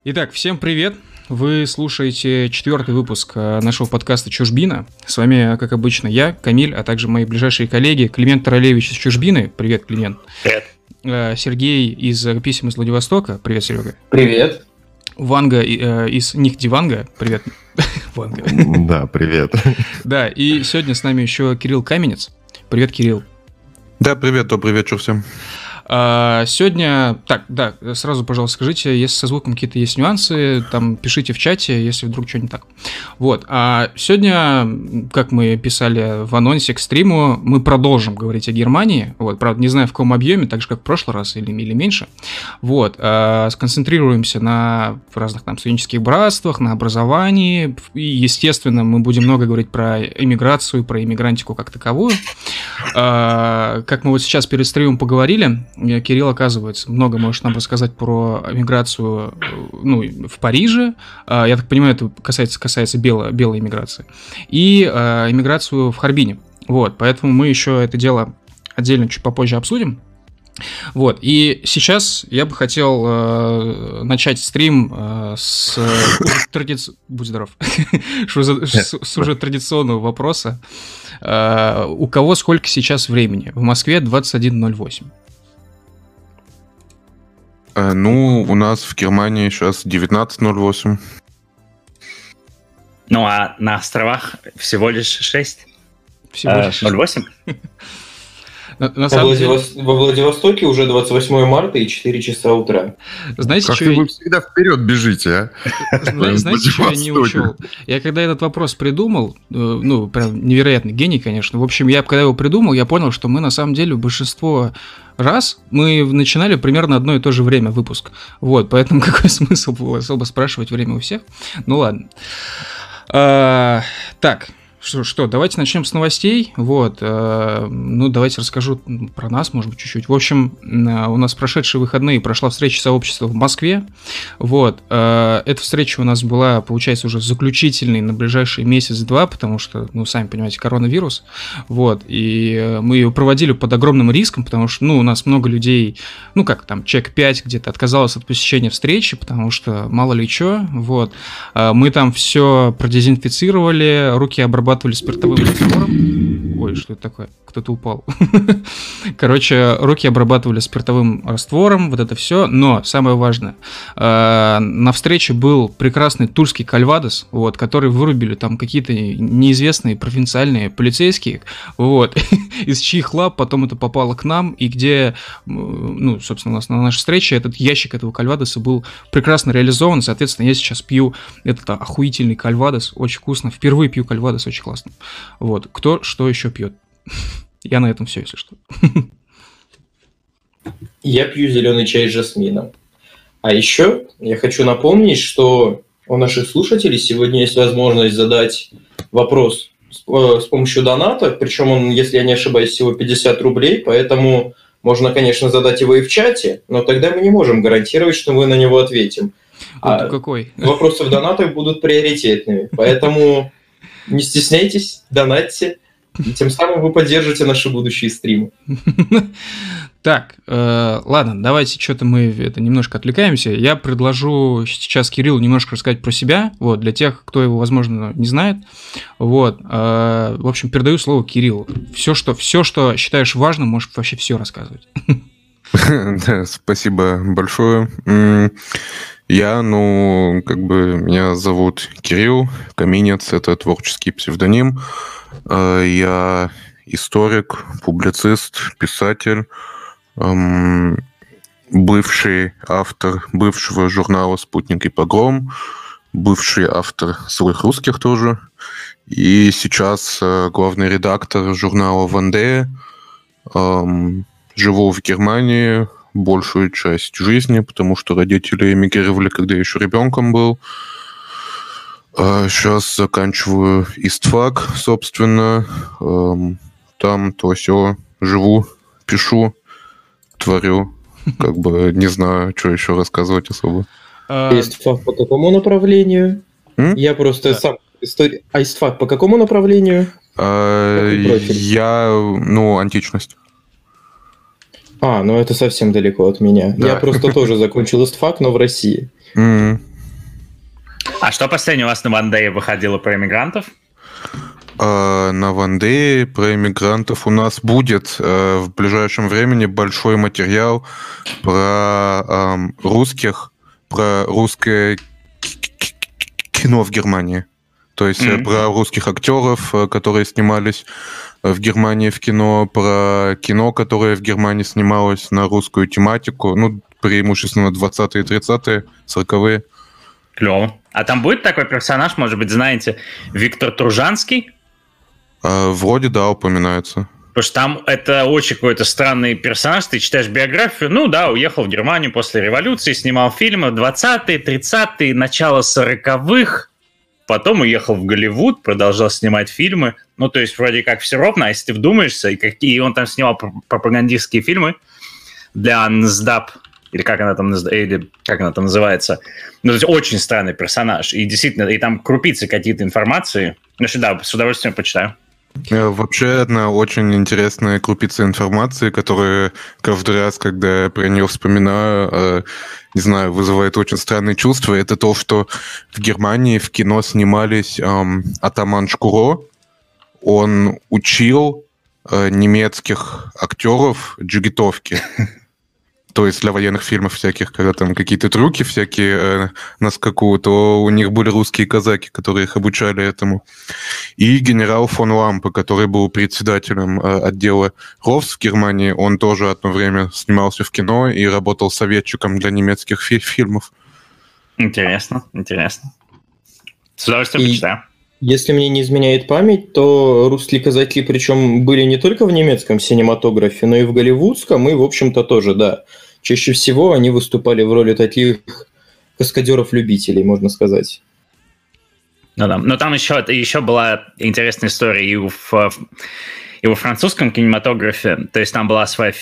Итак, всем привет! Вы слушаете 4-й выпуск нашего подкаста «Чужбина». С вами, как обычно, я, Камиль, а также мои ближайшие коллеги Климент Таралевич из «Чужбины». Привет, Климент. Привет. Сергей из «Писем из Владивостока». Привет, Серега. Привет. Ванга из Нихтиванга. Привет, Ванга. Да, привет. Да, и сегодня с нами еще Кирилл Каменец. Привет, Кирилл. Да, привет, добрый вечер всем. Сегодня, так, да, сразу, пожалуйста, скажите, если со звуком какие-то есть нюансы, там пишите в чате, если вдруг что не так. Вот, а сегодня, как мы писали в анонсе к стриму, мы продолжим говорить о Германии, вот, правда, не знаю в каком объеме, так же, как в прошлый раз или меньше, вот, сконцентрируемся на разных там студенческих братствах, на образовании, и, естественно, мы будем много говорить про эмиграцию, про иммигрантику как таковую. Как мы вот сейчас перед стримом поговорили, Кирилл, оказывается, много может нам рассказать про миграцию, ну, в Париже. Я так понимаю, это касается белой иммиграции. И иммиграцию в Харбине. Вот, поэтому мы еще это дело отдельно чуть попозже обсудим. Вот, и сейчас я бы хотел начать стрим с будь здоров, с уже традиционного вопроса. У кого сколько сейчас времени? В Москве 21:08. Ну, у нас в Германии сейчас 19:08. Ну, а на островах всего лишь 6? Всего лишь 0,8? На самом деле... Во Владивостоке уже 28 марта и 4 часа утра. Знаете, как вы всегда вперед бежите, а? Знаете, что я не учел? Я когда этот вопрос придумал, ну, прям невероятный гений, конечно. В общем, когда его придумал, я понял, что мы на самом деле большинство раз мы начинали примерно одно и то же время выпуск. Вот, поэтому какой смысл было особо спрашивать время у всех? Ну ладно. Так. Что, давайте начнем с новостей. Вот, ну, давайте расскажу про нас, может быть, чуть-чуть. В общем, у нас прошедшие выходные прошла встреча сообщества в Москве. Вот, эта встреча у нас была, получается, уже заключительной на ближайший месяц-два, потому что, ну, сами понимаете, коронавирус. Вот, и мы ее проводили под огромным риском, потому что, ну, у нас много людей, ну, как там, человек 5 где-то отказалось от посещения встречи, потому что мало ли что. Вот, мы там все продезинфицировали, руки обрабатывали спиртовым раствором. Ой, что это такое? Кто-то упал. Короче, руки обрабатывали спиртовым раствором, вот это все. Но самое важное, на встрече был прекрасный тульский кальвадос, вот, который вырубили там какие-то неизвестные провинциальные полицейские, вот, из чьих лап потом это попало к нам, и где, ну, собственно, у нас на нашей встрече этот ящик этого кальвадоса был прекрасно реализован. Соответственно, я сейчас пью этот охуительный кальвадос, очень вкусно. Впервые пью кальвадос, очень классно. Вот, кто что еще пьет? Я на этом все, если что. Я пью зеленый чай с жасмином. А еще я хочу напомнить, что у наших слушателей сегодня есть возможность задать вопрос с помощью доната, причем он, если я не ошибаюсь, всего 50 рублей, поэтому можно, конечно, задать его и в чате, но тогда мы не можем гарантировать, что мы на него ответим. А какой? Вопросы в донатах будут приоритетными, поэтому не стесняйтесь, донатьте. И тем самым вы поддержите наши будущие стримы. Так, ладно, давайте что-то мы немножко отвлекаемся. Я предложу сейчас Кириллу немножко рассказать про себя, вот, для тех, кто его, возможно, не знает. Вот, в общем, передаю слово Кириллу. Все, что считаешь важным, можешь вообще все рассказывать. Спасибо большое. Меня зовут Кирилл Каменец, это творческий псевдоним. Я историк, публицист, писатель, бывший автор бывшего журнала «Спутник и Погром», бывший автор «Злых русских» тоже, и сейчас главный редактор журнала «Вандея». Живу в Германии большую часть жизни, потому что родители эмигрировали, когда я еще ребенком был. Сейчас заканчиваю ИСТФАК, собственно. Там то все живу, пишу, творю. Как бы не знаю, что еще рассказывать особо. ИСТФАК по какому направлению? Я просто сам... ИСТФАК по какому направлению? Я, античность. Ну это совсем далеко от меня. Да. Я просто тоже закончил ИСТФАК, но в России. А что последнее у вас на Вандее выходило про иммигрантов? На Вандее про иммигрантов у нас будет в ближайшем времени большой материал про русских, про русское кино в Германии. То есть про русских актеров, которые снимались в Германии в кино, про кино, которое в Германии снималось на русскую тематику, ну, преимущественно 20-е, 30-е, 40-е. Клево. А там будет такой персонаж, может быть, знаете, Виктор Тружанский? Вроде, да, упоминается. Потому что там это очень какой-то странный персонаж. Ты читаешь биографию, ну да, уехал в Германию после революции, снимал фильмы 20-е, 30-е, начало 40-х, потом уехал в Голливуд, продолжал снимать фильмы. Ну, то есть вроде как все ровно, а если ты вдумаешься, и он там снимал пропагандистские фильмы для NSDAP, или как она там называется. Ну, то есть очень странный персонаж. И действительно, и там крупицы какие-то информации. Ну, да, с удовольствием почитаю. Вообще, одна очень интересная крупица информации, которая каждый раз, когда я про нее вспоминаю, не знаю, вызывает очень странные чувства, это то, что в Германии в кино снимались Атаман Шкуро. Он учил немецких актеров джигитовки. То есть для военных фильмов всяких, когда там какие-то трюки всякие на скаку, то у них были русские казаки, которые их обучали этому. И генерал фон Лампе, который был председателем отдела РОВС в Германии, он тоже одно время снимался в кино и работал советчиком для немецких фильмов. Интересно, интересно. С удовольствием почитаю. Если мне не изменяет память, то русские казаки, причем были не только в немецком кинематографе, но и в голливудском, и, в общем-то, тоже, да. Чаще всего они выступали в роли таких каскадеров-любителей, можно сказать. Ну да, но там еще была интересная история и во французском кинематографе, то есть там была своя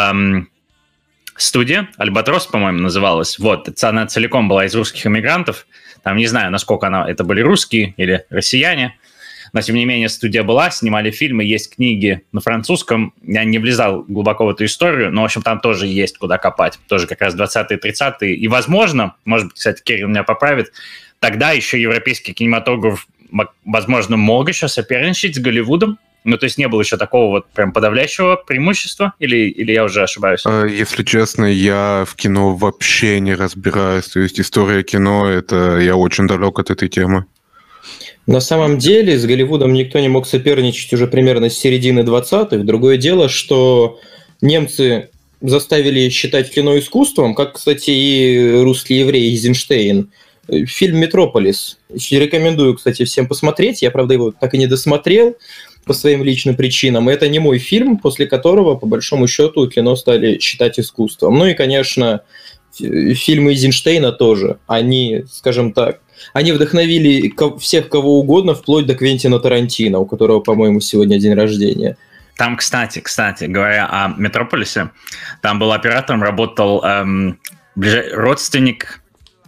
студия, Альбатрос, по-моему, называлась, вот, она целиком была из русских иммигрантов. Там не знаю, насколько это были русские или россияне, но, тем не менее, студия была, снимали фильмы, есть книги на французском. Я не влезал глубоко в эту историю, но, в общем, там тоже есть куда копать. Тоже как раз 20-е, 30-е. И, возможно, может быть, кстати, Кирилл меня поправит, тогда еще европейский кинематограф, возможно, мог еще соперничать с Голливудом. Ну, то есть не было еще такого вот прям подавляющего преимущества? Или я уже ошибаюсь? Если честно, я в кино вообще не разбираюсь. То есть история кино, это я очень далек от этой темы. На самом деле с Голливудом никто не мог соперничать уже примерно с середины 20-х. Другое дело, что немцы заставили считать кино искусством, как, кстати, и русский еврей Эйзенштейн. Фильм «Метрополис». Рекомендую, кстати, всем посмотреть. Я, правда, его так и не досмотрел по своим личным причинам. Это не мой фильм, после которого, по большому счету, кино стали считать искусством. Ну и, конечно, фильмы Эйзенштейна тоже. Они, скажем так, они вдохновили всех кого угодно, вплоть до Квентина Тарантино, у которого, по-моему, сегодня день рождения. Там, кстати, говоря о «Метрополисе», там был оператором, работал родственник...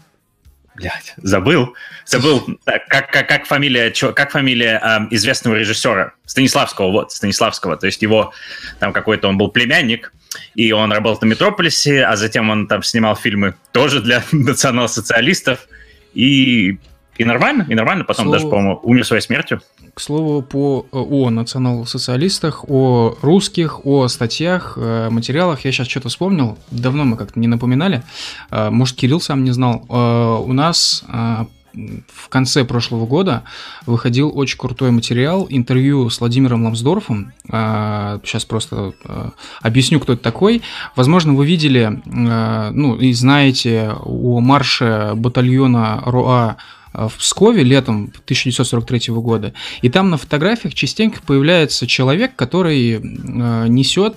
Забыл, как фамилия известного режиссера Станиславского. То есть его там какой-то он был племянник, и он работал на «Метрополисе», а затем он там снимал фильмы тоже для национал-социалистов, и нормально, потом даже, по-моему, умер своей смертью. К слову, о национал-социалистах, о русских, о статьях, материалах, я сейчас что-то вспомнил, давно мы как-то не напоминали, может, Кирилл сам не знал, у нас в конце прошлого года выходил очень крутой материал, интервью с Владимиром Ламсдорфом, сейчас просто объясню, кто это такой, возможно, вы видели, ну, и знаете о марше батальона РОА в Пскове летом 1943 года. И там на фотографиях частенько появляется человек, который несет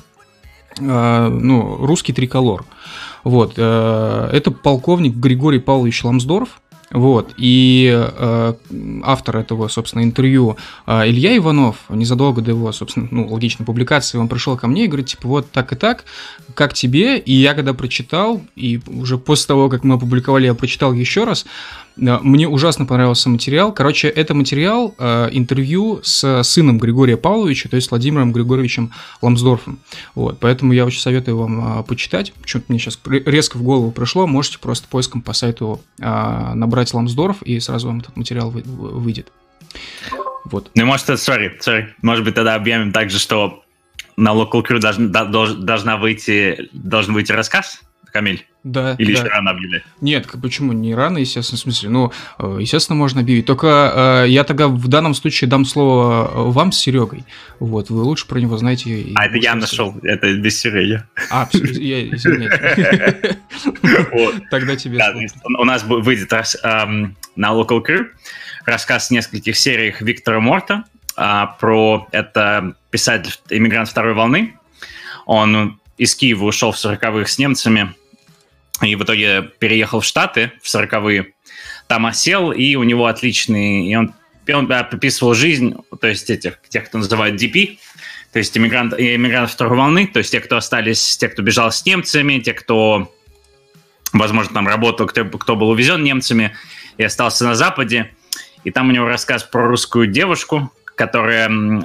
русский триколор. Вот. Это полковник Григорий Павлович Ламсдорф. Вот, и автор этого, собственно, интервью Илья Иванов, незадолго до его, собственно, логичной публикации, он пришел ко мне и говорит, типа, вот так и так, как тебе? И я когда прочитал, и уже после того, как мы опубликовали, я прочитал еще раз, Мне ужасно понравился материал. Короче, это материал интервью с сыном Григория Павловича, то есть Владимиром Григорьевичем Ламсдорфом. Вот, поэтому я очень советую вам почитать. Почему-то мне сейчас резко в голову пришло. Можете просто поиском по сайту набрать Ламсдорф, и сразу вам этот материал выйдет. Вот. Ну, может, sorry. Может быть, тогда объявим также, что на Local Crew должен выйти рассказ, Камиль? Да. Или да. еще рано объявлять? Нет, почему? Не рано, естественно, в смысле. Ну, естественно, можно объявить. Только я тогда в данном случае дам слово вам с Серегой. Вот, вы лучше про него знаете. Это я нашел, это без Сереги. Я извиняюсь. Тогда тебе слово. У нас выйдет на Local Crew рассказ в нескольких сериях Виктора Морта про это писатель, иммигрант второй волны. Он из Киева ушел в 40-х с немцами и в итоге переехал в Штаты в 40-е. Там осел, и у него отличный... И он описывал жизнь, то есть тех, кто называют DP, то есть иммигрант второй волны, то есть те, кто остались, те, кто бежал с немцами, те, кто, возможно, там работал, кто был увезен немцами и остался на Западе. И там у него рассказ про русскую девушку, которая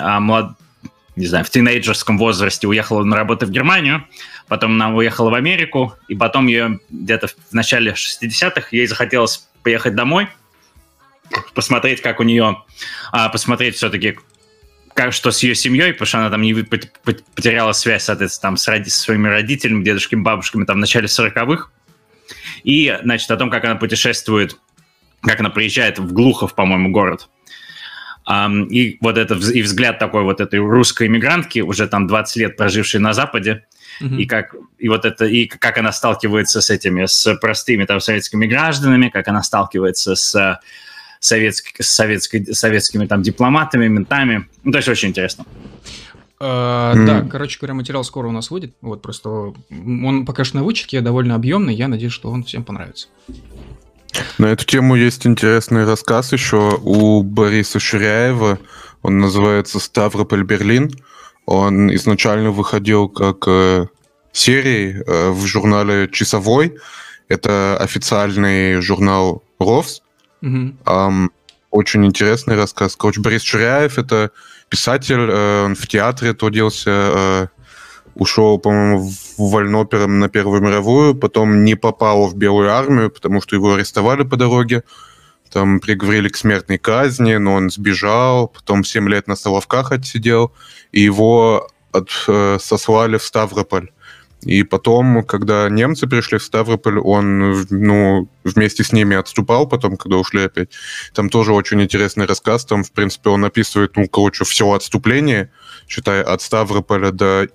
в тинейджерском возрасте уехала на работу в Германию, потом она уехала в Америку, и потом ее где-то в начале 60-х ей захотелось поехать домой, посмотреть, как у нее, посмотреть все-таки, что с ее семьей, потому что она там не потеряла связь, соответственно, там, с своими родителями, дедушками, бабушками там, в начале 40-х. И, значит, о том, как она путешествует, как она приезжает в Глухов, по-моему, город. И вот это и взгляд такой вот этой русской иммигрантки, уже там 20 лет прожившей на Западе, и как она сталкивается с простыми там советскими гражданами, как она сталкивается с советскими там дипломатами, ментами. Ну, то есть очень интересно. Да, короче говоря, материал скоро у нас выйдет. Вот просто он пока что на вычетке, довольно объемный. Я надеюсь, что он всем понравится. На эту тему есть интересный рассказ еще у Бориса Ширяева. Он называется «Ставрополь-Берлин». Он изначально выходил как серией в журнале «Часовой». Это официальный журнал РОВС. Очень интересный рассказ. Короче, Борис Ширяев — это писатель, он в театре трудился, ушел, по-моему, вольнопером на Первую мировую, потом не попал в Белую армию, потому что его арестовали по дороге, там приговорили к смертной казни, но он сбежал, потом 7 лет на Соловках отсидел, и его сослали в Ставрополь. И потом, когда немцы пришли в Ставрополь, он вместе с ними отступал потом, когда ушли опять. Там тоже очень интересный рассказ, там, в принципе, он описывает, все отступление, считай, от Ставрополя до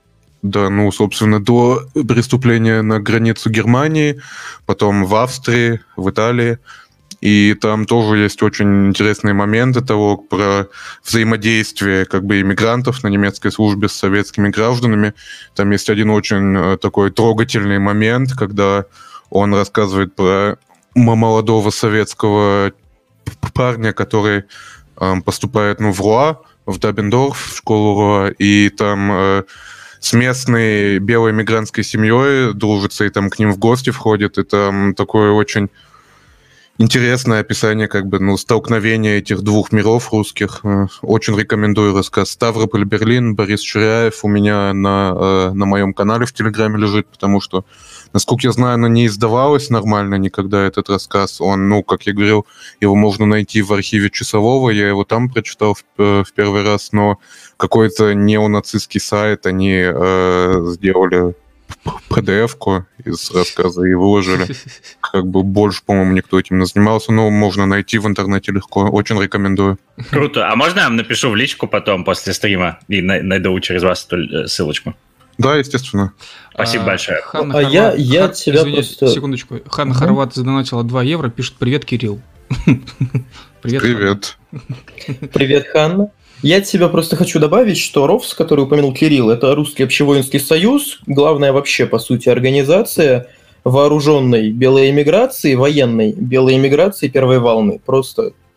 преступления на границу Германии, потом в Австрии, в Италии. И там тоже есть очень интересные моменты того, про взаимодействие иммигрантов на немецкой службе с советскими гражданами. Там есть один очень такой трогательный момент, когда он рассказывает про молодого советского парня, который поступает в РУА, в Даббендорф, в школу РУА, и там... с местной белой мигрантской семьей дружится, и там к ним в гости входит, и там такое очень интересное описание столкновения этих двух миров русских. Очень рекомендую рассказ «Ставрополь-Берлин», Борис Ширяев у меня на моем канале в Телеграме лежит, потому что, насколько я знаю, оно не издавалось нормально никогда, этот рассказ. Он, как я говорил, его можно найти в архиве Часового, я его там прочитал в первый раз, но какой-то неонацистский сайт они сделали PDF-ку из рассказа и выложили. Больше, по-моему, никто этим не занимался, но можно найти в интернете легко. Очень рекомендую. Круто. А можно я напишу в личку потом, после стрима, и найду через вас эту ссылочку? Да, естественно. Спасибо большое. Я тебя просто... Секундочку. Ханна Хорват задонатила 2 евро, пишет: «Привет, Кирилл». Привет. Привет, Ханна. Я тебя просто хочу добавить, что РОВС, который упомянул Кирилл, это Русский общевоинский союз, главная вообще, по сути, организация вооруженной белой эмиграции, военной белой эмиграции первой волны. Просто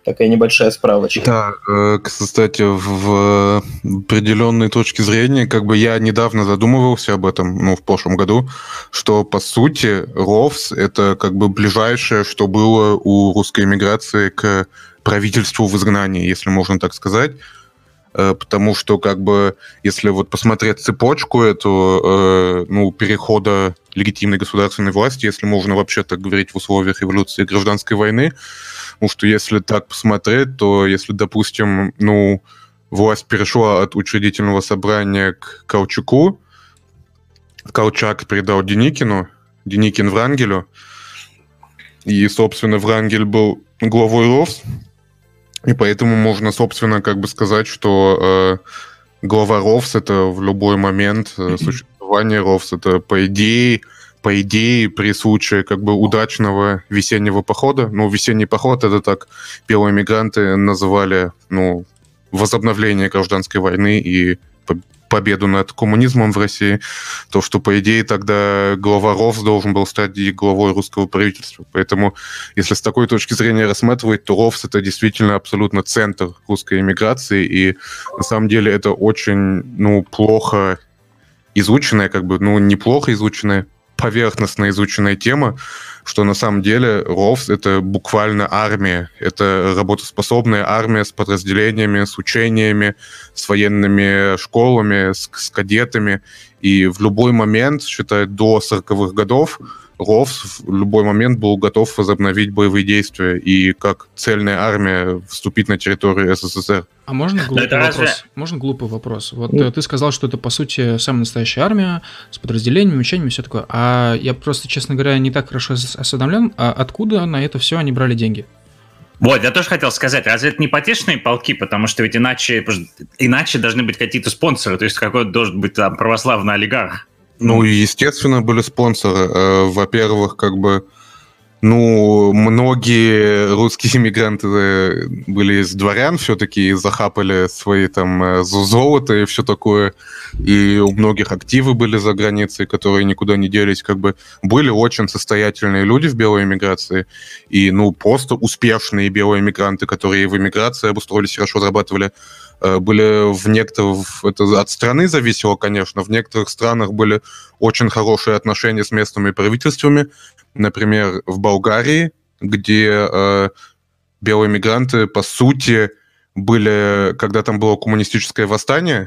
Такая небольшая справочка. Да, кстати, в определенной точке зрения, как бы я недавно задумывался об этом, ну, в прошлом году, что, по сути, РОВС — это как бы ближайшее, что было у русской эмиграции к правительству в изгнании, если можно так сказать. Потому что, как бы, если вот посмотреть цепочку эту, ну, перехода легитимной государственной власти, если можно вообще так говорить в условиях революции и гражданской войны, потому что если так посмотреть, то если, допустим, ну, власть перешла от учредительного собрания к Колчаку, Колчак передал Деникину, Деникин Врангелю, и, собственно, Врангель был главой РОВС, и поэтому можно, собственно, как бы сказать, что глава РОВС — это в любой момент существования РОВС, это по идее, при случае как бы удачного весеннего похода, ну, весенний поход — это так белые мигранты называли, ну, возобновление гражданской войны и победу над коммунизмом в России, то, что, по идее, тогда глава РОВС должен был стать и главой русского правительства. Поэтому, если с такой точки зрения рассматривать, то РОВС — это действительно абсолютно центр русской эмиграции, и на самом деле это очень, ну, плохо изученная, как бы, ну, неплохо изученная, поверхностно изученная тема, что на самом деле РОВС — это буквально армия. Это работоспособная армия с подразделениями, с учениями, с военными школами, с кадетами. И в любой момент, считай, до 40-х годов, РОВС в любой момент был готов возобновить боевые действия и как цельная армия вступить на территорию СССР. А можно глупый вопрос? Можно глупый вопрос? Вот ты сказал, что это, по сути, самая настоящая армия с подразделениями, учениями и все такое. А я просто, честно говоря, не так хорошо осведомлен, а откуда на это все они брали деньги? Вот, я тоже хотел сказать, разве это не потешные полки, потому что ведь иначе должны быть какие-то спонсоры, то есть какой-то должен быть там православный олигарх. Ну, естественно, были спонсоры. Во-первых, как бы, ну, многие русские иммигранты были из дворян все-таки, и захапали свои там золото и все такое. И у многих активы были за границей, которые никуда не делись. Как бы были очень состоятельные люди в белой эмиграции. И, ну, просто успешные белые эмигранты, которые в эмиграции обустроились, хорошо зарабатывали. Были в некоторых... Это от страны зависело, конечно. В некоторых странах были очень хорошие отношения с местными правительствами. Например, в Болгарии, где белые мигранты, по сути, были... Когда там было коммунистическое восстание,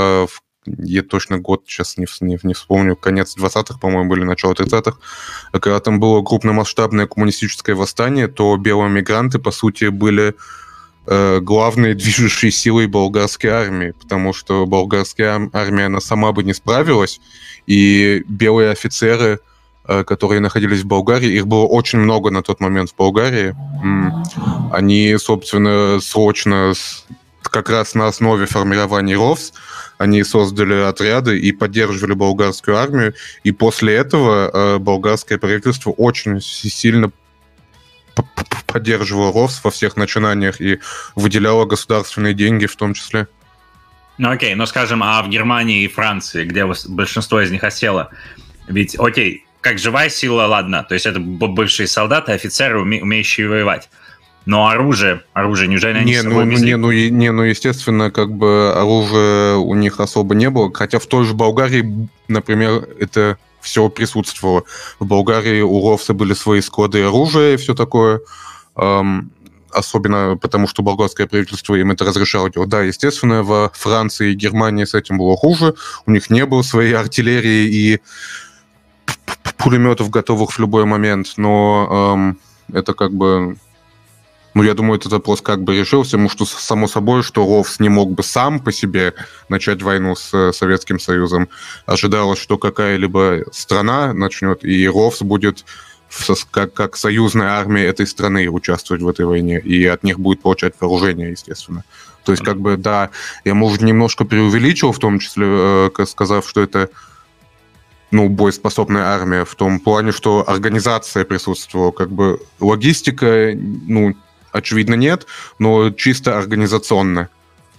я точно год сейчас не вспомню, конец 20-х, по-моему, или начало 30-х, когда там было крупномасштабное коммунистическое восстание, то белые мигранты, по сути, были... главной движущей силой болгарской армии, потому что болгарская армия, она сама бы не справилась, и белые офицеры, которые находились в Болгарии, их было очень много на тот момент в Болгарии, они, собственно, срочно, как раз на основе формирования РОВС, они создали отряды и поддерживали болгарскую армию, и после этого болгарское правительство очень сильно поддерживала РОВС во всех начинаниях и выделяла государственные деньги в том числе. Ну окей, но скажем, а в Германии и Франции, где большинство из них осело, ведь окей, как живая сила, ладно, то есть это бывшие солдаты, офицеры, умеющие воевать. Но оружие, неужели они с собой везли? Ну, естественно, как бы оружия у них особо не было, хотя в той же Болгарии, например, это... все присутствовало. В Болгарии у РОВСа были свои склады оружия и все такое. Особенно потому, что болгарское правительство им это разрешало делать. Да, естественно, во Франции и Германии с этим было хуже. У них не было своей артиллерии и пулеметов, готовых в любой момент. Но это как бы... Ну, я думаю, этот вопрос как бы решился, потому что, само собой, что РОВС не мог бы сам по себе начать войну с Советским Союзом. Ожидалось, что какая-либо страна начнет, и РОВС будет как союзная армия этой страны участвовать в этой войне, и от них будет получать вооружение, естественно. То есть, как бы, да, я, может, немножко преувеличил, в том числе, сказав, что это, ну, боеспособная армия, в том плане, что организация присутствовала, как бы логистика, ну, очевидно, нет, но чисто организационно.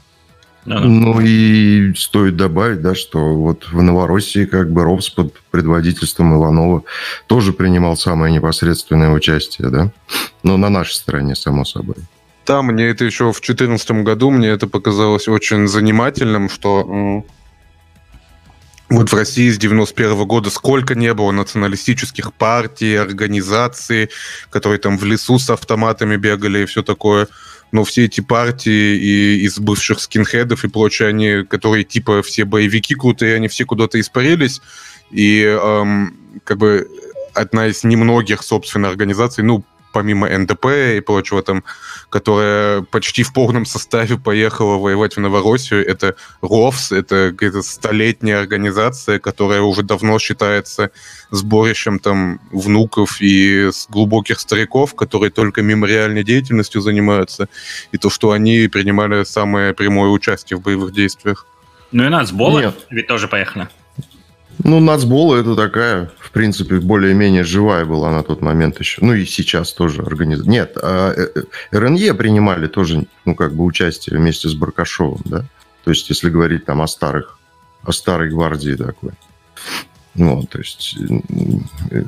Ну и стоит добавить, да, что вот в Новороссии как бы РОВС под предводительством Иванова тоже принимал самое непосредственное участие, да, но на нашей стороне, само собой. Да, мне это еще в 2014 году, мне это показалось очень занимательным, что вот в России с 91 года сколько не было националистических партий, организаций, которые там в лесу с автоматами бегали и все такое. Но все эти партии и из бывших скинхедов и прочее, они, которые типа все боевики крутые, они все куда-то испарились. И как бы одна из немногих, собственно, организаций, ну, помимо НДП и прочего там, которая почти в полном составе поехала воевать в Новороссию, это РОВС, это какая-то столетняя организация, которая уже давно считается сборищем там внуков и глубоких стариков, которые только мемориальной деятельностью занимаются, и то, что они принимали самое прямое участие в боевых действиях. Ну и нацболы ведь тоже поехали. Ну, нацболы это такая, в принципе, более-менее живая была на тот момент еще. Ну и сейчас тоже организация. Нет, РНЕ принимали тоже, ну, как бы участие вместе с Баркашовым, да? То есть, если говорить там о старой гвардии такой. Ну, то есть... Ну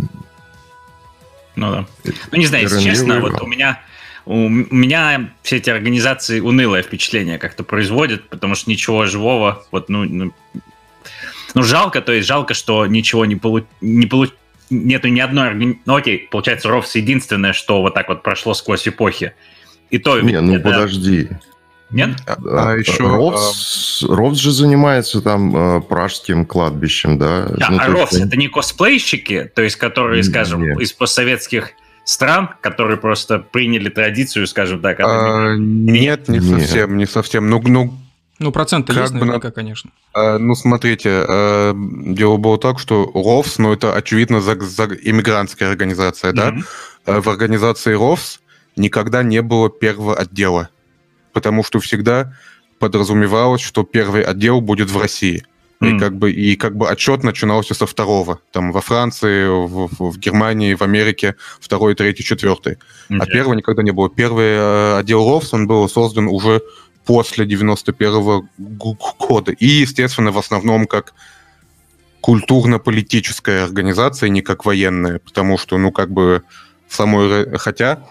да. Ну, не знаю, если честно, вот у меня все эти организации унылое впечатление как-то производят, потому что ничего живого, вот, ну, жалко, что ничего нету ни одной... Ну, окей, получается, РОВС единственное, что вот так вот прошло сквозь эпохи. И то... Не, ну, подожди. Нет? А еще... РОВС же занимается там пражским кладбищем, да? Да, ну, РОВС — это не косплейщики, то есть которые, скажем, из постсоветских стран, которые просто приняли традицию, скажем так... Нет, не совсем. Ну, проценты есть наверняка, конечно. Ну, смотрите, дело было так, что РОВС, ну, это, очевидно, иммигрантская организация, да? В организации РОВС никогда не было первого отдела, потому что всегда подразумевалось, что первый отдел будет в России. И как бы отчет начинался со второго. Там во Франции, в Германии, в Америке второй, третий, четвертый. А первого никогда не было. Первый отдел РОВС, он был создан уже после 91 года. И, естественно, в основном как культурно-политическая организация, не как военная, потому что, ну, как бы в самой... Хотя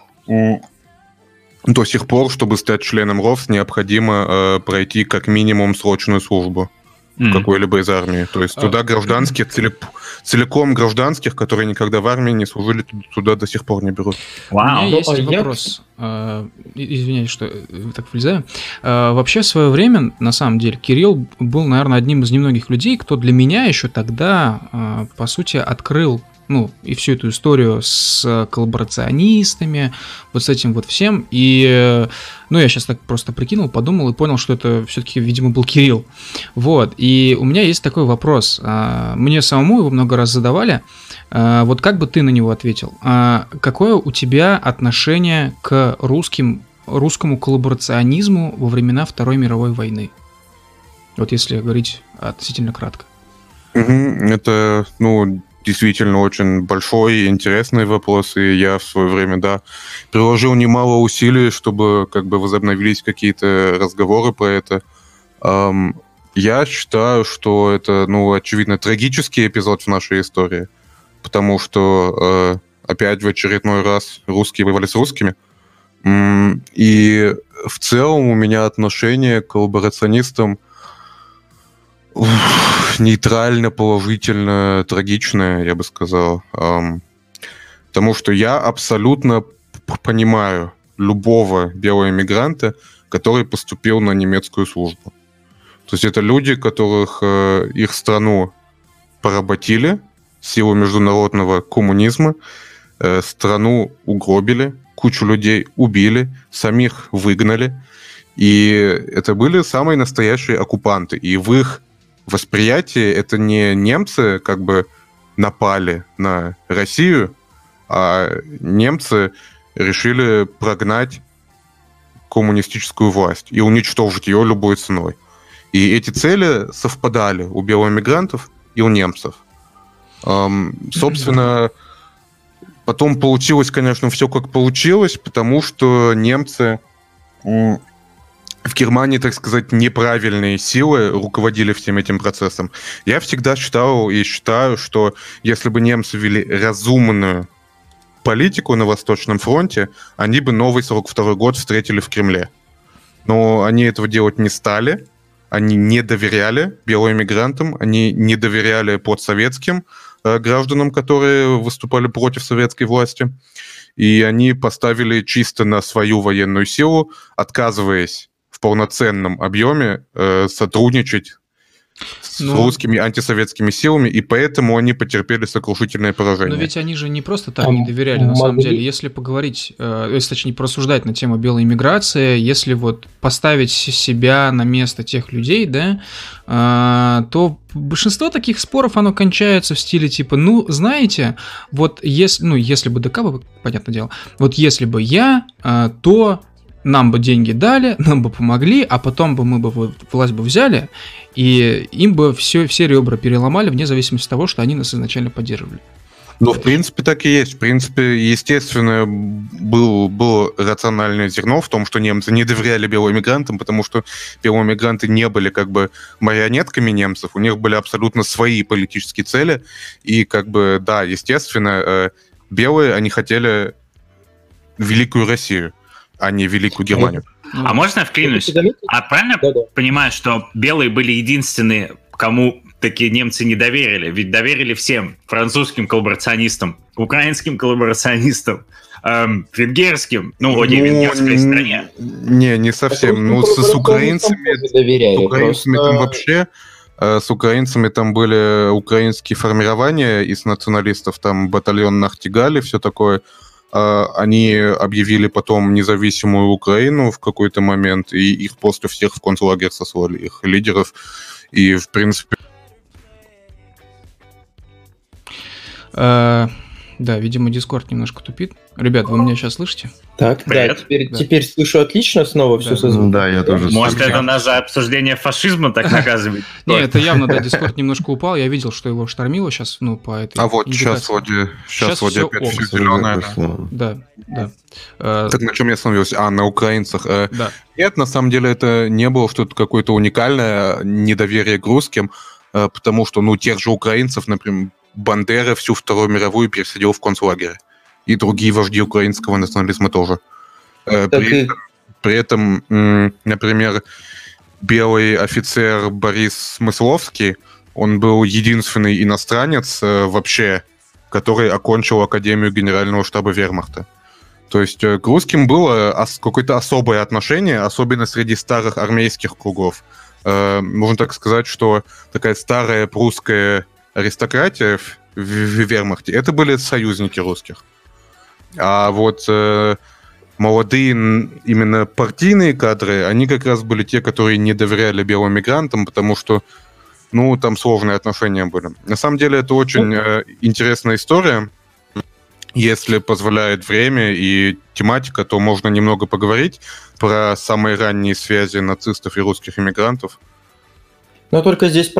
до сих пор, чтобы стать членом РОВС, необходимо пройти как минимум срочную службу в какой-либо из армии. То есть туда гражданские, целиком гражданских, которые никогда в армии не служили, туда до сих пор не берут. Вау. У меня есть вопрос. Извиняюсь, что так влезаю. Вообще, в свое время, на самом деле, Кирилл был, наверное, одним из немногих людей, кто для меня еще тогда, по сути, открыл, ну, и всю эту историю с коллаборационистами, вот с этим вот всем. И, ну, я сейчас так просто прикинул, подумал и понял, что это все-таки, видимо, был Кирилл. Вот. И у меня есть такой вопрос. Мне самому его много раз задавали. Вот как бы ты на него ответил? Какое у тебя отношение к русскому коллаборационизму во времена Второй мировой войны? Вот если говорить относительно кратко. Это, ну... Действительно очень большой и интересный вопрос, и я в свое время, да, приложил немало усилий, чтобы как бы возобновились какие-то разговоры про это. Я считаю, что это, ну, очевидно, трагический эпизод в нашей истории, потому что опять в очередной раз русские воевали с русскими, и в целом у меня отношение к коллаборационистам нейтрально, положительно, трагичное, я бы сказал. Потому что я абсолютно понимаю любого белого иммигранта, который поступил на немецкую службу. То есть это люди, которых их страну поработили в силу международного коммунизма, страну угробили, кучу людей убили, самих выгнали. И это были самые настоящие оккупанты. И в их восприятие это не немцы как бы напали на Россию, а немцы решили прогнать коммунистическую власть и уничтожить ее любой ценой. И эти цели совпадали у белоэмигрантов и у немцев. Собственно, потом получилось, конечно, все как получилось, потому что немцы... В Германии, так сказать, неправильные силы руководили всем этим процессом. Я всегда считал и считаю, что если бы немцы вели разумную политику на Восточном фронте, они бы новый 42-й год встретили в Кремле. Но они этого делать не стали, они не доверяли белым эмигрантам, они не доверяли подсоветским гражданам, которые выступали против советской власти, и они поставили чисто на свою военную силу, отказываясь в полноценном объеме сотрудничать с русскими антисоветскими силами, и поэтому они потерпели сокрушительное поражение. Но ведь они же не просто так не доверяли, на самом деле. Если поговорить, если, точнее, порассуждать на тему белой иммиграции, если вот поставить себя на место тех людей, да, то большинство таких споров, оно кончается в стиле типа, ну, знаете, вот если бы ДК, понятное дело, вот если бы я, то нам бы деньги дали, нам бы помогли, а потом бы мы бы власть бы взяли, и им бы все ребра переломали, вне зависимости от того, что они нас изначально поддерживали. Ну, в принципе, так и есть. В принципе, естественно, было рациональное зерно в том, что немцы не доверяли белым эмигрантам, потому что белые эмигранты не были как бы марионетками немцев, у них были абсолютно свои политические цели, и как бы, да, естественно, белые, они хотели великую Россию, а не Великую Германию. А можно я вклинусь? А правильно понимаю, что белые были единственные, кому такие немцы не доверили? Ведь доверили всем. Французским коллаборационистам, украинским коллаборационистам, венгерским, венгерской стране. Не совсем. Ну, с украинцами там вообще... С украинцами там были украинские формирования из националистов, там батальон Нахтигали, все такое. Они объявили потом независимую Украину в какой-то момент, и их после всех в концлагерь сослали, их лидеров. И, в принципе... Да, видимо, Discord немножко тупит. Ребят, вы меня сейчас слышите? Так, привет. Да, теперь слышу отлично снова все со звуком. Да, я тоже. Может, это нас за обсуждение фашизма так наказывает? Не, это явно, да, Discord немножко упал. Я видел, что его штормило сейчас, по этой... А вот сейчас вроде опять все зеленое. Да. Так на чем я остановился? На украинцах. Да. Нет, на самом деле это не было что-то какое-то уникальное недоверие к русским, потому что, тех же украинцев, например, Бандера всю Вторую мировую пересадил в концлагерь. И другие вожди украинского национализма тоже. При этом, например, белый офицер Борис Смысловский, он был единственный иностранец вообще, который окончил Академию Генерального штаба Вермахта. То есть к русским было какое-то особое отношение, особенно среди старых армейских кругов. Можно так сказать, что такая старая прусская аристократия в Вермахте, это были союзники русских. А вот молодые именно партийные кадры, они как раз были те, которые не доверяли белым мигрантам, потому что, там сложные отношения были. На самом деле это очень интересная история. Если позволяет время и тематика, то можно немного поговорить про самые ранние связи нацистов и русских иммигрантов. Но только здесь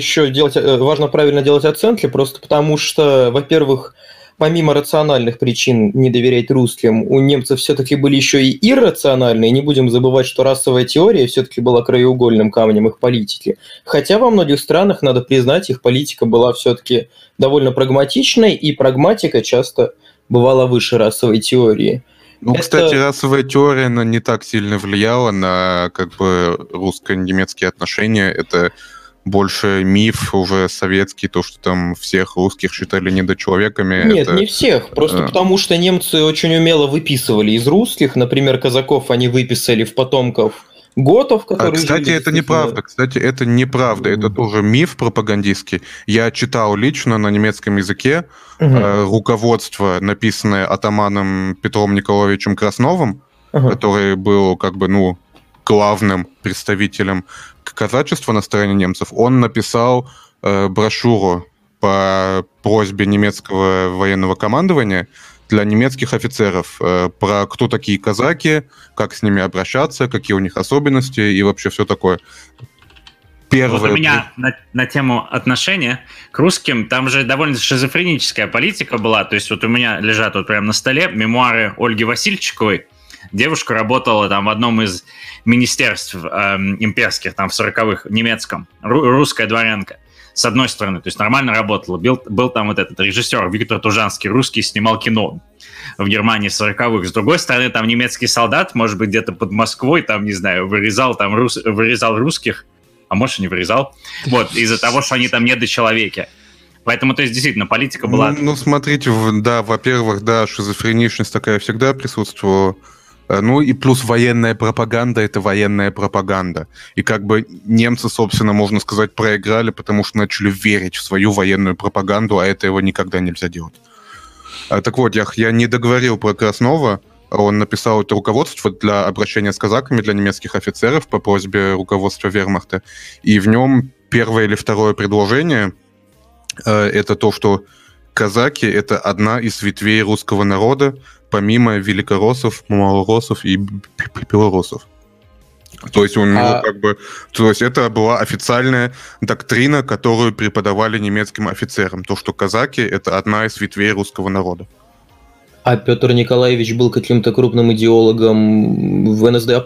важно правильно делать оценки, просто потому что, во-первых, помимо рациональных причин не доверять русским, у немцев все-таки были еще и иррациональные. Не будем забывать, что расовая теория все-таки была краеугольным камнем их политики. Хотя во многих странах, надо признать, их политика была все-таки довольно прагматичной, и прагматика часто бывала выше расовой теории. Кстати, расовая теория, она не так сильно влияла на русско-немецкие отношения. Это больше миф уже советский, то, что там всех русских считали недочеловеками. Нет, не всех. Просто потому, что немцы очень умело выписывали из русских. Например, казаков они выписали в потомков готов, которые... Кстати, это неправда. Это тоже миф пропагандистский. Я читал лично на немецком языке руководство, написанное атаманом Петром Николаевичем Красновым, который был главным представителем казачества на стороне немцев. Он написал брошюру по просьбе немецкого военного командования для немецких офицеров про кто такие казаки, как с ними обращаться, какие у них особенности и вообще все такое. Вот у меня на тему отношения к русским, там же довольно шизофреническая политика была. То есть вот у меня лежат вот прямо на столе мемуары Ольги Васильчиковой. Девушка работала там в одном из министерств имперских, там в 40-х, немецком, русская дворянка. С одной стороны, то есть нормально работала. Был там вот этот режиссер Виктор Тужанский, русский, снимал кино. в Германии 40-х. С другой стороны, там немецкий солдат, может быть, где-то под Москвой, там, не знаю, вырезал русских, а может, и не вырезал, вот, из-за того, что они там недочеловеки. Поэтому, то есть, действительно, политика была... Ну, смотрите, да, во-первых, да, шизофреничность такая всегда присутствовала. Ну и плюс военная пропаганда – это военная пропаганда. И как бы немцы, собственно, можно сказать, проиграли, потому что начали верить в свою военную пропаганду, а этого никогда нельзя делать. Так вот, я не договорил про Краснова. Он написал это руководство для обращения с казаками для немецких офицеров по просьбе руководства вермахта. И в нем первое или второе предложение – это то, что казаки – это одна из ветвей русского народа, помимо великороссов, малороссов и белороссов. То есть у него то есть это была официальная доктрина, которую преподавали немецким офицерам, то, что казаки – это одна из ветвей русского народа. А Петр Николаевич был каким-то крупным идеологом в НСДАП?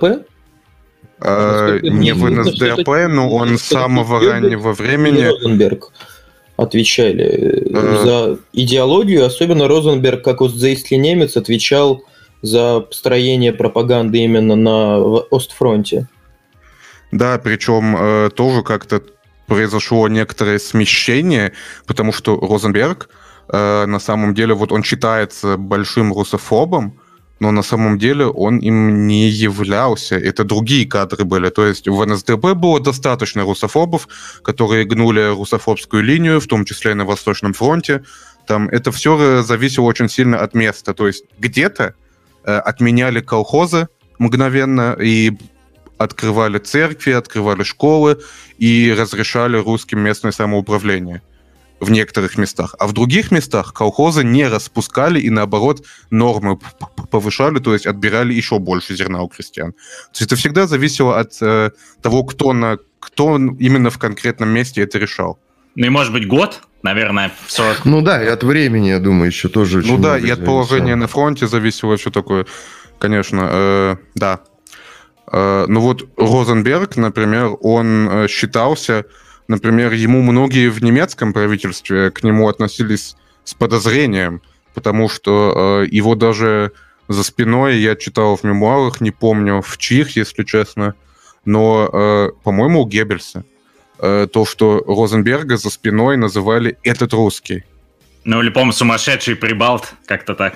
Не в НСДАП, но он с самого раннего времени... Розенберг отвечали за идеологию, особенно Розенберг, как остзейский немец, отвечал за построение пропаганды именно на Остфронте. Да, причем тоже как-то произошло некоторое смещение, потому что Розенберг на самом деле, вот он считается большим русофобом, но на самом деле он им не являлся. Это другие кадры были. То есть в НСДАП было достаточно русофобов, которые гнули русофобскую линию, в том числе и на Восточном фронте. Там это все зависело очень сильно от места. То есть где-то отменяли колхозы мгновенно и открывали церкви, открывали школы и разрешали русским местное самоуправление в некоторых местах. А в других местах колхозы не распускали и, наоборот, нормы повышали, то есть отбирали еще больше зерна у крестьян. То есть это всегда зависело от того, кто именно в конкретном месте это решал. Ну и, может быть, год, наверное, 40. Ну да, и от времени, я думаю, еще тоже очень много. Ну да, и от положения на фронте зависело все такое, конечно, да. Ну вот Розенберг, например, он считался... Например, ему многие в немецком правительстве к нему относились с подозрением, потому что его даже за спиной, я читал в мемуарах, не помню в чьих, если честно, но, по-моему, у Геббельса, то, что Розенберга за спиной называли «этот русский». Ну, или, по-моему, сумасшедший прибалт, как-то так.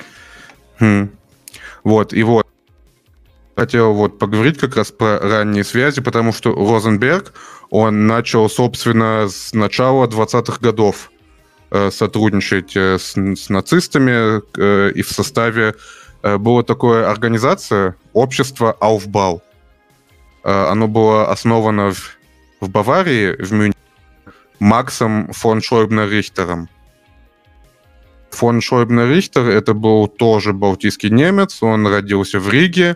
Вот, и вот. Хотел вот поговорить как раз про ранние связи, потому что Розенберг, он начал, собственно, с начала 20-х годов сотрудничать с нацистами, и в составе была такая организация, общество Aufbau. Оно было основано в Баварии, в Мюнхене, Максом фон Шойбнер-Рихтером. Фон Шойбнер-Рихтер — это был тоже балтийский немец, он родился в Риге,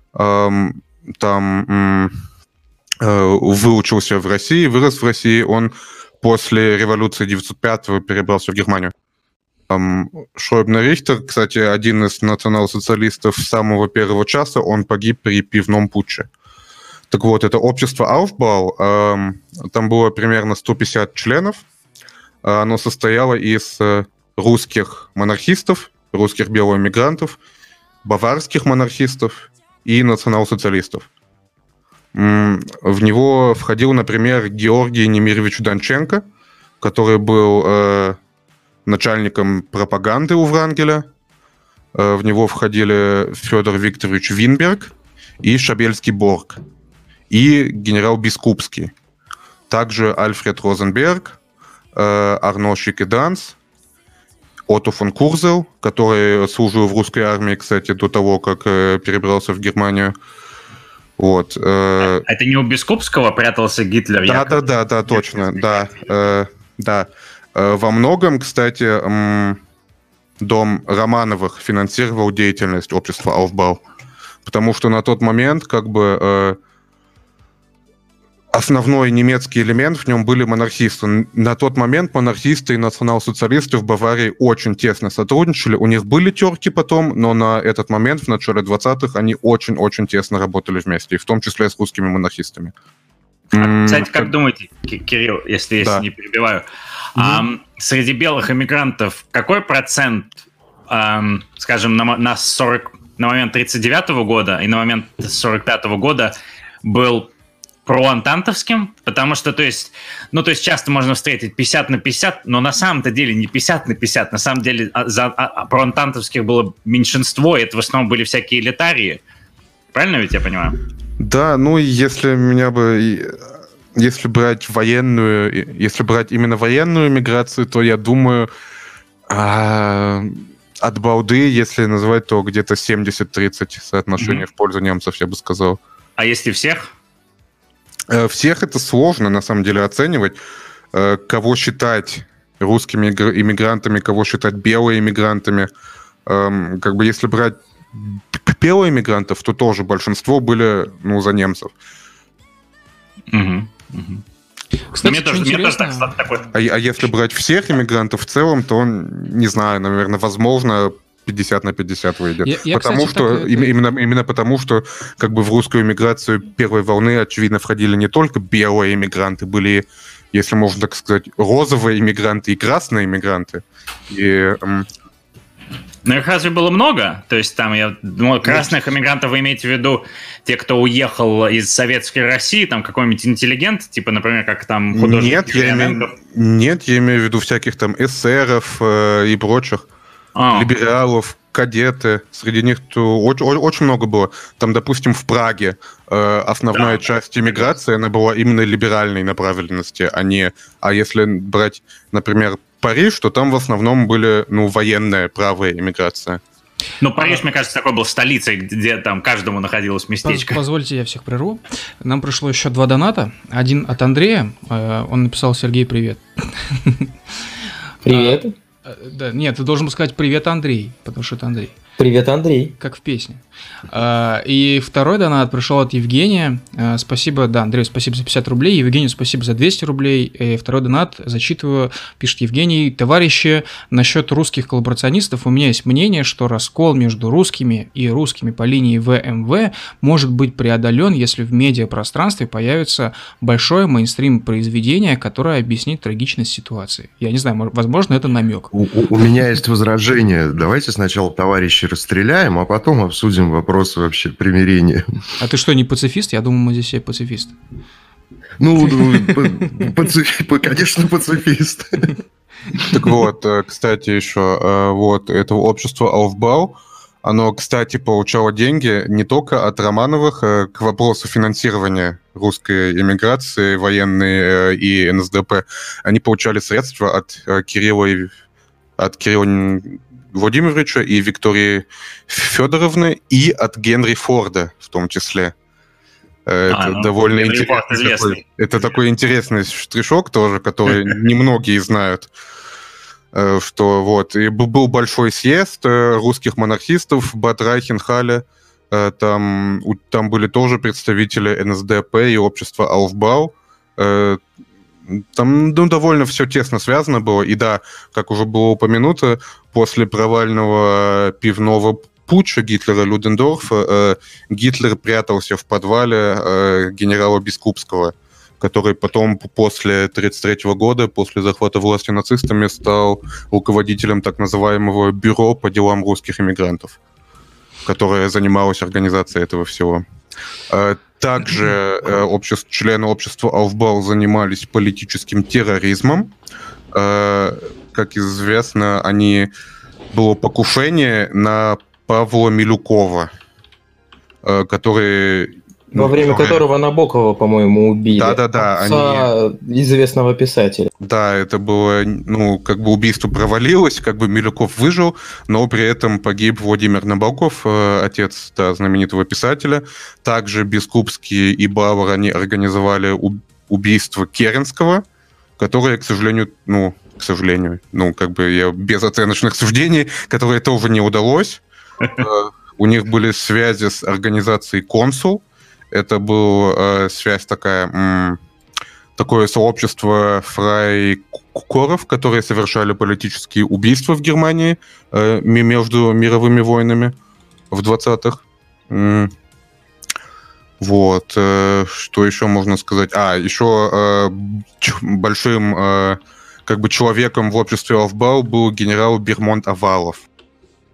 там выучился в России, вырос в России. Он после революции 1905-го перебрался в Германию. Шойбнер-Рихтер, кстати, один из национал-социалистов с самого первого часа, он погиб при пивном путче. Так вот, это общество Aufbau, там было примерно 150 членов. Оно состояло из русских монархистов, русских белоэмигрантов, баварских монархистов и национал-социалистов. В него входил, например, Георгий Немирович Донченко, который был начальником пропаганды у Врангеля. В него входили Федор Викторович Винберг и Шабельский Борг, и генерал Бискупский. Также Альфред Розенберг, Арно Шикеданс, Отто фон Курзел, который служил в русской армии, кстати, до того, как перебрался в Германию. Вот. Это не у Бискупского прятался Гитлер? Да, точно, да. Во многом, кстати, дом Романовых финансировал деятельность общества Aufbau, потому что на тот момент, как бы, основной немецкий элемент в нем были монархисты. На тот момент монархисты и национал-социалисты в Баварии очень тесно сотрудничали. У них были терки потом, но на этот момент, в начале 20-х, они очень-очень тесно работали вместе, и в том числе с русскими монархистами. Кстати, как думаете, Кирилл, если не перебиваю, среди белых эмигрантов какой процент скажем, на момент 1939 года и на момент 1945 года был проантантовским, потому что, то есть часто можно встретить 50 на 50, но на самом-то деле не 50 на 50, на самом деле проантантовских было меньшинство, и это в основном были всякие элитарии. Правильно ведь я понимаю? Да, ну, если брать именно военную миграцию, то я думаю, от балды, если называть, то где-то 70-30 соотношение в пользу немцев, я бы сказал. А если всех? Всех это сложно, на самом деле, оценивать. Кого считать русскими иммигрантами, кого считать белыми иммигрантами. Как бы если брать белых иммигрантов, то тоже большинство были, за немцев. Кстати, мне тоже такой... А если брать всех иммигрантов в целом, то, не знаю, наверное, возможно, 50 на 50 выйдет. Именно потому, что как бы в русскую иммиграцию первой волны, очевидно, входили не только белые иммигранты, были, если можно так сказать, розовые иммигранты и красные иммигранты. Но их разве было много? То есть там, я думаю, красных иммигрантов вы имеете в виду те, кто уехал из советской России, там какой-нибудь интеллигент, типа, например, как там художник Нет, я имею в виду всяких там эсеров и прочих, либералов, кадеты. Среди них очень много было. Там, допустим, в Праге основная часть иммиграции, она была именно либеральной направленности, а если брать, например, Париж, то там в основном были, военная правая иммиграция. Ну, Париж, мне кажется, такой был столицей, где там каждому находилось местечко. Позвольте, я всех прерву. Нам пришло еще 2 доната. Один от Андрея. Он написал: Сергей, привет. Привет. Да, нет, ты должен был сказать привет, Андрей, потому что это Андрей. Привет, Андрей. Как в песне. И второй донат пришел от Евгения. Спасибо, да, Андрею спасибо за 50 рублей, Евгению спасибо за 200 рублей. И второй донат зачитываю, пишет Евгений: товарищи, насчет русских коллаборационистов у меня есть мнение, что раскол между русскими и русскими по линии ВМВ может быть преодолен, если в медиапространстве появится большое мейнстрим произведение, которое объяснит трагичность ситуации. Я не знаю, возможно, это намек. У меня есть возражение. Давайте сначала, товарищи, расстреляем, а потом обсудим вопросы вообще примирения. А ты что, не пацифист? Я думаю, мы здесь все пацифисты. Конечно, пацифист. Так вот, кстати, еще, вот это общество Aufbau, оно, кстати, получало деньги не только от Романовых к вопросу финансирования русской эмиграции, военной и НСДАП. Они получали средства от Кирилла Владимировича и Виктории Федоровны и от Генри Форда в том числе. Это довольно интересный. Это такой интересный штришок тоже, который немногие знают. Что вот. И был большой съезд русских монархистов в Бад Райхенхалле. Там были тоже представители НСДАП и общества Aufbau. Там довольно все тесно связано было. И да, как уже было упомянуто, после провального пивного путча Гитлера Людендорфа Гитлер прятался в подвале генерала Бескупского, который потом, после 1933 года, после захвата власти нацистами, стал руководителем так называемого бюро по делам русских иммигрантов, которое занималось организацией этого всего. Также члены общества Aufbau занимались политическим терроризмом. Как известно, было покушение на Павла Милюкова, который... Во время которого Набокова, по-моему, убили. Да-да-да. Отца известного писателя. Да, это было, убийство провалилось, Милюков выжил, но при этом погиб Владимир Набоков, отец знаменитого писателя. Также Бескупский и Бауэр, они организовали убийство Керенского, которое, к сожалению, я без оценочных суждений, которое тоже не удалось. У них были связи с организацией «Консул». Это была связь такое сообщество фрайкоров, которые совершали политические убийства в Германии между мировыми войнами в 20-х. Вот. Что еще можно сказать? Еще большим человеком в обществе Aufbau был генерал Бермонт Авалов,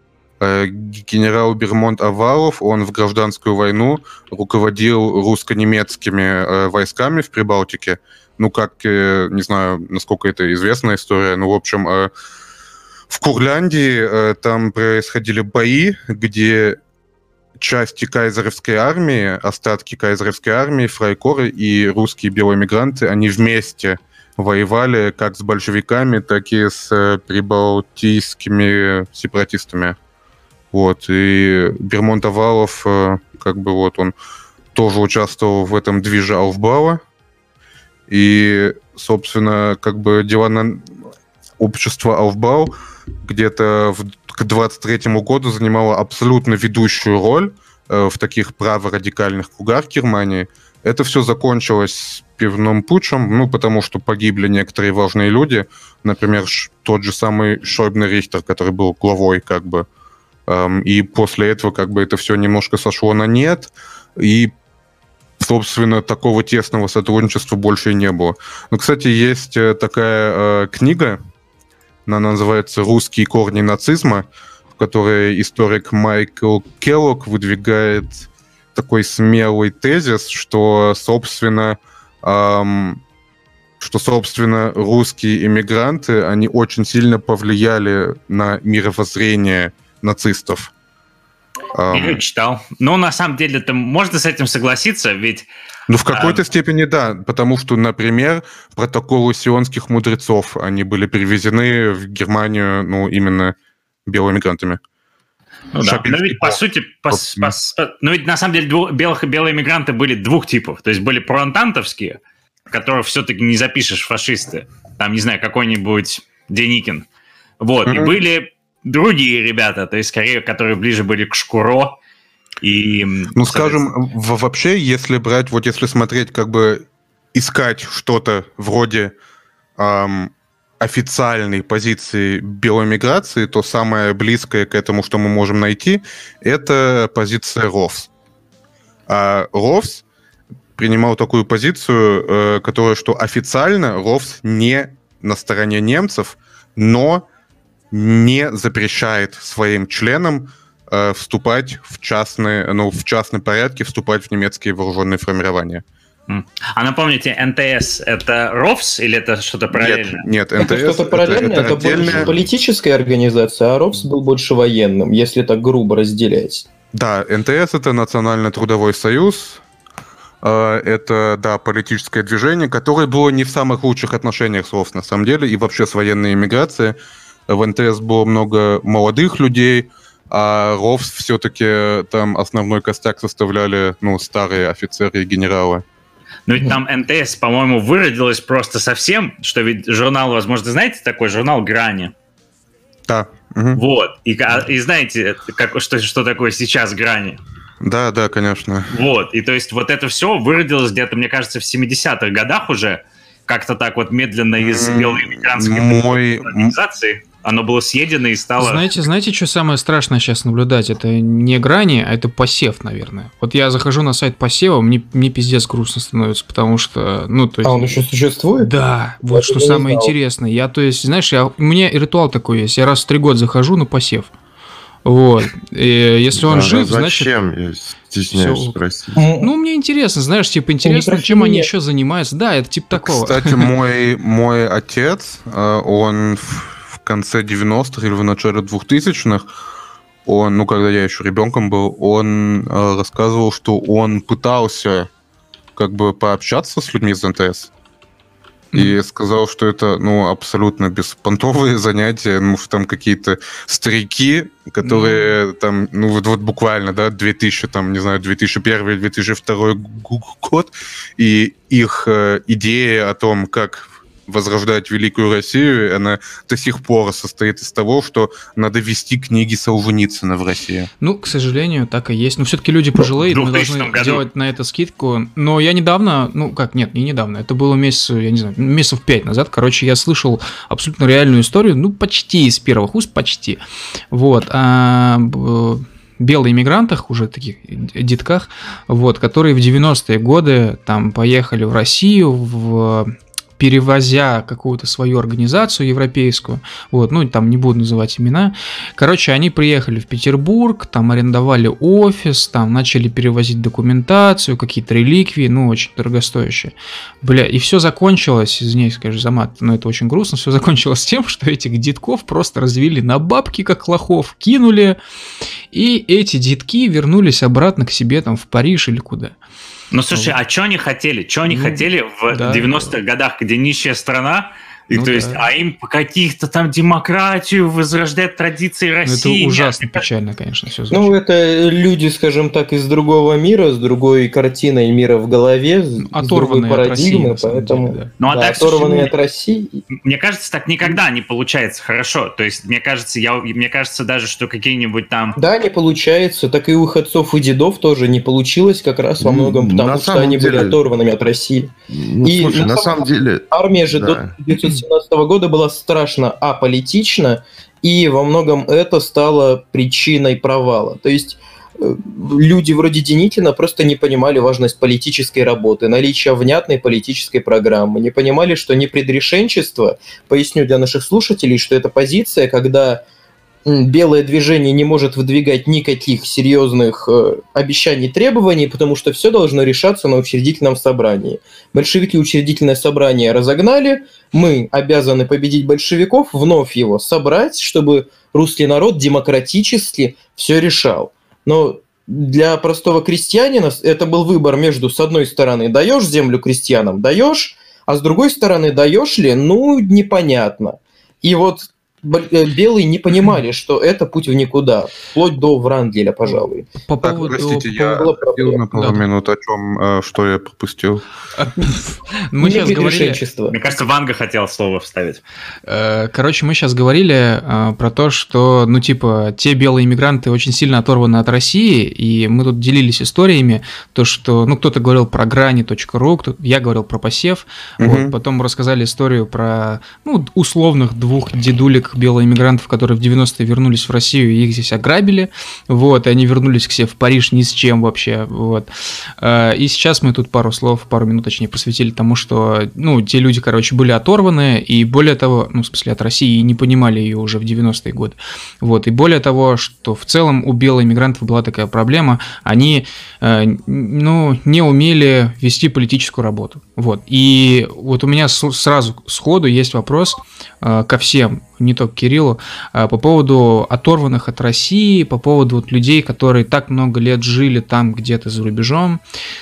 генерал Бермонт Авалов, он в гражданскую войну руководил русско-немецкими войсками в Прибалтике. Ну, как, не знаю, насколько это известная история, ну, в общем, в Курляндии там происходили бои, где части кайзеровской армии, остатки кайзеровской армии, фрайкоры и русские белые мигранты, они вместе воевали как с большевиками, так и с прибалтийскими сепаратистами. Вот, и Бермонт Авалов, как бы вот он тоже участвовал в этом движе Ауфбауа, и, собственно, как бы дела на общество Ауфбау где-то к 23-му году занимало абсолютно ведущую роль в таких праворадикальных кругах Германии. Это все закончилось пивным путчем, ну, потому что погибли некоторые важные люди, например, тот же самый Шойбне Рихтер, который был главой, как бы, и после этого, как бы, это все немножко сошло на нет, и, собственно, такого тесного сотрудничества больше и не было. Ну, кстати, есть такая книга, она называется «Русские корни нацизма», в которой историк Майкл Келлог выдвигает такой смелый тезис, что, собственно, русские иммигранты, они очень сильно повлияли на мировоззрение нацистов. Я читал. Но на самом деле это можно с этим согласиться, ведь... Ну, в какой-то степени да, потому что, например, протоколы сионских мудрецов, они были перевезены в Германию, ну, именно белыми мигрантами. Ну да, но ведь по сути, но ведь на самом деле белые мигранты были двух типов. То есть были проантантовские, которых все-таки не запишешь фашисты. Там, не знаю, какой-нибудь Деникин. Вот, и были другие ребята, то есть скорее, которые ближе были к Шкуро. И, ну, скажем, вообще, если брать, вот если смотреть, как бы искать что-то вроде официальной позиции белой миграции, то самое близкое к этому, что мы можем найти, это позиция РОВС. А РОВС принимал такую позицию, которая, что официально РОВС не на стороне немцев, но не запрещает своим членам вступать в частном порядке, вступать в немецкие вооруженные формирования. А напомните, НТС — это РОВС или это что-то параллельное? Нет, НТС это что-то параллельное, это больше политическая организация, а РОВС был больше военным, если так грубо разделять. Да, НТС — это Национальный трудовой союз, это, да, политическое движение, которое было не в самых лучших отношениях с РОВС, на самом деле, и вообще с военной эмиграцией. В НТС было много молодых людей, а РОВС все-таки там основной костяк составляли, ну, старые офицеры и генералы. Но ведь там НТС, по-моему, выродилось просто совсем, что ведь журнал, возможно, знаете, такой журнал «Грани». Да. Вот. И знаете, что такое сейчас «Грани»? Да, конечно. Вот. И то есть вот это все выродилось где-то, мне кажется, в 70-х годах уже, как-то так вот медленно из белой иммигрантской организации. Оно было съедено и стало... Знаете, что самое страшное сейчас наблюдать? Это не Грани, а это Посев, наверное. Вот я захожу на сайт Посева, мне пиздец грустно становится, потому что... Ну, то есть... А он еще существует? Да, вот что самое интересное. Я, то есть, знаешь, у меня ритуал такой есть. Я раз в 3 года захожу на Посев. Вот. И если он жив, значит... Зачем? Я стесняюсь спросить. Ну, мне интересно, знаешь, типа, интересно, чем они еще занимаются. Да, это типа такого. Кстати, мой отец, он... в конце 90-х или в начале 2000-х, он, ну, когда я еще ребенком был, он рассказывал, что он пытался как бы пообщаться с людьми из НТС. И сказал, что это, ну, абсолютно беспонтовые занятия, ну, что там какие-то старики, которые там, ну, вот буквально, да, 2000, там, не знаю, 2001-2002 год, и их идея о том, как возрождать Великую Россию, она до сих пор состоит из того, что надо вести книги Солженицына в России. Ну, к сожалению, так и есть. Но все-таки люди пожилые, мы должны делать на это скидку. Но я недавно, не недавно, это было месяцев 5 назад, короче, я слышал абсолютно реальную историю, ну, почти из первых уст, почти. Вот. Белых иммигрантах, уже таких детках, вот, которые в 90-е годы там поехали в Россию, в перевозя какую-то свою организацию европейскую, вот, ну, там не буду называть имена. Короче, они приехали в Петербург, там арендовали офис, там начали перевозить документацию, какие-то реликвии, ну, очень дорогостоящие. Бля, и все закончилось, извиняюсь, конечно, за мат, но это очень грустно, все закончилось тем, что этих детков просто развели на бабки, как лохов, кинули, и эти детки вернулись обратно к себе там в Париж или куда. Ну, слушай, а что они хотели? Что они хотели в 90-х годах, где нищая страна, и то есть, а им каких-то там демократию, возрождать традиции России. Это ужасно печально, конечно, все звучит. Ну, это люди, скажем так, из другого мира, с другой картиной мира в голове, с другой парадигмы, поэтому... Да. Ну, а так, оторванные от России. Мне кажется, так никогда не получается хорошо. То есть, мне кажется даже, что какие-нибудь там... Да, не получается. Так и у их отцов и дедов тоже не получилось как раз во многом, потому что они были оторванными от России. Ну, и слушай, на самом деле... Армия же до 1917 года была страшно аполитична, и во многом это стало причиной провала. То есть люди вроде Деникина просто не понимали важность политической работы, наличие внятной политической программы, не понимали, что непредрешенчество, поясню для наших слушателей, что это позиция, когда белое движение не может выдвигать никаких серьезных обещаний, требований, потому что все должно решаться на учредительном собрании. Большевики учредительное собрание разогнали, мы обязаны победить большевиков, вновь его собрать, чтобы русский народ демократически все решал. Но для простого крестьянина это был выбор между, с одной стороны, даешь землю крестьянам, даешь, а с другой стороны, даешь ли, ну, непонятно. И вот белые не понимали, что это путь в никуда, вплоть до Врангеля, пожалуй. По поводу... Простите, я хотел на пару минут о чем, что я пропустил. Мы сейчас говорили... Мне кажется, Ванга хотел слово вставить. Короче, мы сейчас говорили про то, что, ну, типа, те белые иммигранты очень сильно оторваны от России, и мы тут делились историями, то, что, ну, кто-то говорил про грани.ру, я говорил про посев, вот, потом мы рассказали историю про, ну, условных двух дедулек белоэмигрантов, которые в 90-е вернулись в Россию, и их здесь ограбили, вот, и они вернулись к себе в Париж ни с чем вообще, вот. И сейчас мы тут пару минут, точнее, просветили тому, что, ну, те люди, короче, были оторваны, и более того, ну, в смысле, от России, и не понимали ее уже в 90-е годы, вот, и более того, что в целом у белоэмигрантов была такая проблема, они, ну, не умели вести политическую работу, вот, и вот у меня сразу сходу есть вопрос ко всем, не только Кириллу, по поводу оторванных от России, по поводу вот людей, которые так много лет жили там где-то за рубежом.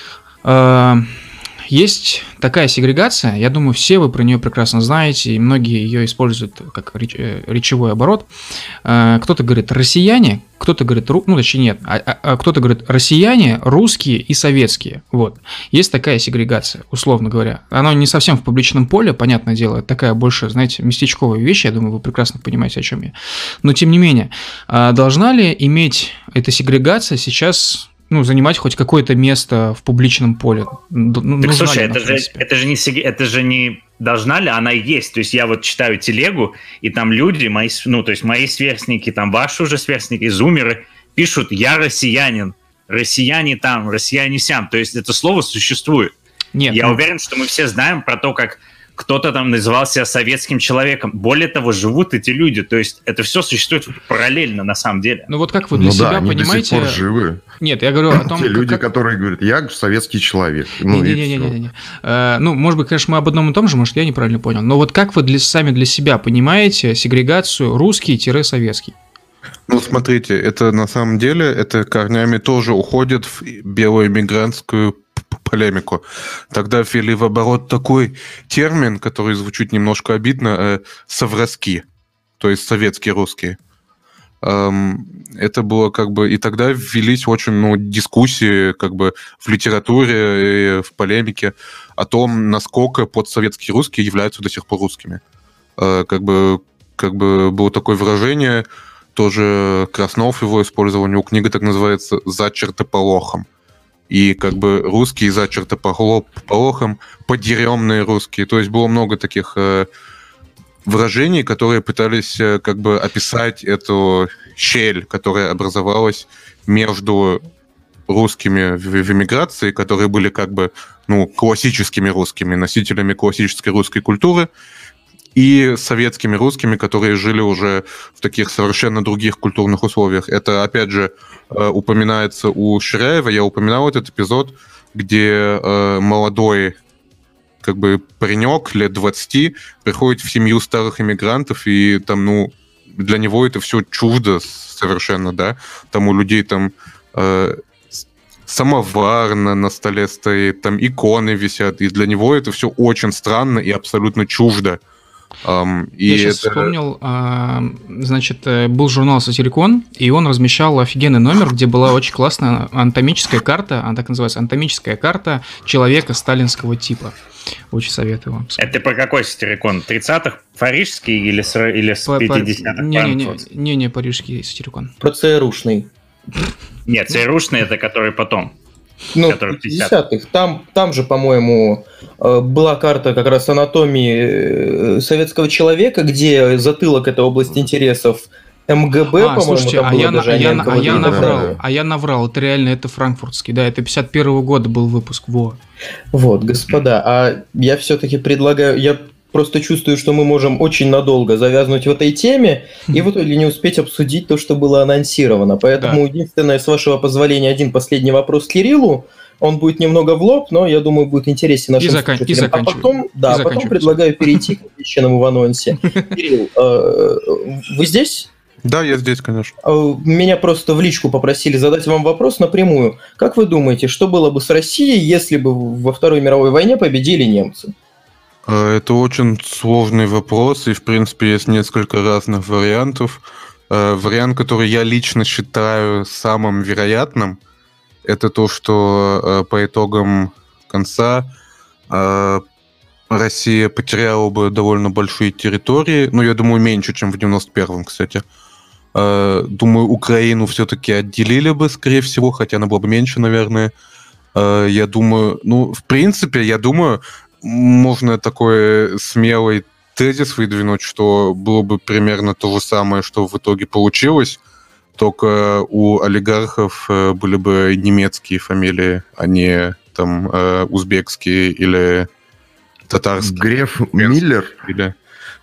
Есть такая сегрегация, я думаю, все вы про нее прекрасно знаете, и многие ее используют как речевой оборот. Кто-то говорит россияне, кто-то говорит, ну точнее нет, кто-то говорит россияне, русские и советские. Вот. Есть такая сегрегация, условно говоря. Она не совсем в публичном поле, понятное дело, это такая больше, знаете, местечковая вещь, я думаю, вы прекрасно понимаете, о чем я. Но тем не менее, должна ли иметь эта сегрегация сейчас... ну, занимать хоть какое-то место в публичном поле. Так слушай, это же не должна ли, она есть. То есть я вот читаю телегу, и там люди, мои сверстники, там ваши уже сверстники, зумеры, пишут «я россиянин», «россияне там», «россияне сям». То есть это слово существует. Нет, я уверен, что мы все знаем про то, как кто-то там называл себя советским человеком. Более того, живут эти люди. То есть это все существует параллельно на самом деле. Ну вот как вы для себя они понимаете... до сих пор живы. Нет, я говорю о том... Те люди, которые говорят, я советский человек. Не-не-не. Ну, может быть, конечно, мы об одном и том же, может, я неправильно понял. Но вот как вы сами для себя понимаете сегрегацию русский-советский? Ну, смотрите, это на самом деле, это корнями тоже уходит в белую эмигрантскую полемику. Тогда ввели в оборот такой термин, который звучит немножко обидно, совраски, то есть советские русские. Это было как бы... И тогда ввелись очень дискуссии как бы в литературе и в полемике о том, насколько подсоветские русские являются до сих пор русскими. Как бы было такое выражение, тоже Краснов его использовал, у него книга так называется «За чертополохом». И как бы русские за чертополохом, подъеремные русские. То есть было много таких выражений, которые пытались как бы описать эту щель, которая образовалась между русскими в эмиграции, которые были как бы, ну, классическими русскими, носителями классической русской культуры, и советскими русскими, которые жили уже в таких совершенно других культурных условиях. Это, опять же, упоминается у Ширяева. Я упоминал этот эпизод, где молодой как бы паренек лет 20 приходит в семью старых иммигрантов, и там, ну, для него это все чуждо совершенно, да. Там у людей там самовар на столе стоит, там иконы висят, и для него это все очень странно и абсолютно чуждо. Я сейчас вспомнил, значит, был журнал «Сатирикон», и он размещал офигенный номер, где была очень классная анатомическая карта, она так называется, анатомическая карта человека сталинского типа. Очень советую вам. Это про какой «Сатирикон»? 30-х? Парижский или с 50-х? Не, парижский «Сатирикон». Про ЦРУшный. Нет, ЦРУшный это который потом. Ну, в 50-х. Там же, по-моему, была карта как раз анатомии советского человека, где затылок — это область интересов МГБ, по-моему, слушайте, там было даже я наврал, это реально, это франкфуртский, да, это 51-го года был выпуск, во. Вот, господа, а я все-таки предлагаю, я просто чувствую, что мы можем очень надолго завязнуть в этой теме и в итоге не успеть обсудить то, что было анонсировано. Поэтому единственное, с вашего позволения, один последний вопрос Кириллу. Он будет немного в лоб, но, я думаю, будет интересен нашим слушателям. А потом предлагаю перейти к обещанному в анонсе. Кирилл, вы здесь? Да, я здесь, конечно. Меня просто в личку попросили задать вам вопрос напрямую. Как вы думаете, что было бы с Россией, если бы во Второй мировой войне победили немцы? Это очень сложный вопрос, и, в принципе, есть несколько разных вариантов. Вариант, который я лично считаю самым вероятным, это то, что по итогам конца Россия потеряла бы довольно большие территории, ну, я думаю, меньше, чем в 91-м, кстати. Думаю, Украину все-таки отделили бы, скорее всего, хотя она была бы меньше, наверное. Я думаю, ну, в принципе, я думаю, можно такой смелый тезис выдвинуть, что было бы примерно то же самое, что в итоге получилось, только у олигархов были бы немецкие фамилии, а не там узбекские или татарские. Греф, Миллер? Или...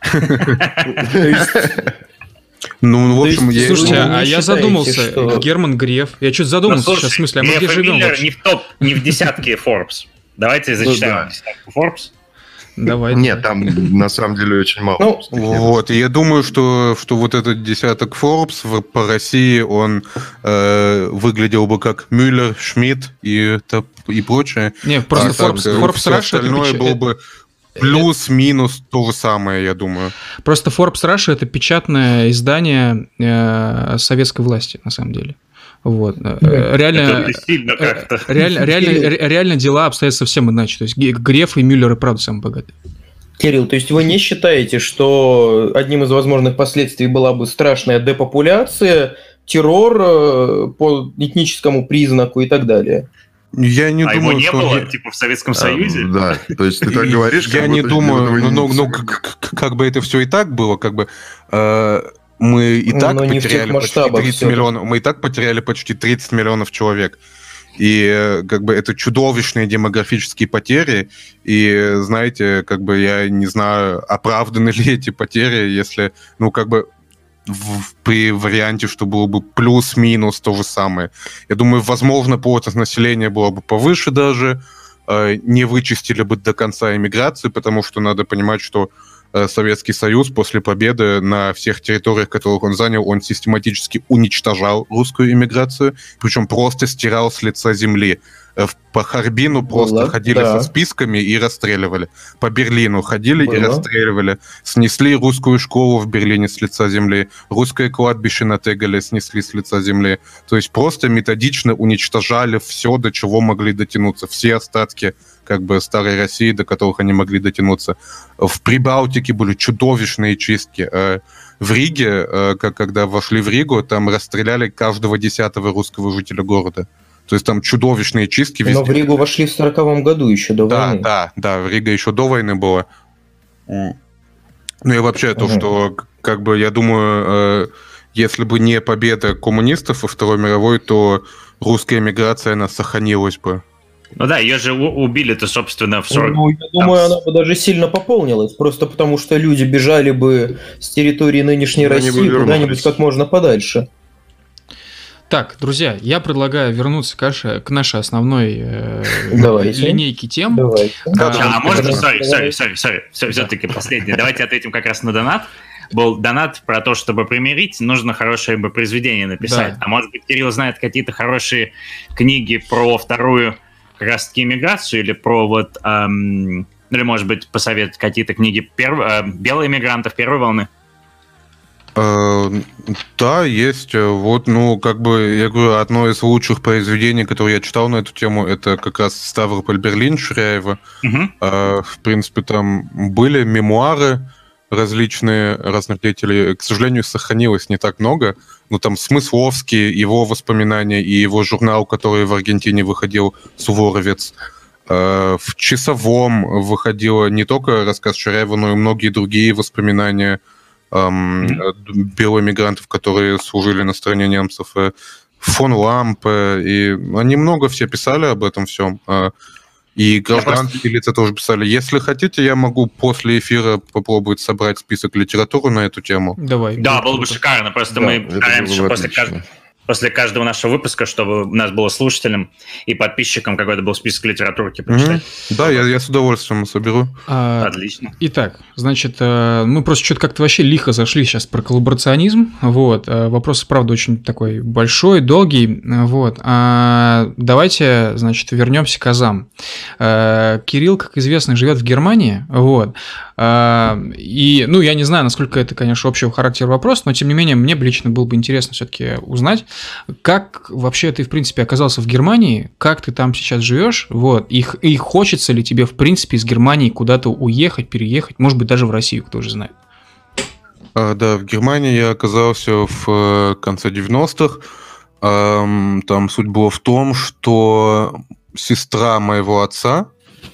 Ну, в общем, слушайте, а я задумался, Герман Греф. Я что-то задумался сейчас, в смысле, а мы где живем вообще? Не в десятке Forbes. Давайте зачитаем десятку Forbes. Давай. Нет, там на самом деле очень мало. Ну, вот, и я думаю, что вот этот десяток Forbes по России, он выглядел бы как Мюллер, Шмидт и прочее. Не, просто Forbes Russia остальное было бы плюс-минус то же самое, я думаю. Просто Forbes Russia — это печатное издание советской власти, на самом деле. Вот. Реально дела обстоят совсем иначе. То есть Греф и Мюллер и правда самые богатые. Кирилл, то есть вы не считаете, что одним из возможных последствий была бы страшная депопуляция, террор по этническому признаку и так далее? Я не думаю, его не что... было, типа, в Советском Союзе? Да, то есть ты так говоришь, я не думаю, ну, как бы это все и так было, как бы... Мы и так потеряли почти 30 миллионов. Мы и так потеряли почти 30 миллионов человек. И как бы это чудовищные демографические потери. И знаете, как бы я не знаю, оправданы ли эти потери, если, ну, как бы при варианте, что было бы плюс-минус то же самое. Я думаю, возможно, плотность населения была бы повыше даже, не вычистили бы до конца иммиграцию, потому что надо понимать, что Советский Союз после победы на всех территориях, которых он занял, он систематически уничтожал русскую иммиграцию, причем просто стирал с лица земли. По Харбину просто ходили со списками и расстреливали. По Берлину ходили и расстреливали. Снесли русскую школу в Берлине с лица земли. Русское кладбище на Тегале снесли с лица земли. То есть просто методично уничтожали все, до чего могли дотянуться. Все остатки как бы старой России, до которых они могли дотянуться. В Прибалтике были чудовищные чистки. В Риге, когда вошли в Ригу, там расстреляли каждого 10-го русского жителя города. То есть там чудовищные чистки везде. Но в Ригу вошли в 40-м году еще до войны. Да, в Риге еще до войны было. Ну и вообще то, что, как бы, я думаю, если бы не победа коммунистов во Второй мировой, то русская эмиграция, она сохранилась бы. Ну да, ее же убили-то, собственно, в 40... Ну, я думаю, она бы даже сильно пополнилась, просто потому что люди бежали бы с территории нынешней Но они бы России куда-нибудь вернулись. как можно подальше. Так, друзья, я предлагаю вернуться к нашей основной Давайте. линейке тем. Давайте. А можно, Давайте. все-таки последнее. Давайте ответим как раз на донат. Был донат про то, чтобы примирить, нужно хорошее бы произведение написать. Да. А может быть, Кирилл знает какие-то хорошие книги про вторую как раз-таки иммиграцию или про вот... или, может быть, посоветовать какие-то книги белых иммигрантов первой волны? Да, есть. Вот, ну, как бы, я говорю, одно из лучших произведений, которые я читал на эту тему, это как раз «Ставрополь-Берлин» Ширяева. В принципе, там были мемуары различные разных деятелей. К сожалению, сохранилось не так много. Но там Смысловский, его воспоминания и его журнал, который в Аргентине выходил, «Суворовец». В «Часовом» выходило не только рассказ Ширяева, но и многие другие воспоминания белоэмигрантов, которые служили на стороне немцев, фон Лампе, и они много все писали об этом всем. И гражданские лица тоже писали. Если хотите, я могу после эфира попробовать собрать список литературы на эту тему. Давай. Да, было бы шикарно. Просто Да, мы это стараемся было бы после каждого нашего выпуска, чтобы у нас было слушателям и подписчикам какой-то был список литературки почитать. Да, я с удовольствием соберу. Отлично. Итак, значит, мы просто что-то как-то вообще лихо зашли сейчас про коллаборационизм. Вот. Вопрос, правда, очень такой большой, долгий. Вот. Давайте, значит, вернемся к азам. Кирилл, как известно, живет в Германии. Вот. И, ну, я не знаю, насколько это, конечно, общего характера вопрос, но, тем не менее, мне бы лично было бы интересно все-таки узнать, как вообще ты, в принципе, оказался в Германии, как ты там сейчас живешь, вот, и хочется ли тебе, в принципе, из Германии куда-то уехать, переехать, может быть, даже в Россию, кто же знает. Да, в Германии я оказался в конце 90-х. Там суть была в том, что сестра моего отца,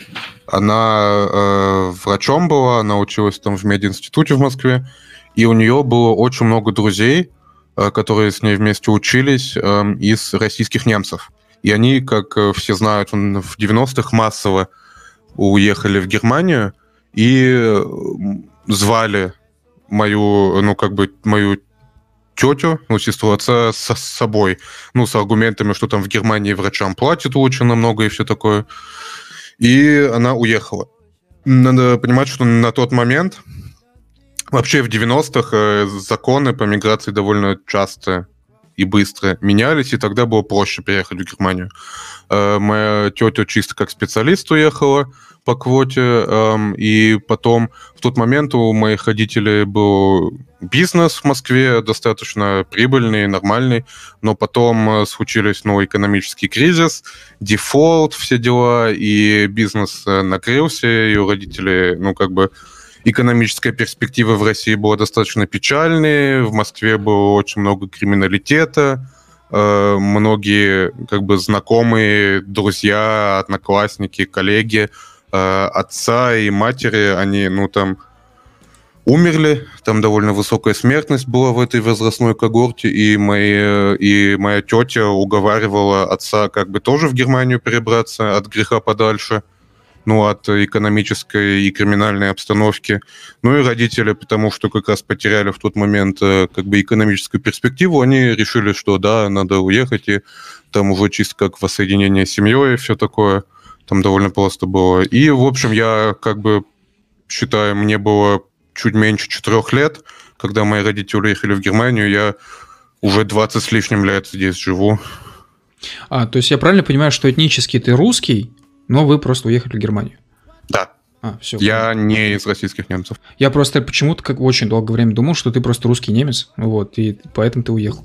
она врачом была, она училась там в мединституте в Москве, и у нее было очень много друзей, которые с ней вместе учились, из российских немцев. И они, как все знают, в 90-х массово уехали в Германию и звали мою, ну, как бы, мою тетю, ну, сестру отца с собой, ну, с аргументами, что там в Германии врачам платят лучше намного и все такое. И она уехала. Надо понимать, что на тот момент вообще в 90-х законы по миграции довольно часто и быстро менялись, и тогда было проще переехать в Германию. Моя тетя чисто как специалист уехала по квоте, и потом в тот момент у моих родителей был бизнес в Москве достаточно прибыльный, нормальный, но потом случились экономический кризис, дефолт, все дела, и бизнес накрылся, и у родителей, экономическая перспектива в России была достаточно печальной, в Москве было очень много криминалитета, многие знакомые, друзья, одноклассники, коллеги отца и матери, они, умерли, там довольно высокая смертность была в этой возрастной когорте, и моя тетя уговаривала отца тоже в Германию перебраться от греха подальше, от экономической и криминальной обстановки. И родители, потому что как раз потеряли в тот момент экономическую перспективу, они решили, что да, надо уехать, и там уже чисто как воссоединение с семьей и все такое. Там довольно просто было. И, в общем, я считаю, мне было чуть меньше 4 лет, когда мои родители уехали в Германию, я уже 20 с лишним лет здесь живу. То есть я правильно понимаю, что этнически ты русский, но вы просто уехали в Германию? Да. Все. Я не из российских немцев. Я просто почему-то очень долгое время думал, что ты просто русский немец, и поэтому ты уехал.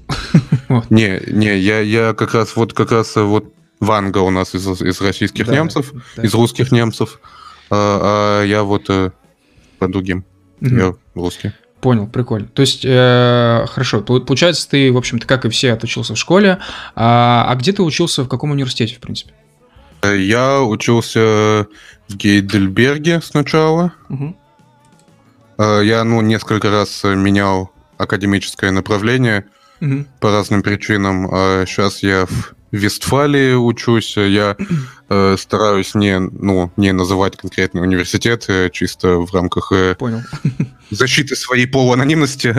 Не, я как раз Ванга у нас из российских немцев, из русских немцев, а я по другим. Я русский. Понял, прикольно. То есть, хорошо, получается, ты, в общем-то, как и все, отучился в школе. А где ты учился, в каком университете, в принципе? Я учился в Гейдельберге сначала. Угу. Я, несколько раз менял академическое направление по разным причинам. Сейчас я в Вестфалии учусь. Я стараюсь не называть конкретные университеты, чисто в рамках Понял. защиты своей полуанонимности.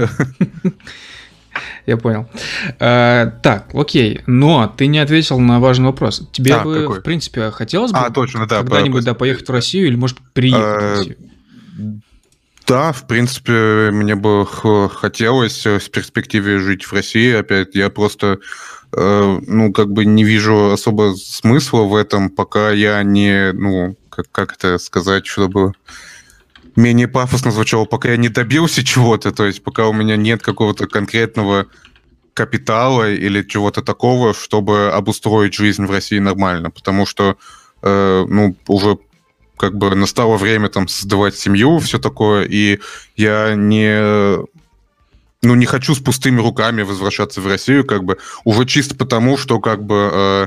Я понял. Так, окей. Но ты не ответил на важный вопрос. Тебе бы, какой? в принципе, хотелось бы точно, да. когда-нибудь поехать в Россию или, может, приехать в Россию? Да, в принципе, мне бы хотелось в перспективе жить в России. Опять, я просто, не вижу особо смысла в этом, пока я не, как это сказать, чтобы менее пафосно звучало, пока я не добился чего-то, то есть пока у меня нет какого-то конкретного капитала или чего-то такого, чтобы обустроить жизнь в России нормально, потому что, уже как бы настало время там создавать семью, все такое, и я не хочу с пустыми руками возвращаться в Россию, как бы, уже чисто потому, что, как бы,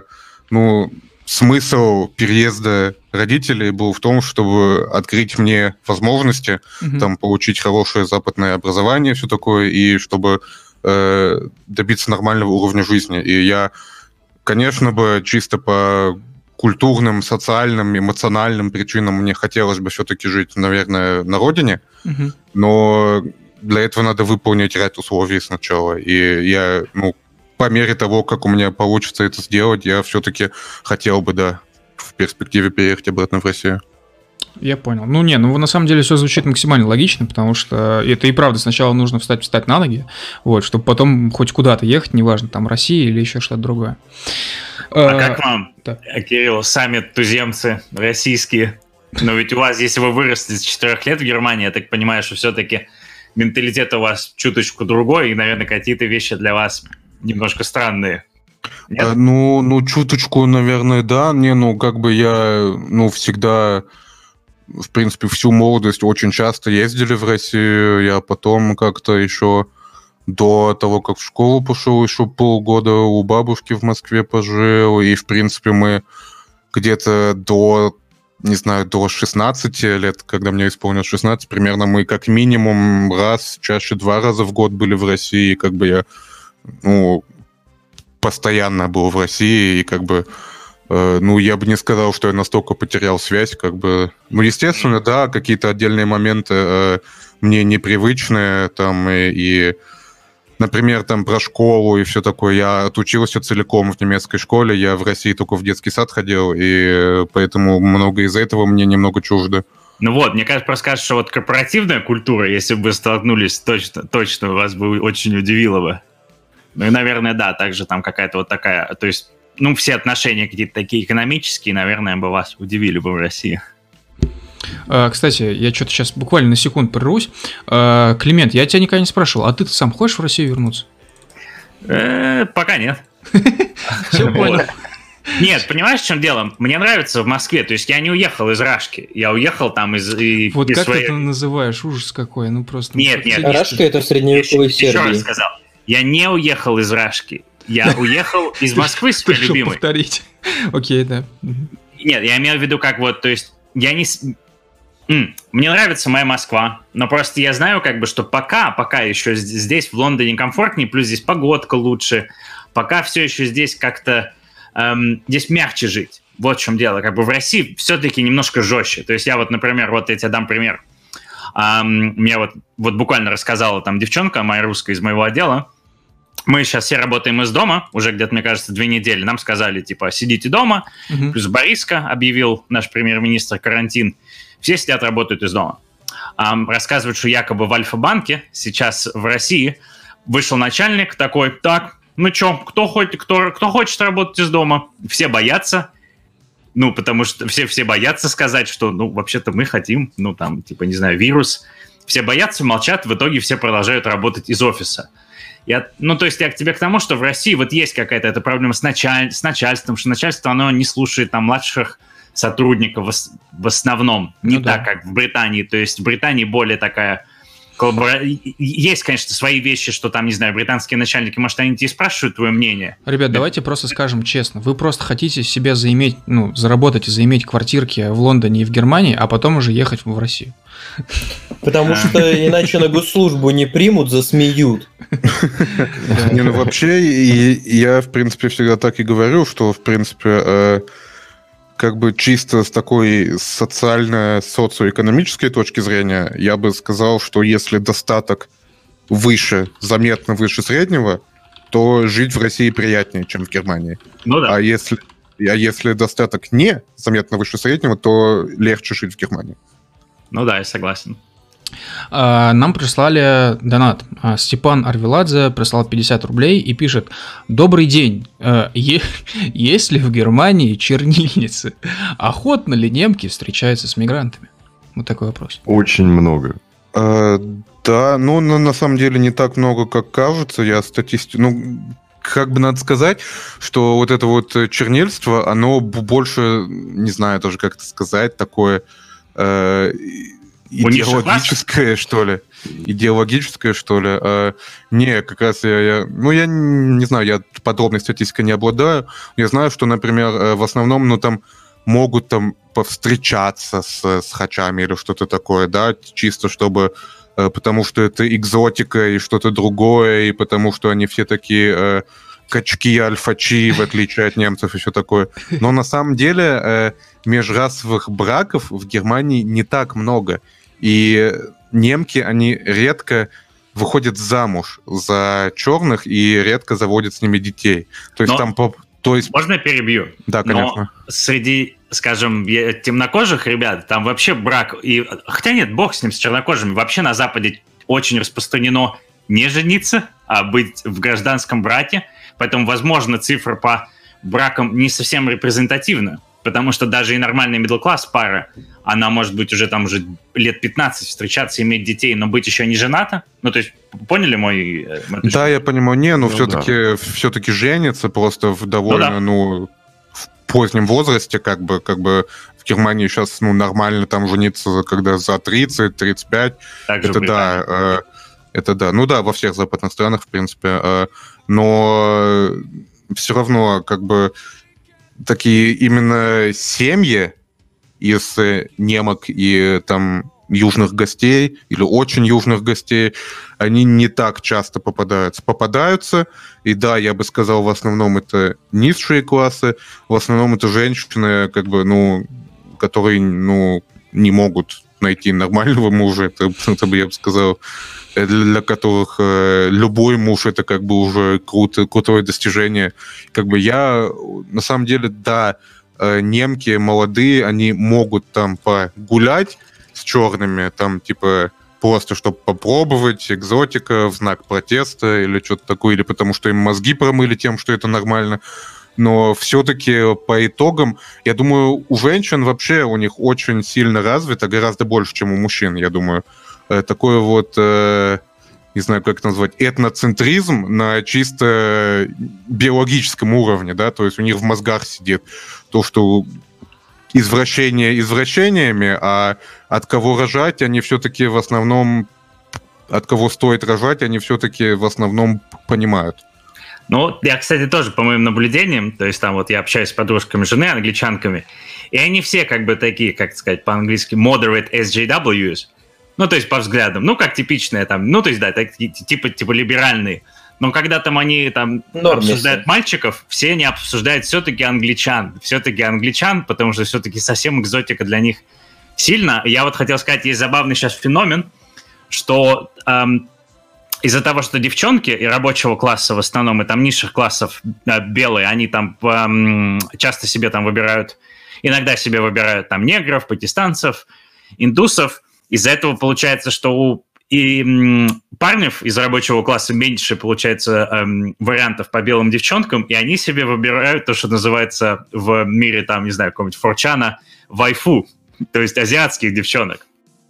смысл переезда родителей был в том, чтобы открыть мне возможности, там, получить хорошее западное образование, все такое, и чтобы добиться нормального уровня жизни. И я, конечно бы, чисто по культурным, социальным, эмоциональным причинам мне хотелось бы все-таки жить, наверное, на родине, но для этого надо выполнить ряд условий сначала. И я, по мере того, как у меня получится это сделать, я все-таки хотел бы, да, в перспективе переехать обратно в Россию. Я понял. На самом деле все звучит максимально логично, потому что это и правда сначала нужно встать на ноги, вот, чтобы потом хоть куда-то ехать, неважно, там Россия или еще что-то другое. А как вам, Кирилл, сами туземцы российские? Но ведь у вас, если вы выросли с 4 лет в Германии, я так понимаю, что все-таки менталитет у вас чуточку другой, и, наверное, какие-то вещи для вас немножко странные. Нет? Чуточку, наверное, да. Я, всегда, в принципе, всю молодость очень часто ездили в Россию. Я потом как-то еще до того, как в школу пошел, еще полгода у бабушки в Москве пожил. И, в принципе, мы где-то до 16 лет, когда мне исполнилось 16, примерно мы как минимум раз, чаще 2 раза в год были в России. И как бы я, постоянно был в России, и как бы, я бы не сказал, что я настолько потерял связь, как бы, естественно, да, какие-то отдельные моменты мне непривычные, там, и, например, там, про школу и все такое, я отучился целиком в немецкой школе, я в России только в детский сад ходил, и поэтому много из этого мне немного чуждо. Мне кажется, просто кажется, что вот корпоративная культура, если бы столкнулись, точно вас бы очень удивило бы. И, наверное, да, также там какая-то вот такая, то есть, все отношения какие-то такие экономические, наверное, бы вас удивили бы в России. Кстати, я что-то сейчас буквально на секунду прервусь. Климент, я тебя никогда не спрашивал, а ты сам хочешь в Россию вернуться? Пока нет. Все понял. Нет, понимаешь, в чем дело? Мне нравится в Москве, то есть я не уехал из Рашки, я уехал там из вот из как своей... ты это называешь? Ужас какой, просто... Нет. Рашка — это в средневековой Сербии. Еще раз сказал. Я не уехал из Рашки. Я уехал из Москвы, своей любимой. Повторить. Окей, да. Нет, я имею в виду, как вот, то есть, я не... Мне нравится моя Москва, но просто я знаю, как бы, что пока еще здесь, в Лондоне, комфортнее, плюс здесь погодка лучше, пока все еще здесь как-то... здесь мягче жить. Вот в чем дело. Как бы в России все-таки немножко жестче. То есть я вот, например, я тебе дам пример. Мне вот буквально рассказала там девчонка моя русская из моего отдела. Мы сейчас все работаем из дома, уже где-то, мне кажется, 2 недели. Нам сказали, типа, сидите дома. Плюс Бориска объявил, наш премьер-министр, карантин. Все сидят, работают из дома. Рассказывают, что якобы в Альфа-банке сейчас в России вышел начальник такой, так, кто хочет работать из дома? Все боятся. Потому что все боятся сказать, что, вообще-то мы хотим, вирус. Все боятся, молчат, в итоге все продолжают работать из офиса. Я к тебе к тому, что в России вот есть какая-то эта проблема с начальством, что начальство, оно не слушает там младших сотрудников в основном. Не так, как в Британии. То есть в Британии более такая... Есть, конечно, свои вещи, что там, не знаю, британские начальники, может, они тебе спрашивают твое мнение. Ребят, давайте просто скажем честно. Вы просто хотите себе заработать и заиметь квартирки в Лондоне и в Германии, а потом уже ехать в Россию. Потому что иначе на госслужбу не примут, засмеют. Не, ну вообще, я, в принципе, всегда так и говорю, что, в принципе, как бы чисто с такой социально-социоэкономической точки зрения, я бы сказал, что если достаток выше, заметно выше среднего, то жить в России приятнее, чем в Германии. Ну да. А если достаток не заметно выше среднего, то легче жить в Германии. Ну да, я согласен. Нам прислали донат. Степан Арвеладзе прислал 50 рублей и пишет: «Добрый день. Есть ли в Германии чернильницы? Охотно ли немки встречаются с мигрантами?» Вот такой вопрос. Очень много. Да, ну, на самом деле не так много, как кажется. Я статистику... Ну, как бы надо сказать, что вот это вот чернильство, оно больше, не знаю даже, как это сказать, такое идеологическое, что ли. Идеологическое, что ли. Не, как раз я не знаю, я подробной статистикой не обладаю. Я знаю, что, например, в основном, ну, там могут там повстречаться с хачами или что-то такое, да, чисто чтобы... Потому что это экзотика и что-то другое, и потому что они все такие качки, альфачи, в отличие от немцев, и все такое. Но на самом деле межрасовых браков в Германии не так много. И немки, они редко выходят замуж за черных и редко заводят с ними детей. То есть там... Можно я перебью? Да, конечно. Но среди, скажем, темнокожих ребят, там вообще брак... Хотя нет, бог с ним, с чернокожими. Вообще на Западе очень распространено не жениться, а быть в гражданском браке. Поэтому, возможно, цифра по бракам не совсем репрезентативна. Потому что даже и нормальная middle-class пара, она может быть уже там уже лет 15 встречаться, иметь детей, но быть еще не жената. Ну, то есть, поняли мой... Да, я понимаю. Все-таки женится просто в довольно, в позднем возрасте, как бы в Германии сейчас, нормально там жениться, когда за 30-35. Это да. Ну да, во всех западных странах, в принципе. Но все равно, как бы, такие именно семьи из немок и там южных гостей или очень южных гостей, они не так часто попадаются. И да, я бы сказал, в основном это низшие классы, в основном это женщины, как бы, которые, не могут найти нормального мужа, это бы я бы сказал, для которых любой муж это как бы уже крутое достижение. Как бы я, на самом деле, да, немки молодые, они могут там погулять с черными, там типа просто чтобы попробовать, экзотика в знак протеста или что-то такое, или потому что им мозги промыли тем, что это нормально. Но все-таки по итогам, я думаю, у женщин вообще у них очень сильно развито, гораздо больше, чем у мужчин, я думаю. Такой вот, не знаю, как это назвать, этноцентризм на чисто биологическом уровне, да, то есть у них в мозгах сидит то, что извращение извращениями, а от кого рожать они все-таки в основном, от кого стоит рожать, они все-таки в основном понимают. Ну, я, кстати, тоже, по моим наблюдениям, то есть там вот я общаюсь с подружками жены, англичанками, и они все как бы такие, как сказать по-английски, moderate SJWs, ну, то есть по взглядам, как типичные там, то есть, да, такие, типа либеральные. Но когда там они там обсуждают мальчиков, все они обсуждают все-таки англичан, потому что все-таки совсем экзотика для них сильно. Я вот хотел сказать, есть забавный сейчас феномен, что из-за того, что девчонки и рабочего класса в основном, и там низших классов белые, они там часто себе там выбирают, иногда себе выбирают там негров, пакистанцев, индусов. Из-за этого получается, что у парнев из рабочего класса меньше, получается, вариантов по белым девчонкам, и они себе выбирают то, что называется в мире, там, не знаю, какого-нибудь форчана, вайфу, то есть азиатских девчонок.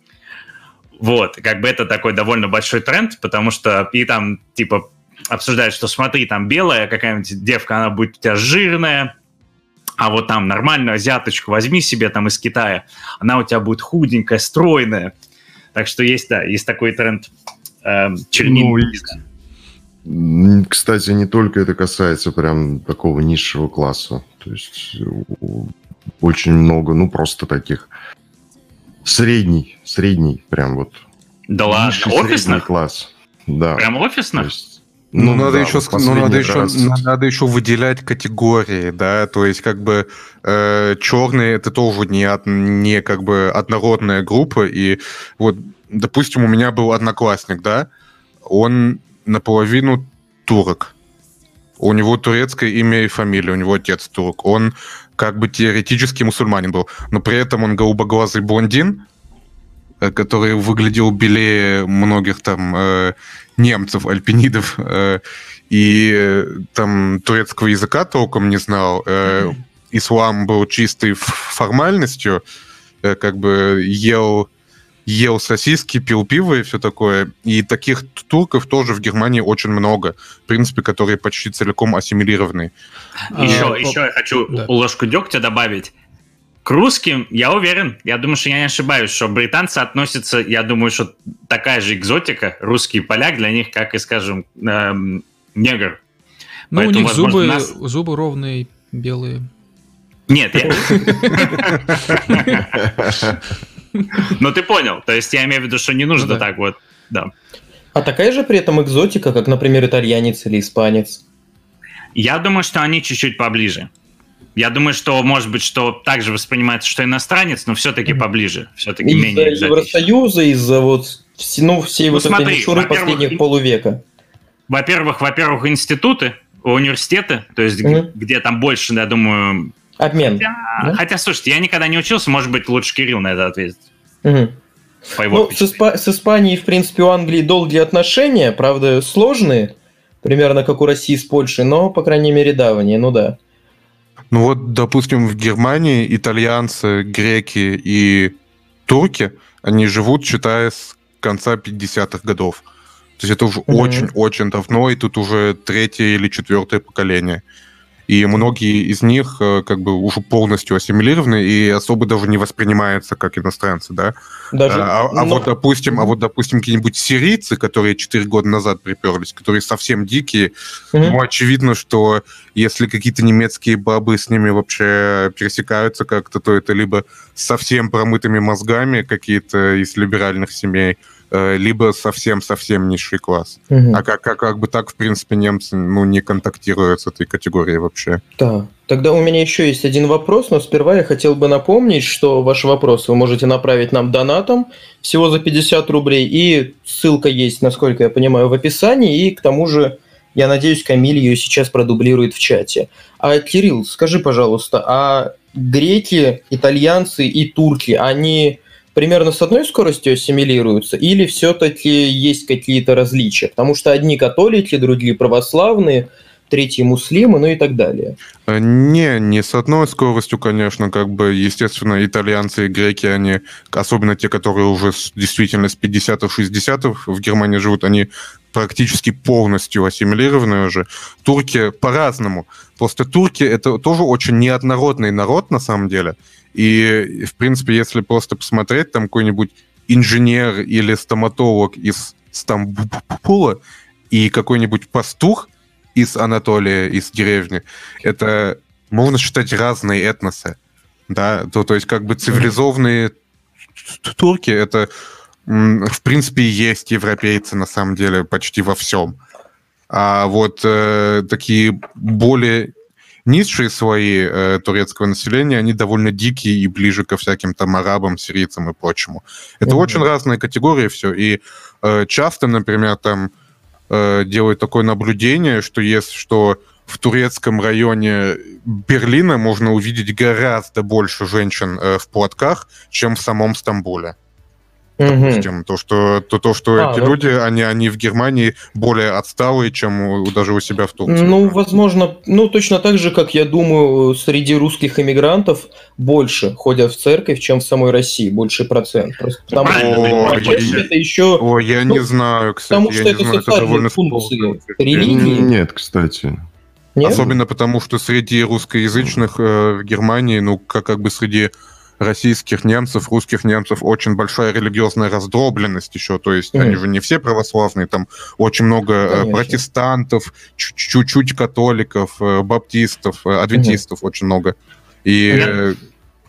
Вот, как бы это такой довольно большой тренд, потому что и там, типа, обсуждают, что смотри, там белая какая-нибудь девка, она будет у тебя жирная, а вот там нормальную азиаточку возьми себе там из Китая, она у тебя будет худенькая, стройная. Так что есть такой тренд чернильный. Кстати, не только это касается прям такого низшего класса. То есть очень много, просто таких Средний, прям вот. Да ладно, Низший средний офисных? класс. Да. Прям То офисных? есть, Надо да, еще, вот последний раз. надо еще выделять категории, да, то есть как бы черные это тоже не как бы однородная группа, и вот, допустим, у меня был одноклассник, да, он наполовину турок, у него турецкое имя и фамилия, у него отец турок, он как бы теоретически мусульманин был, но при этом он голубоглазый блондин, который выглядел белее многих там немцев, альпинидов, и там турецкого языка толком не знал. Ислам был чистой формальностью, как бы ел сосиски, пил пиво и все такое. И таких турков тоже в Германии очень много, в принципе, которые почти целиком ассимилированы. Еще я хочу ложку дегтя добавить. К русским, я уверен, я думаю, что я не ошибаюсь, что британцы относятся, я думаю, что такая же экзотика, русский поляк для них, как и, скажем, негр. Ну, поэтому, у них возможно, зубы ровные, белые. Нет, ну ты понял, то есть я имею в виду, что не нужно так вот, да. А такая же при этом экзотика, как, например, итальянец или испанец? Я думаю, что они чуть-чуть поближе. Я думаю, что, может быть, что также воспринимается, что иностранец, но все-таки поближе, все-таки менее экзотичный. Из-за Евросоюза, из-за вот, всей вот этой мишуры последних полувека. Во-первых, институты, университеты, то есть где там больше, я думаю... Обмен. Хотя, слушайте, я никогда не учился, может быть, лучше Кирилл на это ответит. С Испанией, в принципе, у Англии долгие отношения, правда, сложные, примерно как у России с Польшей, но, по крайней мере, давние, ну да. Ну вот, допустим, в Германии итальянцы, греки и турки, они живут, считая с конца 50-х годов. То есть это уже очень-очень давно, и тут уже 3-е или 4-е поколение. И многие из них как бы уже полностью ассимилированы и особо даже не воспринимаются как иностранцы, да? Вот, допустим, какие-нибудь сирийцы, которые 4 года назад приперлись, которые совсем дикие, ну, очевидно, что если какие-то немецкие бабы с ними вообще пересекаются как-то, то это либо с совсем промытыми мозгами какие-то из либеральных семей, либо совсем-совсем низший класс. А как бы так, в принципе, немцы не контактируют с этой категорией вообще. Да. Тогда у меня еще есть один вопрос, но сперва я хотел бы напомнить, что ваши вопросы вы можете направить нам донатом всего за 50 рублей, и ссылка есть, насколько я понимаю, в описании, и к тому же, я надеюсь, Камиль ее сейчас продублирует в чате. А, Кирилл, скажи, пожалуйста, а греки, итальянцы и турки, они... примерно с одной скоростью ассимилируются, или все-таки есть какие-то различия? Потому что одни католики, другие православные, третьи муслимы, ну и так далее. Не с одной скоростью, конечно, как бы, естественно, итальянцы и греки, они, особенно те, которые уже действительно с 50-х, 60-х в Германии живут, они практически полностью ассимилированы уже. Турки по-разному. Просто турки — это тоже очень неоднородный народ, на самом деле. И, в принципе, если просто посмотреть, там какой-нибудь инженер или стоматолог из Стамбула и какой-нибудь пастух из Анатолии, из деревни, это можно считать разные этносы. Да? То есть как бы цивилизованные турки — это, в принципе, есть европейцы, на самом деле, почти во всем. А вот такие более... низшие слои турецкого населения, они довольно дикие и ближе ко всяким там арабам, сирийцам и прочему. Это очень разные категории все. И часто, например, там делают такое наблюдение, что в турецком районе Берлина можно увидеть гораздо больше женщин в платках, чем в самом Стамбуле. Допустим, то, что эти люди, они в Германии более отсталые, чем даже у себя в Турции. Ну, возможно, точно так же, как я думаю, среди русских иммигрантов больше ходят в церковь, чем в самой России, больший процент. Потому что это еще... Ой, я не знаю, кстати. Потому что это социальные функции религии. Нет, кстати. Нет? Особенно потому, что среди русскоязычных в Германии, как бы среди российских немцев, русских немцев очень большая религиозная раздробленность еще, то есть они же не все православные, там очень много протестантов, чуть-чуть католиков, баптистов, адвентистов очень много. И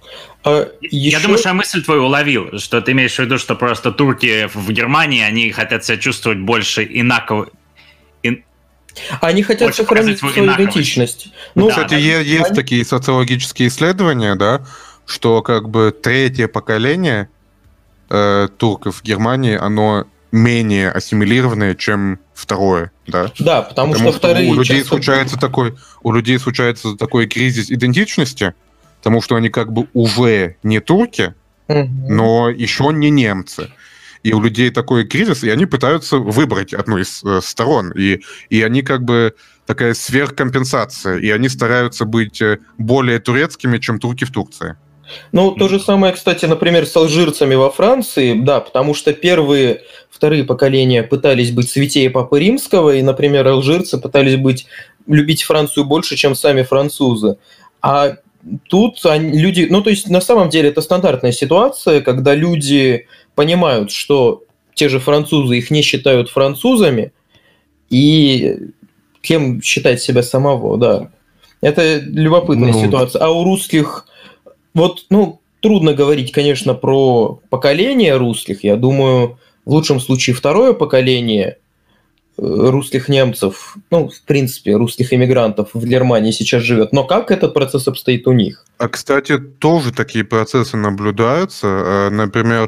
Я думаю, что я мысль твою уловил, что ты имеешь в виду, что просто турки в Германии, они хотят себя чувствовать больше инаково. Они хотят сохранить свою идентичность. Ну, кстати, есть такие социологические исследования, да, что как бы третье поколение турков в Германии, оно менее ассимилированное, чем второе, да? Да, потому что вторые... У людей случается такой кризис идентичности, потому что они как бы уже не турки, но еще не немцы. И у людей такой кризис, и они пытаются выбрать одну из сторон. И они как бы такая сверхкомпенсация, и они стараются быть более турецкими, чем турки в Турции. Ну, то же самое, кстати, например, с алжирцами во Франции, да, потому что вторые поколения пытались быть святее Папы Римского, и, например, алжирцы пытались любить Францию больше, чем сами французы. А тут люди... Ну, то есть, на самом деле, это стандартная ситуация, когда люди понимают, что те же французы их не считают французами, и кем считать себя самого, да. Это любопытная ситуация. А у русских... трудно говорить, конечно, про поколение русских. Я думаю, в лучшем случае второе поколение русских немцев, в принципе, русских иммигрантов в Германии сейчас живет. Но как этот процесс обстоит у них? А, кстати, тоже такие процессы наблюдаются. Например,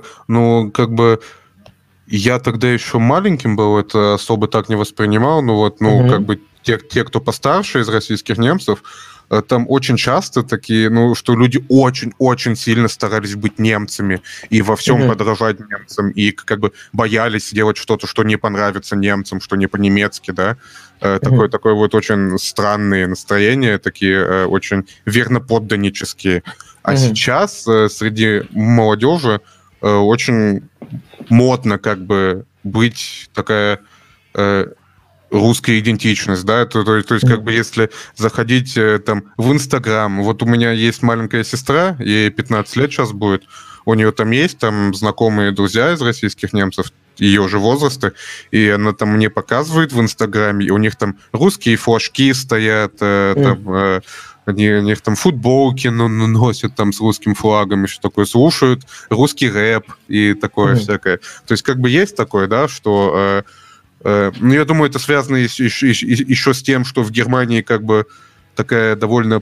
я тогда еще маленьким был, это особо так не воспринимал, как бы те, кто постарше из российских немцев, там очень часто такие, что люди очень-очень сильно старались быть немцами и во всем подражать немцам, и как бы боялись делать что-то, что не понравится немцам, что не по-немецки, да. Такое вот очень странные настроения, такие очень верноподданнические. А сейчас среди молодежи очень модно как бы быть такая... русская идентичность, да, то есть как бы если заходить там в Инстаграм, вот у меня есть маленькая сестра, ей 15 лет сейчас будет, у нее там есть там знакомые друзья из российских немцев, ее же возраста, и она там мне показывает в Инстаграме, и у них там русские флажки стоят, там... Они у них там футболки носят там с русским флагом, еще такое, слушают русский рэп и такое всякое. То есть как бы есть такое, да, что... я думаю, это связано еще с тем, что в Германии как бы такая довольно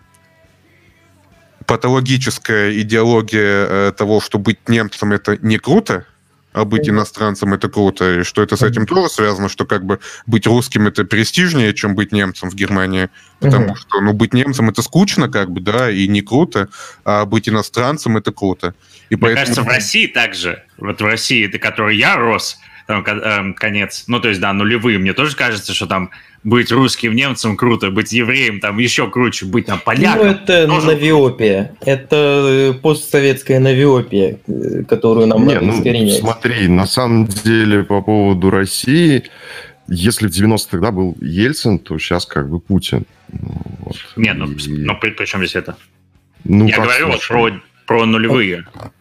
патологическая идеология того, что быть немцем это не круто, а быть иностранцем это круто, и что это с этим тоже связано, что как бы быть русским это престижнее, чем быть немцем в Германии, потому что, быть немцем это скучно, как бы, да, и не круто, а быть иностранцем это круто. И мне кажется, в России также, вот в России, до которой я рос, там конец, то есть, да, нулевые, мне тоже кажется, что там быть русским немцем круто, быть евреем там еще круче, быть там поляком. Это тоже... навиопия, это постсоветская навиопия, которую нам надо искоренять. Смотри, на самом деле по поводу России, если в 90-х тогда был Ельцин, то сейчас как бы Путин. Вот. Нет, при чем здесь это? Я говорю вот про нулевые.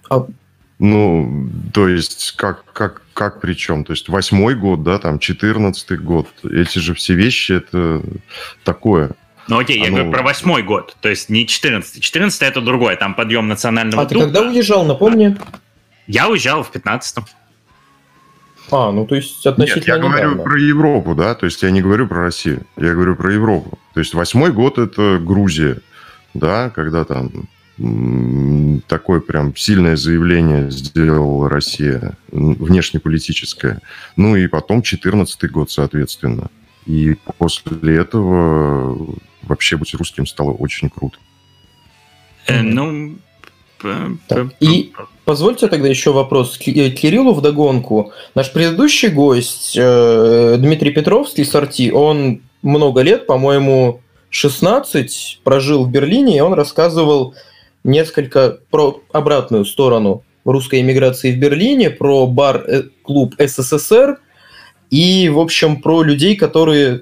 То есть, как при чем? То есть, 8-й год, да, там, 14-й год. Эти же все вещи, это такое. Окей, я говорю про 8-й год, то есть не 14-й. 14-й это другое, там подъем национального духа. А ты когда уезжал, напомни? Я уезжал в 15-м. То есть относительно Нет, я говорю про Европу, да, то есть я не говорю про Россию, я говорю про Европу. То есть 8-й год это Грузия, да, когда там... такое прям сильное заявление сделала Россия, внешнеполитическое. И потом 14-й год, соответственно. И после этого вообще быть русским стало очень круто. И позвольте тогда еще вопрос Кириллу вдогонку. Наш предыдущий гость Дмитрий Петровский с RT, он много лет, по-моему, 16 прожил в Берлине, и он рассказывал несколько про обратную сторону русской эмиграции в Берлине, про бар-клуб СССР и, в общем, про людей, которые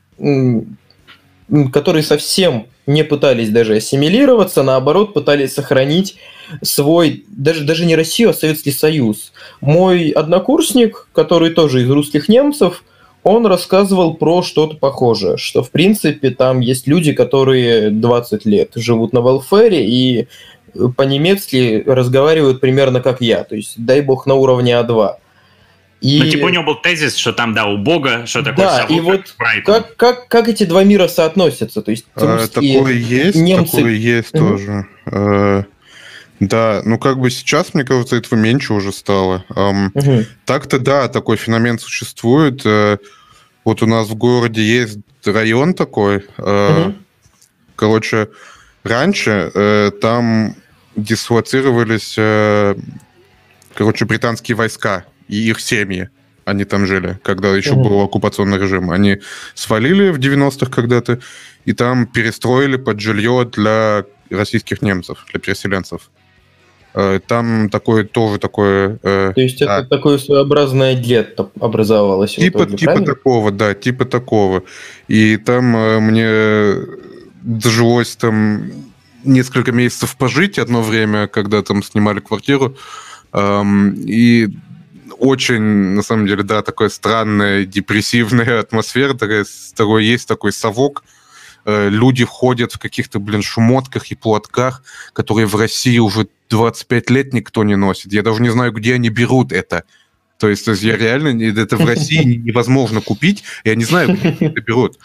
совсем не пытались даже ассимилироваться, наоборот, пытались сохранить свой, даже не Россию, а Советский Союз. Мой однокурсник, который тоже из русских немцев, он рассказывал про что-то похожее, что, в принципе, там есть люди, которые 20 лет живут на велфере, и по-немецки разговаривают примерно как я, то есть, дай бог, на уровне А2. И... Ну, типа у него был тезис, что там, да, убого, что такое да, и вот как эти два мира соотносятся? То есть такое есть, немцы... такое есть тоже. Да, ну как бы сейчас, мне кажется, этого меньше уже стало. Так-то да, такой феномен существует. Вот у нас в городе есть район такой. Короче, раньше там дислоцировались, британские войска и их семьи. Они там жили, когда еще был оккупационный режим. Они свалили в 90-х когда-то, и там перестроили под жилье для российских немцев, для переселенцев. Там такое. То есть это такое своеобразное гетто образовалось? Типа такого, да, типа такого. И там мне дожилось там несколько месяцев пожить одно время, когда там снимали квартиру. И очень, на самом деле, да, такая странная, депрессивная атмосфера. Есть такой совок. Люди ходят в каких-то, шмотках и платках, которые в России уже 25 лет никто не носит. Я даже не знаю, где они берут это. То есть я реально... Это в России невозможно купить. Я не знаю, где это берут.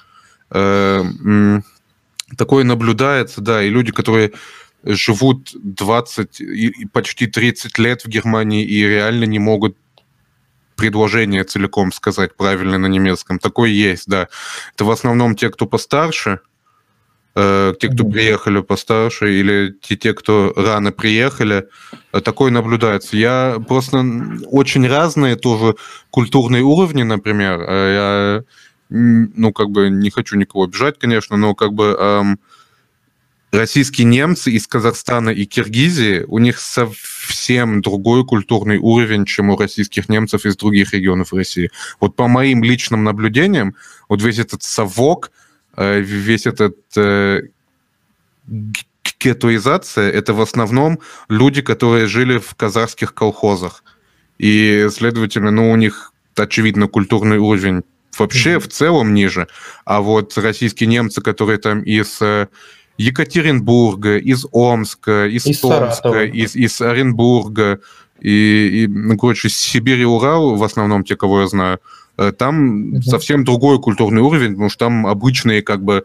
Такое наблюдается, да. И люди, которые живут 20 и почти 30 лет в Германии и реально не могут предложение целиком сказать правильно на немецком. Такое есть, да. Это в основном те, кто постарше, те, кто приехали постарше, или те, кто рано приехали. Такое наблюдается. Я просто очень разные тоже культурные уровни, например. Я, не хочу никого обижать, конечно, но российские немцы из Казахстана и Киргизии, у них совсем другой культурный уровень, чем у российских немцев из других регионов России. Вот по моим личным наблюдениям, вот весь этот совок, весь этот геттоизация, это в основном люди, которые жили в казахских колхозах. И, следовательно, у них, очевидно, культурный уровень вообще в целом ниже. А вот российские немцы, которые там из Екатеринбурга, из Омска, из Томска, из Оренбурга, из Сибири и Урал, в основном те, кого я знаю, там совсем другой культурный уровень, потому что там обычные,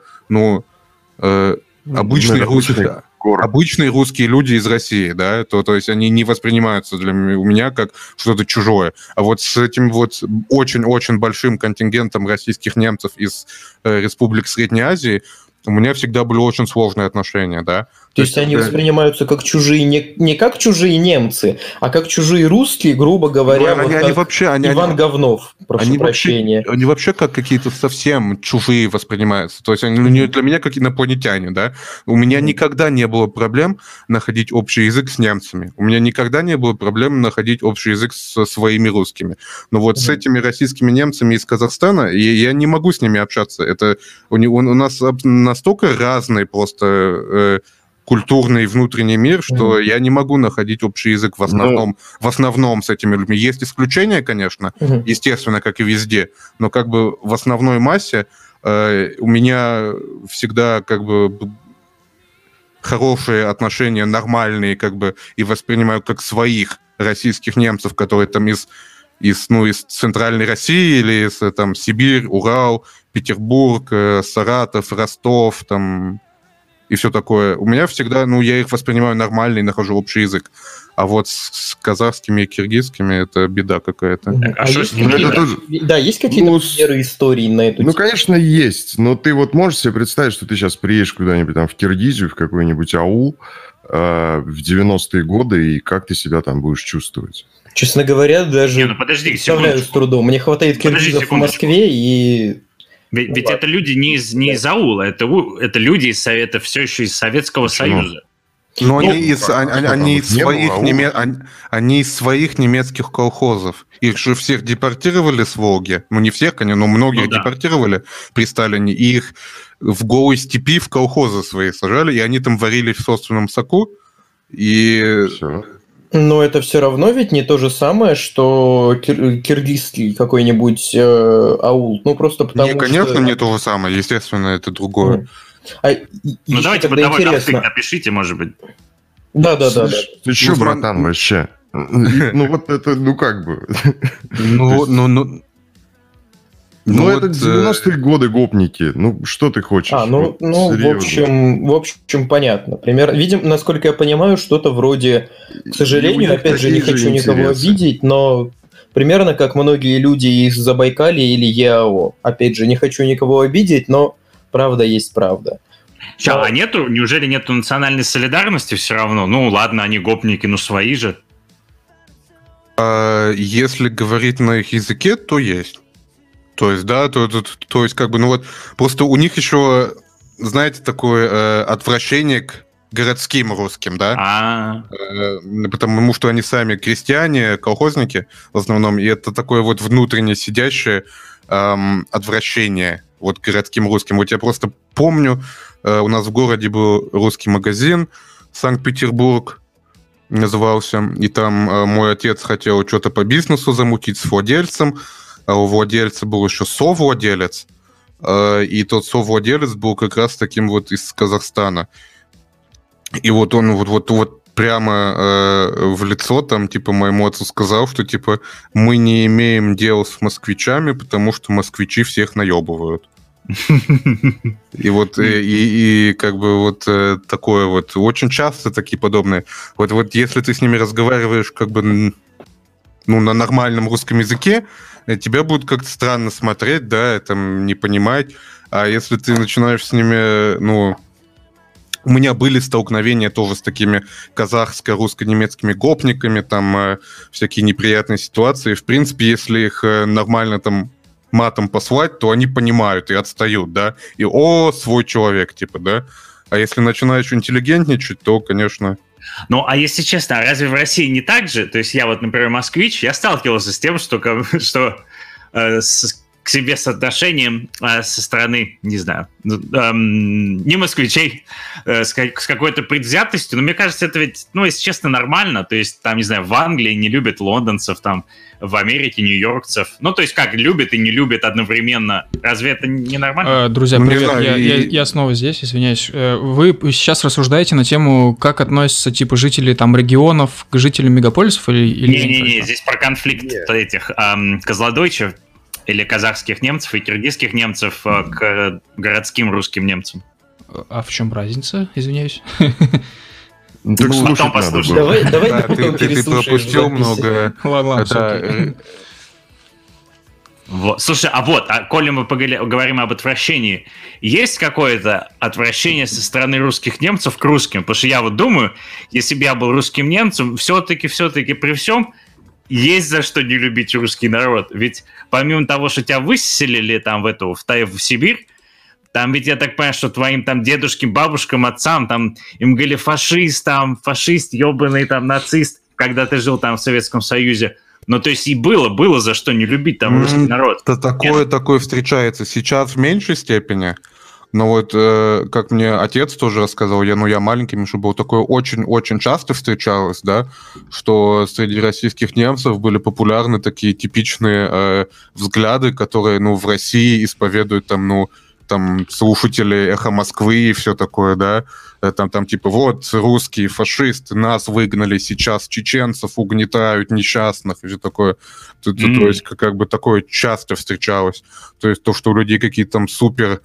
обычные русские люди из России, да, то есть они не воспринимаются у меня как что-то чужое. А вот с этим вот очень-очень большим контингентом российских немцев из республик Средней Азии у меня всегда были очень сложные отношения, да. То есть они воспринимаются как чужие, не как чужие немцы, а как чужие русские, грубо говоря, Иван Говнов, прошу прощения. Они вообще как какие-то совсем чужие воспринимаются. То есть они для меня как инопланетяне, да. У меня никогда не было проблем находить общий язык с немцами. У меня никогда не было проблем находить общий язык со своими русскими. Но вот с этими российскими немцами из Казахстана я не могу с ними общаться. Это у нас настолько разный просто культурный внутренний мир, что я не могу находить общий язык в основном с этими людьми. Есть исключения, конечно, естественно, как и везде, но в основной массе у меня всегда хорошие отношения, нормальные, и воспринимаю как своих российских немцев, которые там из центральной России или из Сибирь, Урал, Петербург, Саратов, Ростов, и все такое. У меня всегда, я их воспринимаю нормально и нахожу общий язык. А вот с казахскими и киргизскими это беда какая-то. Есть какие-то примеры истории на эту тему? Конечно, есть. Но ты вот можешь себе представить, что ты сейчас приедешь куда-нибудь в Киргизию, в какой-нибудь аул в 90-е годы, и как ты себя там будешь чувствовать? Честно говоря, даже представляю с трудом. Мне хватает киргизов в Москве и... Ведь это люди не из аула, это люди это все еще из Советского Союза. Но они из своих немецких колхозов. Их же всех депортировали с Волги. Не всех, конечно, но многих депортировали при Сталине. И их в голой степи в колхозы свои сажали, и они там варили в собственном соку. И... Все. Но это все равно ведь не то же самое, что киргизский какой-нибудь аул. Просто потому что... конечно, не то же самое. Естественно, это другое. Давайте бытовой конфликт опишите, может быть. Да. Ты что, братан, вообще? Ну, вот это, ну, как бы... Ну, это 90-е годы гопники. Ну, что ты хочешь? В общем, понятно. Видим, насколько я понимаю, что-то вроде, к сожалению, опять же, не хочу никого обидеть, но примерно как многие люди из Забайкалья или ЕАО. Опять же, не хочу никого обидеть, но правда есть правда. А неужели нету национальной солидарности все равно? Ну, ладно, они гопники, ну, свои же. Если говорить на их языке, то есть. То есть, да, то есть, как бы, ну вот, просто у них еще, знаете, такое отвращение к городским русским, да? Потому что они сами крестьяне, колхозники в основном, и это такое вот внутренне сидящее отвращение вот к городским русским. Вот я просто помню, у нас в городе был русский магазин, Санкт-Петербург назывался, и там мой отец хотел что-то по бизнесу замутить с владельцем, а у владельца был еще совладелец, и тот совладелец был как раз таким вот из Казахстана. И вот он вот прямо в лицо там, типа, моему отцу сказал, что, типа, мы не имеем дел с москвичами, потому что москвичи всех наебывают. И вот, и как бы вот такое вот, очень часто такие подобные. Вот если ты с ними разговариваешь как бы, ну, на нормальном русском языке, тебя будут как-то странно смотреть, да, там, не понимать. А если ты начинаешь с ними, ну... У меня были столкновения тоже с такими казахско-русско-немецкими гопниками, там всякие неприятные ситуации. В принципе, если их нормально там матом послать, то они понимают и отстают, да. И свой человек, типа, да. А если начинаешь интеллигентничать, то, конечно... Ну, а если честно, разве в России не так же? То есть я вот, например, москвич, я сталкивался с тем, что к себе с отношением со стороны, не знаю, не москвичей, с какой-то предвзятостью. Но мне кажется, это ведь, ну, если честно, нормально. То есть там, не знаю, в Англии не любят лондонцев, там, в Америке нью-йоркцев. Ну, то есть как любят и не любят одновременно. Разве это не нормально? Друзья, привет, я снова здесь, извиняюсь. Вы сейчас рассуждаете на тему, как относятся, типа, жители там регионов к жителям мегаполисов или... Не-не-не, здесь про конфликт этих козлодойчев, или казахских немцев и киргизских немцев к городским русским немцам. А в чем разница, извиняюсь? Так слушать надо было. Давай ты пропустил много... Ладно, вот. Слушай, коли мы говорим об отвращении, есть какое-то отвращение со стороны русских немцев к русским? Потому что я вот думаю, если бы я был русским немцем, все-таки при всем есть за что не любить русский народ. Ведь помимо того, что тебя выселили там в Сибирь, там ведь я так понимаю, что твоим там дедушкам, бабушкам, отцам, там им говорили фашист, ебаный там нацист, когда ты жил там в Советском Союзе. Ну, то есть и было за что не любить там русский народ. Такое встречается сейчас в меньшей степени. Но вот, как мне отец тоже рассказал, я маленьким еще был, такое очень-очень часто встречалось, да, что среди российских немцев были популярны такие типичные взгляды, которые, ну, в России исповедуют там слушатели «Эхо Москвы» и все такое, да, там типа вот русские фашисты, нас выгнали, сейчас чеченцев угнетают несчастных и все такое. То есть как бы такое часто встречалось. То есть то, что у людей какие-то там супер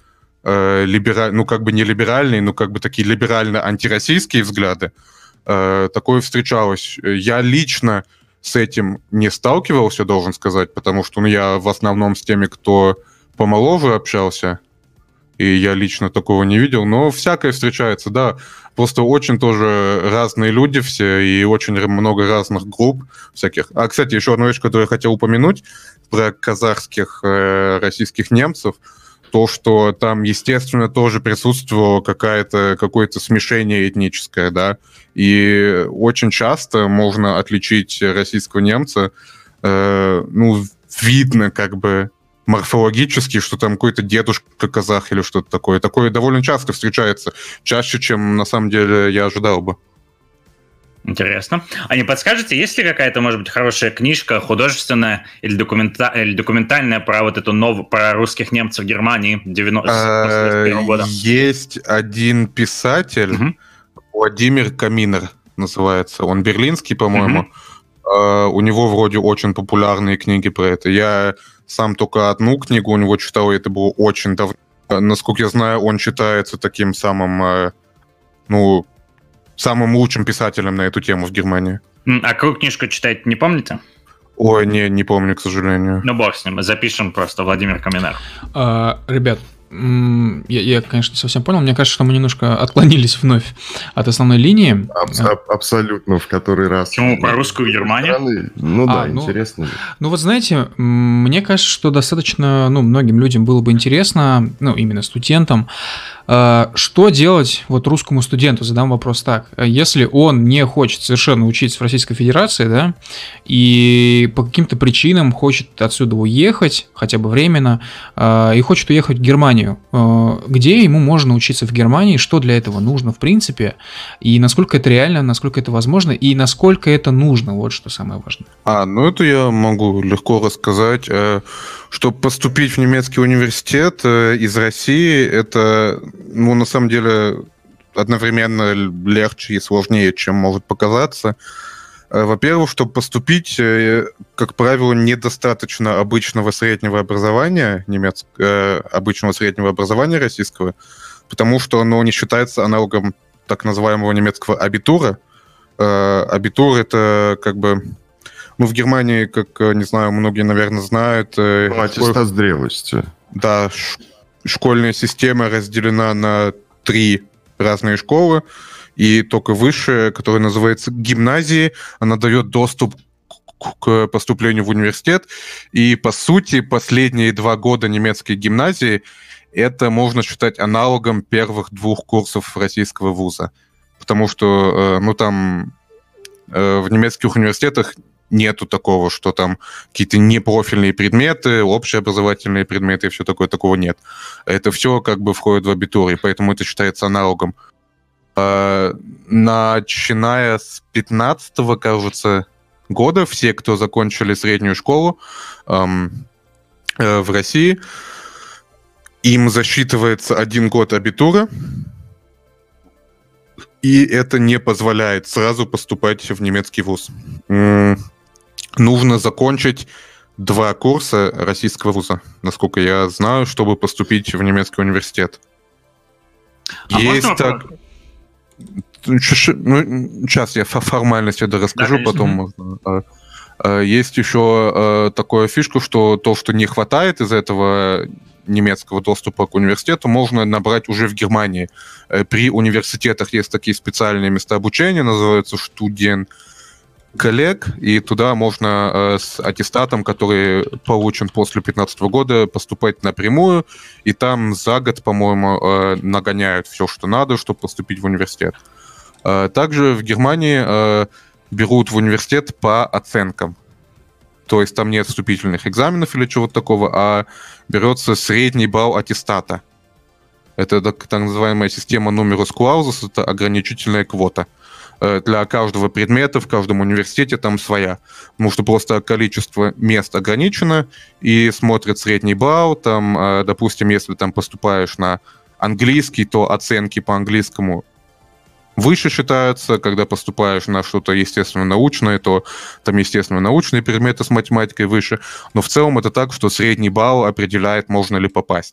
ну как бы не либеральные, но как бы такие либерально-антироссийские взгляды, такое встречалось. Я лично с этим не сталкивался, должен сказать, потому что я в основном с теми, кто помоложе общался, и я лично такого не видел, но всякое встречается, да. Просто очень тоже разные люди все, и очень много разных групп всяких. А, кстати, еще одну вещь, которую я хотел упомянуть про казахских российских немцев, то, что там, естественно, тоже присутствовало какое-то смешение этническое, да, и очень часто можно отличить российского немца, ну, видно как бы морфологически, что там какой-то дедушка казах или что-то такое. Такое довольно часто встречается, чаще, чем на самом деле я ожидал бы. Интересно. А не подскажете, есть ли какая-то, может быть, хорошая книжка, художественная или документальная про вот эту про русских немцев в Германии 91 года? Есть один писатель, Владимир Каминер называется. Он берлинский, по-моему. У него вроде очень популярные книги про это. Я сам только одну книгу у него читал, и это было очень давно. Насколько я знаю, он считается таким самым, самым лучшим писателем на эту тему в Германии. А какую книжку читать, не помните? Ой, не помню, к сожалению. Ну, бог с ним, запишем просто Владимир Каменер. Ребят, я, конечно, не совсем понял. Мне кажется, что мы немножко отклонились вновь от основной линии. Абсолютно, в который раз. Почему про русскую Германию? Интересно. Ну вот знаете, мне кажется, что достаточно, многим людям было бы интересно, именно студентам, что делать вот русскому студенту, задам вопрос так, если он не хочет совершенно учиться в Российской Федерации, да, и по каким-то причинам хочет отсюда уехать, хотя бы временно, и хочет уехать в Германию, где ему можно учиться в Германии, что для этого нужно в принципе, и насколько это реально, насколько это возможно, и насколько это нужно, вот что самое важное. Это я могу легко рассказать. Чтобы поступить в немецкий университет из России, это, на самом деле, одновременно легче и сложнее, чем может показаться. Во-первых, чтобы поступить, как правило, недостаточно обычного среднего образования, обычного среднего образования российского, потому что оно не считается аналогом так называемого немецкого абитура. Абитур — это как бы... в Германии, как, не знаю, многие, наверное, знают... Аттестат зрелости. Да, школьная система разделена на 3 разные школы, и только высшая, которая называется гимназией, она дает доступ к поступлению в университет, и, по сути, последние 2 года немецкой гимназии это можно считать аналогом первых 2 курсов российского вуза, потому что, там в немецких университетах нету такого, что там какие-то непрофильные предметы, общеобразовательные предметы и все такое, такого нет. Это все как бы входит в абитур, и поэтому это считается аналогом. Начиная с 15-го, кажется, года, все, кто закончили среднюю школу в России, им засчитывается 1 год абитура, и это не позволяет сразу поступать в немецкий вуз. Нужно закончить 2 курса российского вуза, насколько я знаю, чтобы поступить в немецкий университет. Есть так... сейчас я формальность это расскажу, да, потом можно. Есть еще такая фишка, что то, что не хватает из этого немецкого доступа к университету, можно набрать уже в Германии. При университетах есть такие специальные места обучения, называются студент-коллег, и туда можно с аттестатом, который получен после 2015 года, поступать напрямую, и там за год, по-моему, нагоняют все, что надо, чтобы поступить в университет. Также в Германии берут в университет по оценкам. То есть там нет вступительных экзаменов или чего-то такого, а берется средний балл аттестата. Это так называемая система numerus clausus, это ограничительная квота. Для каждого предмета в каждом университете там своя. Потому что просто количество мест ограничено, и смотрят средний балл. Там, допустим, если там поступаешь на английский, то оценки по английскому выше считаются. Когда поступаешь на что-то естественно-научное, то там естественно-научные предметы с математикой выше. Но в целом это так, что средний балл определяет, можно ли попасть.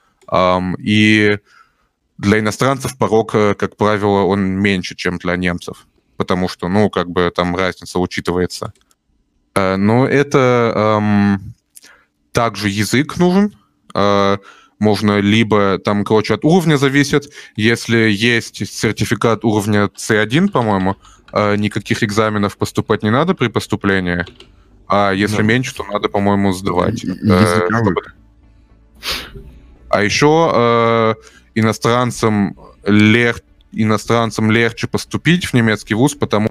И для иностранцев порог, как правило, он меньше, чем для немцев. Потому что, там разница учитывается. Но это также язык нужен. Можно либо, от уровня зависит, если есть сертификат уровня C1, по-моему, никаких экзаменов поступать не надо при поступлении, а если меньше, то надо, по-моему, сдавать. А еще иностранцам легче поступить в немецкий вуз, потому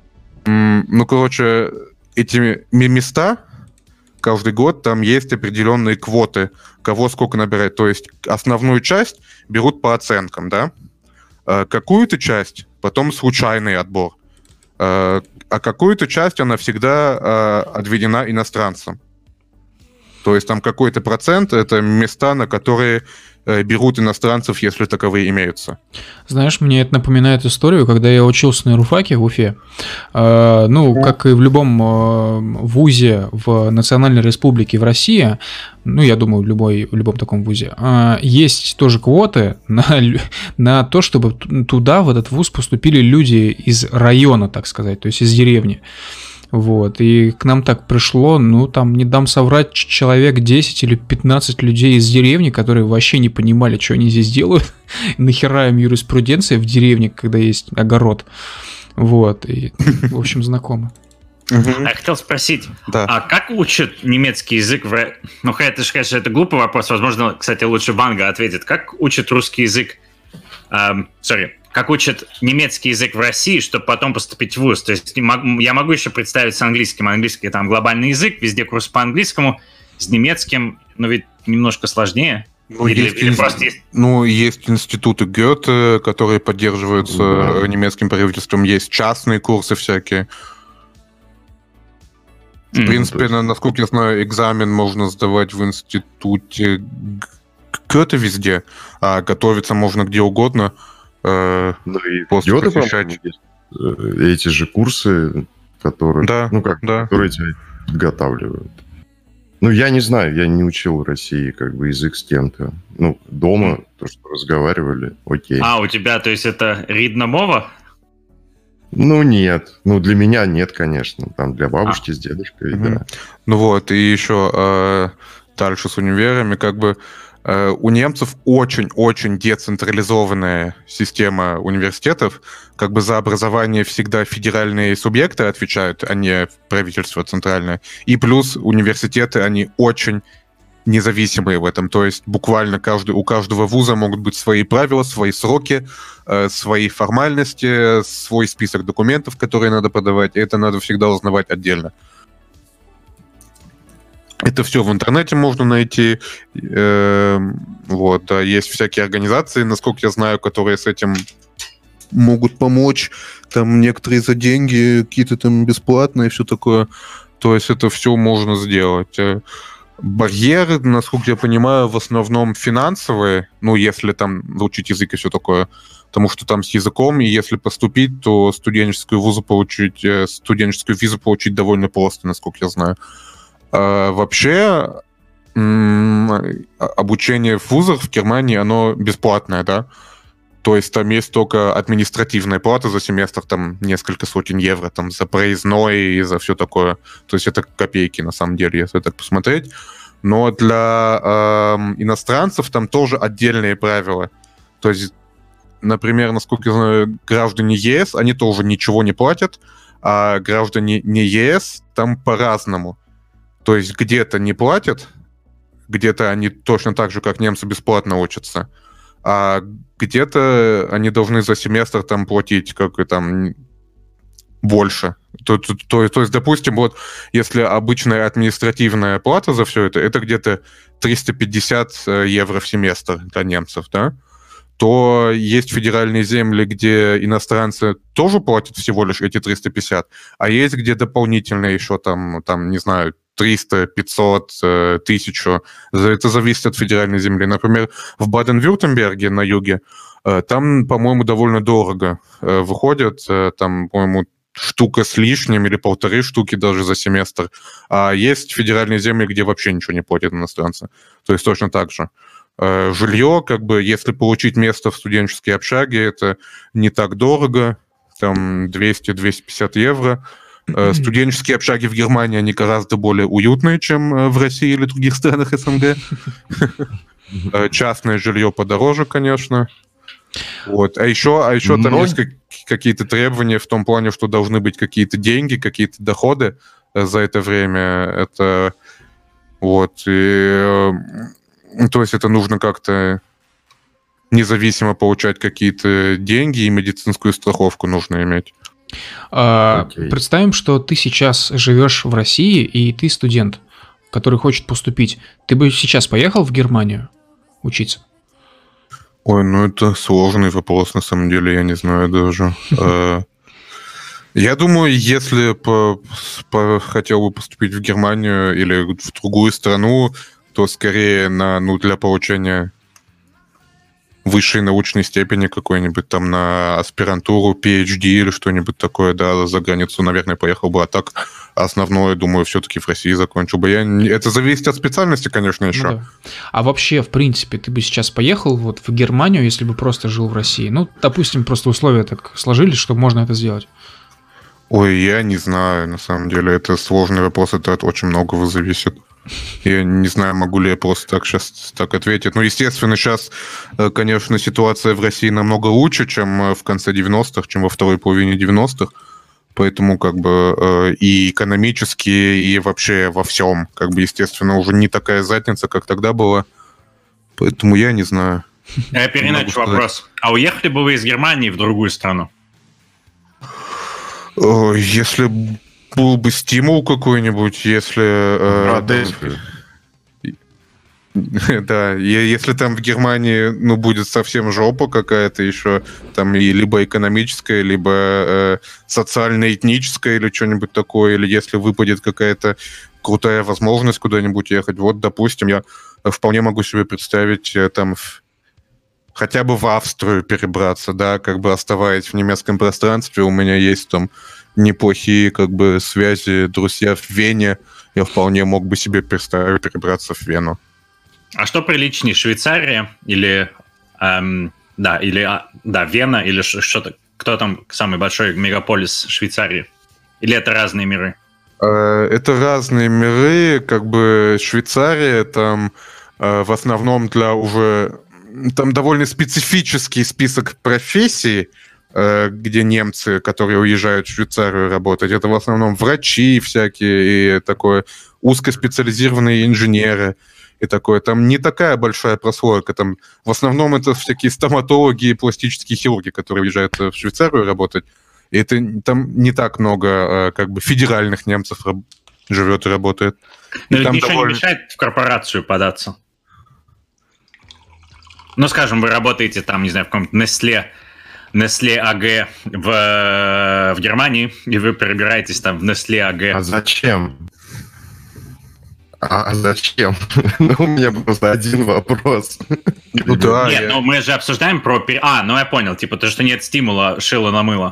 эти места каждый год там есть определенные квоты, кого сколько набирать. То есть основную часть берут по оценкам, да? Какую-то часть потом случайный отбор. А какую-то часть она всегда отведена иностранцам. То есть там какой-то процент — это места, на которые берут иностранцев, если таковые имеются. Знаешь, мне это напоминает историю, когда я учился на юрфаке в Уфе. Как и в любом вузе в Национальной Республике в России, я думаю, в любом таком вузе, есть тоже квоты на то, чтобы туда, в этот вуз, поступили люди из района, так сказать, то есть из деревни. Вот, и к нам так пришло, не дам соврать, человек 10 или 15 людей из деревни, которые вообще не понимали, что они здесь делают, нахера им юриспруденция в деревне, когда есть огород. Вот, и, в общем, знакомо. Я хотел спросить, а как учат немецкий язык это же, конечно, это глупый вопрос, возможно, кстати, лучше Ванга ответит. Как учат русский язык, как учат немецкий язык в России, чтобы потом поступить в вуз? То есть я могу еще представить с английским. Английский там глобальный язык, везде курс по английскому, с немецким, ведь немножко сложнее. Есть институты Гёте, которые поддерживаются немецким правительством, есть частные курсы всякие. В принципе, насколько я знаю, экзамен можно сдавать в институте Гёте везде, а готовиться можно где угодно. Гёте, эти же курсы, которые, которые тебя подготавливают. Я не знаю, я не учил в России язык с кем-то. Дома, то, что разговаривали, окей. У тебя, то есть это рідна мова? Нет. Для меня нет, конечно. Там для бабушки с дедушкой, да. И еще дальше с универами, у немцев очень-очень децентрализованная система университетов. За образование всегда федеральные субъекты отвечают, а не правительство центральное. И плюс университеты, они очень независимые в этом. То есть буквально у каждого вуза могут быть свои правила, свои сроки, свои формальности, свой список документов, которые надо подавать. И это надо всегда узнавать отдельно. Это все в интернете можно найти. Есть всякие организации, насколько я знаю, которые с этим могут помочь. Там некоторые за деньги, какие-то там бесплатные, все такое. То есть это все можно сделать. Барьеры, насколько я понимаю, в основном финансовые, если там учить язык и все такое. Потому что там с языком, и если поступить, то студенческую визу получить довольно просто, насколько я знаю. Вообще, обучение в вузах в Германии, оно бесплатное, да? То есть там есть только административная плата за семестр, там несколько сотен евро, там за проездной и за все такое. То есть это копейки, на самом деле, если так посмотреть. Но для иностранцев там тоже отдельные правила. То есть, например, насколько я знаю, граждане ЕС, они тоже ничего не платят, а граждане не ЕС там по-разному. То есть где-то не платят, где-то они точно так же, как немцы, бесплатно учатся, а где-то они должны за семестр там платить больше. То есть, допустим, если обычная административная плата за все это где-то 350 евро в семестр для немцев, да, то есть федеральные земли, где иностранцы тоже платят всего лишь эти 350, а есть где дополнительные еще там не знаю, 300, 500, 1000. Это зависит от федеральной земли. Например, в Баден-Вюртемберге на юге там, по-моему, довольно дорого выходят. Там, по-моему, штука с лишним или 1,5 штуки даже за семестр. А есть федеральные земли, где вообще ничего не платят иностранцы. То есть точно так же. Жилье, если получить место в студенческой общаге, это не так дорого. Там 200-250 евро. Студенческие общаги в Германии, они гораздо более уютные, чем в России или других странах СНГ. Частное жилье подороже, конечно. А еще там есть какие-то требования в том плане, что должны быть какие-то деньги, какие-то доходы за это время. Это то есть это нужно как-то независимо получать какие-то деньги, и медицинскую страховку нужно иметь. Представим, что ты сейчас живешь в России, и ты студент, который хочет поступить. Ты бы сейчас поехал в Германию учиться? Ой, это сложный вопрос, на самом деле, я не знаю даже. Я думаю, если хотел бы поступить в Германию или в другую страну, то скорее для получения высшей научной степени какой-нибудь там на аспирантуру, PhD или что-нибудь такое, да, за границу, наверное, поехал бы. А так основное, думаю, все-таки в России закончил бы. Это зависит от специальности, конечно, еще. Ну, да. А вообще, в принципе, ты бы сейчас поехал вот в Германию, если бы просто жил в России? Ну, допустим, просто условия так сложились, что можно это сделать. Ой, я не знаю, на самом деле. Это сложный вопрос, это от очень многого зависит. Я не знаю, могу ли я просто так сейчас так ответить. Ну, естественно, сейчас, конечно, ситуация в России намного лучше, чем в конце 90-х, чем во второй половине 90-х. Поэтому как бы и экономически, и вообще во всем, как бы, естественно, уже не такая задница, как тогда была. Поэтому я не знаю. Я переначу вопрос. А уехали бы вы из Германии в другую страну? Если был бы стимул какой-нибудь, если... Да, если там в Германии, ну, будет совсем жопа какая-то еще, там и либо экономическая, либо социально-этническая или что-нибудь такое, или если выпадет какая-то крутая возможность куда-нибудь ехать, вот, допустим, я вполне могу себе представить там хотя бы в Австрию перебраться, да, как бы оставаясь в немецком пространстве, у меня есть там неплохие как бы связи, друзья в Вене, я вполне мог бы себе представить перебраться в Вену. А что приличнее, Швейцария или Вена, или что-то? Кто там самый большой мегаполис Швейцарии? Или это разные миры? Это разные миры, как бы Швейцария там в основном для уже там довольно специфический список профессий, где немцы, которые уезжают в Швейцарию работать, это в основном врачи всякие и такое узкоспециализированные инженеры. И такое, там не такая большая прослойка, там в основном это всякие стоматологи и пластические хирурги, которые уезжают в Швейцарию работать, и это там не так много как бы федеральных немцев живет и работает. Но ведь ничего не мешает в корпорацию податься. Ну, скажем, вы работаете там, не знаю, в каком-то Nestlé AG в Германии, и вы перебираетесь там в Nestlé AG. А зачем? А зачем? Ну, у меня просто один вопрос. Ну да. Нет, ну мы же обсуждаем про... ну я понял, типа, то, что нет стимула шило на мыло.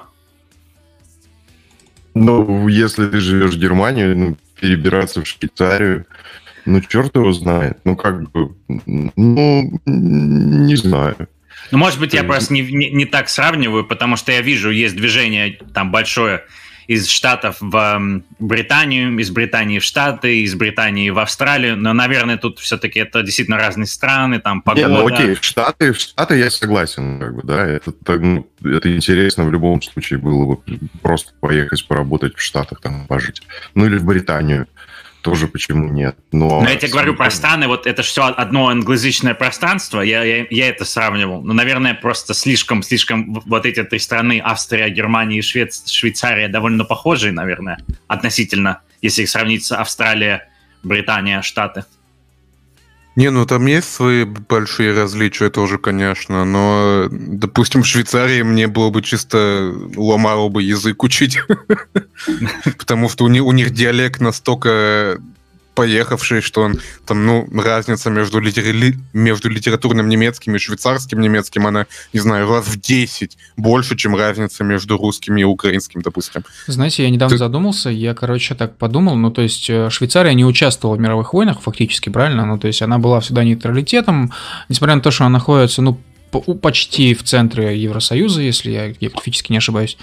Ну, если ты живешь в Германии, ну, перебираться в Швейцарию, ну, черт его знает. Ну, как бы, ну, не знаю. Ну, может быть, я просто не так сравниваю, потому что я вижу, есть движение там большое из Штатов в Британию, из Британии в Штаты, из Британии в Австралию, но, наверное, тут все-таки это действительно разные страны, там погода. Ну окей, в Штаты я согласен, как бы, да, это интересно в любом случае было бы просто поехать поработать в Штатах, там, пожить. Ну или в Британию. Тоже почему нет. Но я тебе говорю про страны, вот это же все одно англоязычное пространство, я это сравнивал. Но, наверное, просто слишком вот эти три страны, Австрия, Германия и Швейцария, довольно похожие, наверное, относительно, если их сравнить с Австралией, Британия, Штаты. Не, ну там есть свои большие различия тоже, конечно, но, допустим, в Швейцарии мне было бы чисто ломало бы язык учить, потому что у них диалект настолько поехавший, что он там, ну, разница между литературным немецким и швейцарским немецким, она, не знаю, раз в 10 больше, чем разница между русским и украинским, допустим. Знаете, я недавно задумался, я, так подумал, ну, то есть Швейцария не участвовала в мировых войнах фактически, правильно? Ну, то есть она была всегда нейтралитетом, несмотря на то, что она находится, ну, почти в центре Евросоюза, если я географически не ошибаюсь.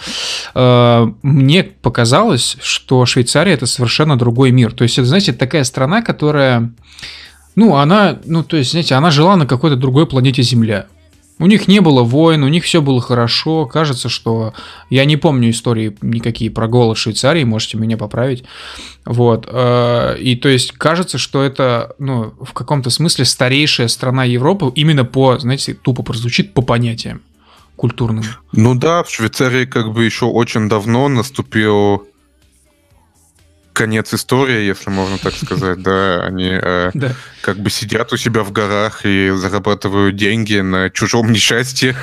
Мне показалось, что Швейцария — это совершенно другой мир. То есть, это, знаете, такая страна, которая, она жила на какой-то другой планете Земля. У них не было войн, у них все было хорошо. Кажется, что... Я не помню истории никакие про голод Швейцарии, можете меня поправить. Вот. И то есть кажется, что это, в каком-то смысле старейшая страна Европы именно по, знаете, тупо прозвучит, по понятиям культурным. Ну да, в Швейцарии как бы еще очень давно наступил конец истории, если можно так сказать, да, они как бы сидят у себя в горах и зарабатывают деньги на чужом несчастье,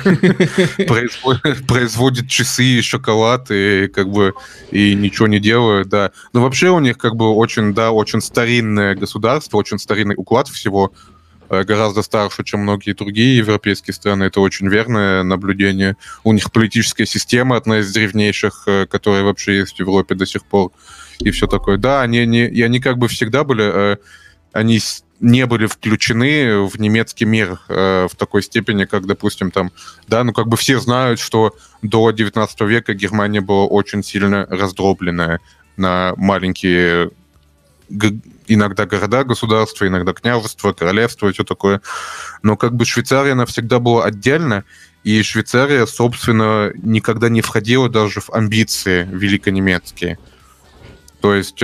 производят часы и шоколад, и как бы и ничего не делают, да. Но вообще у них как бы очень старинное государство, очень старинный уклад всего, гораздо старше, чем многие другие европейские страны. Это очень верное наблюдение. У них политическая система одна из древнейших, которая вообще есть в Европе до сих пор. И все такое. Да, они как бы всегда были... Они не были включены в немецкий мир в такой степени, как, допустим, там... Да, ну как бы все знают, что до 19 века Германия была очень сильно раздробленная на маленькие... иногда города, государства, иногда княжества, королевства и все такое. Но как бы Швейцария, она всегда была отдельно, и Швейцария, собственно, никогда не входила даже в амбиции великонемецкие. То есть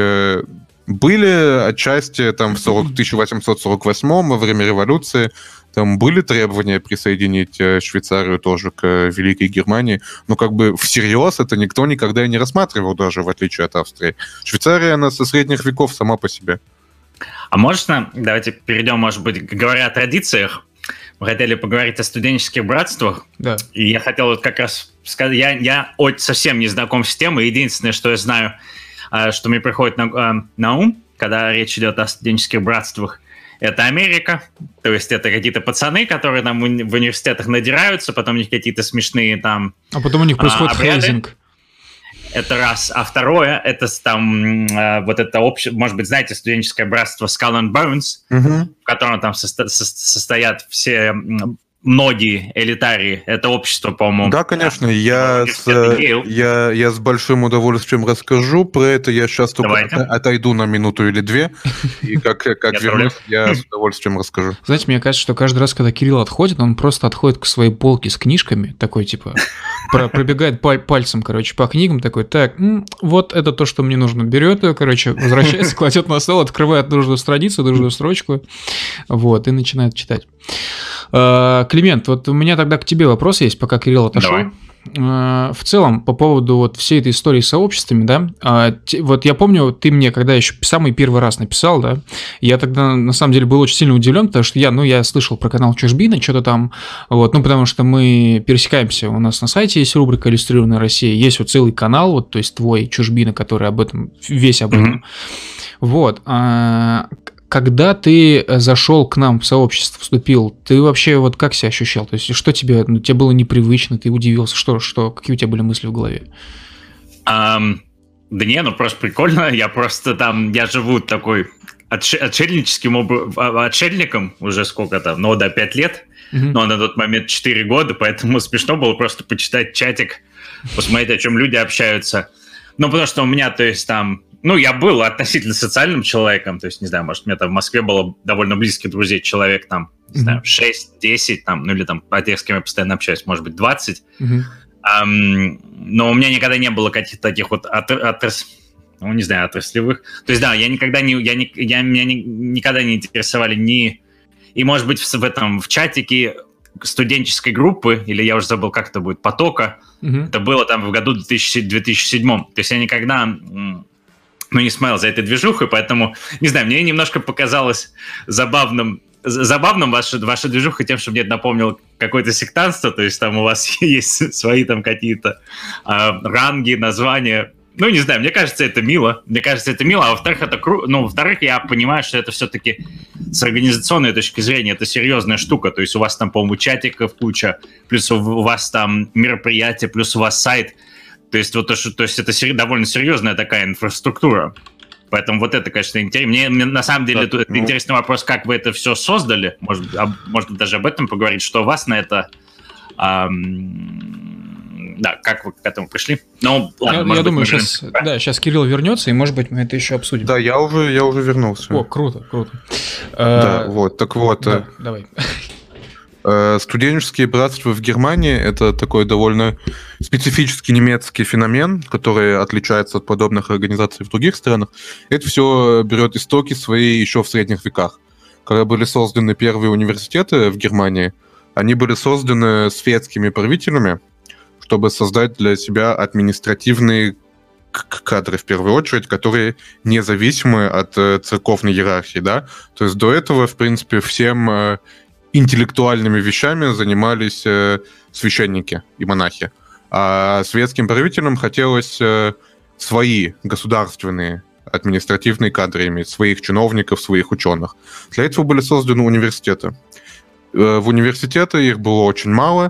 были отчасти там в 1848 во время революции, там были требования присоединить Швейцарию тоже к Великой Германии, но как бы всерьез это никто никогда и не рассматривал даже, в отличие от Австрии. Швейцария, она со средних веков сама по себе. А можно, давайте перейдем, может быть, говоря о традициях, мы хотели поговорить о студенческих братствах, Да. И я хотел вот как раз сказать, я совсем не знаком с темой, единственное, что я знаю, что мне приходит на ум, когда речь идет о студенческих братствах, это Америка, то есть это какие-то пацаны, которые там в университетах надираются, потом у них какие-то смешные там А потом у них происходит обряды. хейзинг. Это раз. А второе, это там вот это общее, может быть, знаете, студенческое братство Skull and Bones, в котором там состоят все многие элитарии. Это общество, по-моему. Да, конечно, я с большим удовольствием расскажу про это. Я сейчас только отойду на минуту или две, и как вернусь, я с удовольствием расскажу. Знаете, мне кажется, что каждый раз, когда Кирилл отходит, он просто отходит к своей полке с книжками, такой, типа, пробегает пальцем, короче, по книгам, такой, так, вот это то, что мне нужно. Берет ее, короче, возвращается, кладет на стол, открывает нужную страницу, нужную строчку, вот, и начинает читать. Климент, вот у меня тогда к тебе вопрос есть, пока Кирилл отошел. Давай. В целом, по поводу вот всей этой истории с сообществами, да, вот я помню, ты мне, когда еще самый первый раз написал, да, я тогда, на самом деле, был очень сильно удивлен, потому что я слышал про канал Чужбина, что-то там, вот, ну, потому что мы пересекаемся, у нас на сайте есть рубрика «Иллюстрированная Россия», есть вот целый канал, вот, то есть твой Чужбина, который весь об этом, вот, когда ты зашел к нам в сообщество, вступил, ты вообще вот как себя ощущал? То есть что тебе было непривычно, ты удивился, какие у тебя были мысли в голове? Да не, ну просто прикольно, я живу такой отшельником уже сколько там, ну до 5 лет, но на тот момент 4 года, поэтому смешно было просто почитать чатик, посмотреть, о чем люди общаются. Ну потому что у меня, то есть там, ну, я был относительно социальным человеком, то есть, не знаю, может, у меня там в Москве было довольно близких друзей, человек там, не знаю, 6-10, там, ну, или там, по тех, с кем я постоянно общаюсь, может быть, 20. Но у меня никогда не было каких-то таких вот ну, не знаю, отраслевых. То есть, да, меня никогда не интересовали и, может быть, в чатике студенческой группы, или я уже забыл, как это будет, потока, это было там в году 2007. То есть я никогда... не смотрел за этой движухой, поэтому, не знаю, мне немножко показалось забавным ваша движуха тем, что мне это напомнило какое-то сектантство, то есть там у вас есть свои там какие-то ранги, названия. Ну, не знаю, мне кажется, это мило. А во-вторых, это круто. Ну, во-вторых, я понимаю, что это все-таки с организационной точки зрения это серьезная штука. То есть у вас там, по-моему, чатиков куча, плюс у вас там мероприятия, плюс у вас сайт. То есть, вот, это довольно серьезная такая инфраструктура. Поэтому вот это, конечно, интересно. Мне на самом деле это интересный вопрос, как вы это все создали. Может даже об этом поговорить, что у вас на это... Да, как вы к этому пришли? Ну, ладно, я думаю, сейчас Кирилл вернется, и, может быть, мы это еще обсудим. Да, я уже вернулся. О, круто. Да, вот, так вот. Да, давай. Студенческие братства в Германии – это такой довольно специфический немецкий феномен, который отличается от подобных организаций в других странах. Это все берет истоки свои еще в средних веках. Когда были созданы первые университеты в Германии, они были созданы светскими правителями, чтобы создать для себя административные кадры, в первую очередь, которые независимы от церковной иерархии, да. То есть до этого, в принципе, всем интеллектуальными вещами занимались священники и монахи. А светским правителям хотелось свои государственные административные кадры иметь, своих чиновников, своих ученых. Для этого были созданы университеты. В университеты их было очень мало.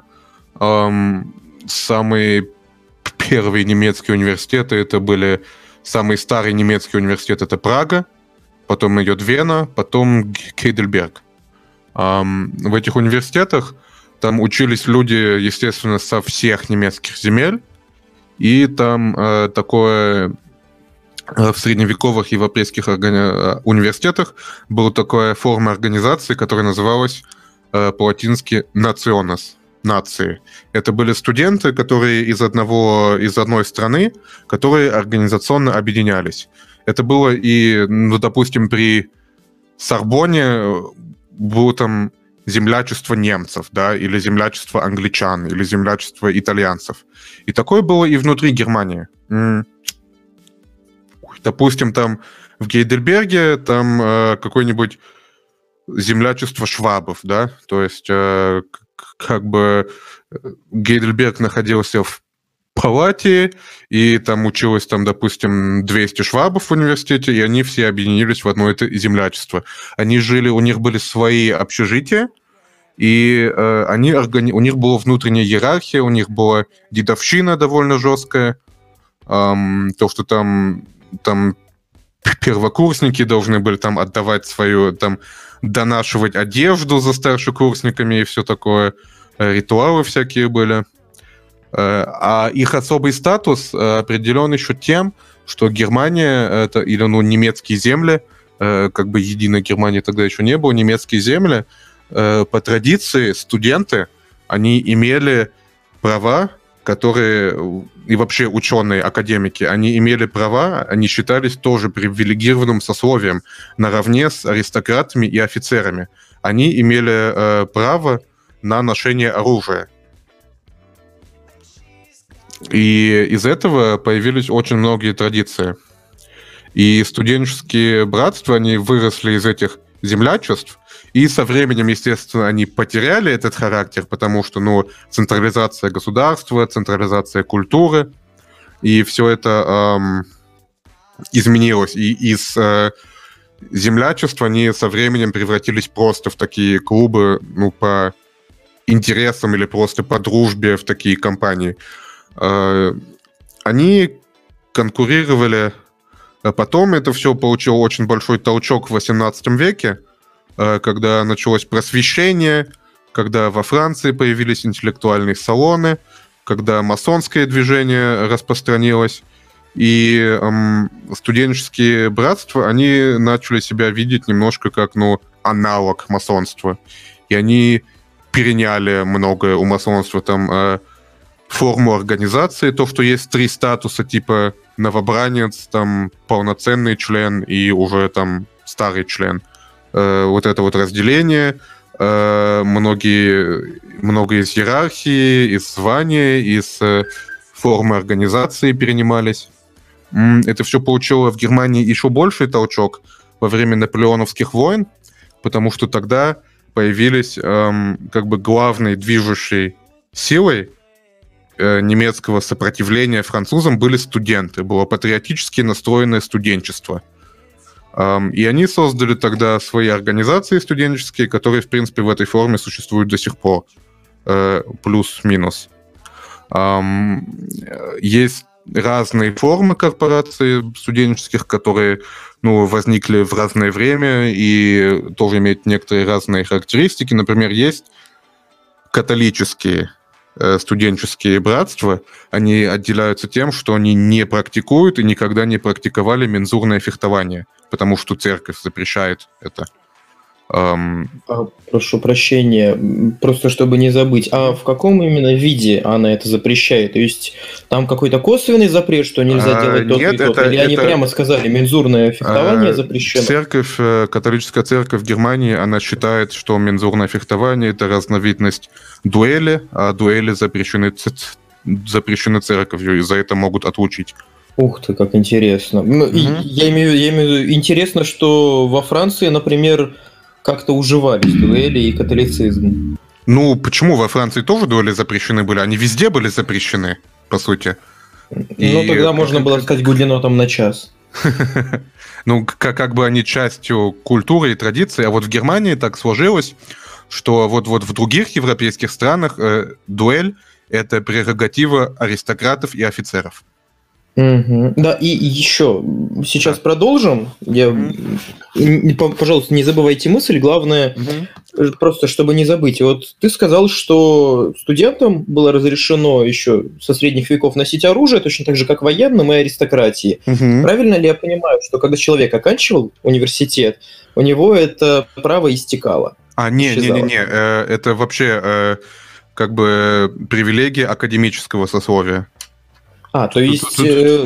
Самые первые немецкие университеты это были... Самый старый немецкий университет это Прага, потом идет Вена, потом Гейдельберг. В этих университетах там учились люди, естественно, со всех немецких земель, и там такое в средневековых европейских университетах была такая форма организации, которая называлась по-латински «nationes», нации. Это были студенты, которые из одной страны, которые организационно объединялись. Это было и, ну, допустим, при Сорбонне было там землячество немцев, да, или землячество англичан, или землячество итальянцев. И такое было и внутри Германии. Допустим, там в Гейдельберге там какое-нибудь землячество швабов, да, то есть как бы Гейдельберг находился в палате, и там училось, там, допустим, 200 швабов в университете, и они все объединились в одно это землячество. Они жили, у них были свои общежития, и у них была внутренняя иерархия, у них была дедовщина довольно жесткая, то, что там первокурсники должны были там отдавать свою, там, донашивать одежду за старшекурсниками и все такое, ритуалы всякие были. А их особый статус определен еще тем, что Германия, это, или ну, немецкие земли, как бы единой Германии тогда еще не было, немецкие земли, по традиции студенты, они имели права, которые, и вообще ученые, академики, они имели права, они считались тоже привилегированным сословием наравне с аристократами и офицерами. Они имели право на ношение оружия. И из этого появились очень многие традиции. И студенческие братства, они выросли из этих землячеств, и со временем, естественно, они потеряли этот характер, потому что, ну, централизация государства, централизация культуры, и все это изменилось. И из землячества они со временем превратились просто в такие клубы, ну, по интересам или просто по дружбе в такие компании. Они конкурировали. Потом это все получило очень большой толчок в XVIII веке, когда началось просвещение, когда во Франции появились интеллектуальные салоны, когда масонское движение распространилось, и студенческие братства, они начали себя видеть немножко как, ну, аналог масонства. И они переняли многое у масонства, там, форму организации, то, что есть 3 статуса, типа новобранец, там, полноценный член и уже там старый член. Вот это вот разделение, много из иерархии, из звания, из формы организации перенимались. Это все получило в Германии еще больший толчок во время наполеоновских войн, потому что тогда появились как бы главной движущей силой немецкого сопротивления французам были студенты, было патриотически настроенное студенчество. И они создали тогда свои организации студенческие, которые, в принципе, в этой форме существуют до сих пор, плюс-минус. Есть разные формы корпораций студенческих, которые, ну, возникли в разное время и тоже имеют некоторые разные характеристики. Например, есть католические студенческие братства, они отделяются тем, что они не практикуют и никогда не практиковали мензурное фехтование, потому что церковь запрещает это. Прошу прощения, просто чтобы не забыть, а в каком именно виде она это запрещает? То есть там какой-то косвенный запрет, что нельзя делать то-то и то-то? Или они прямо сказали, мензурное фехтование запрещено? Церковь, католическая церковь в Германии, она считает, что мензурное фехтование – это разновидность дуэли, а дуэли запрещены церковью, и за это могут отлучить. Ух ты, как интересно. Я имею в виду, интересно, что во Франции, например, как-то уживались дуэли и католицизм. Ну, почему? Во Франции тоже дуэли запрещены были? Они везде были запрещены, по сути. Ну, тогда можно было сказать гуленотом на час. Ну, как бы они частью культуры и традиции, а вот в Германии так сложилось, что вот в других европейских странах дуэль — это прерогатива аристократов и офицеров. Да, и еще сейчас продолжим. Пожалуйста, не забывайте мысль. Главное, просто чтобы не забыть. Вот ты сказал, что студентам было разрешено еще со средних веков носить оружие, точно так же, как военным и аристократии. Правильно ли я понимаю, что когда человек оканчивал университет, у него это право истекало? Не, это вообще как бы привилегия академического сословия. То есть...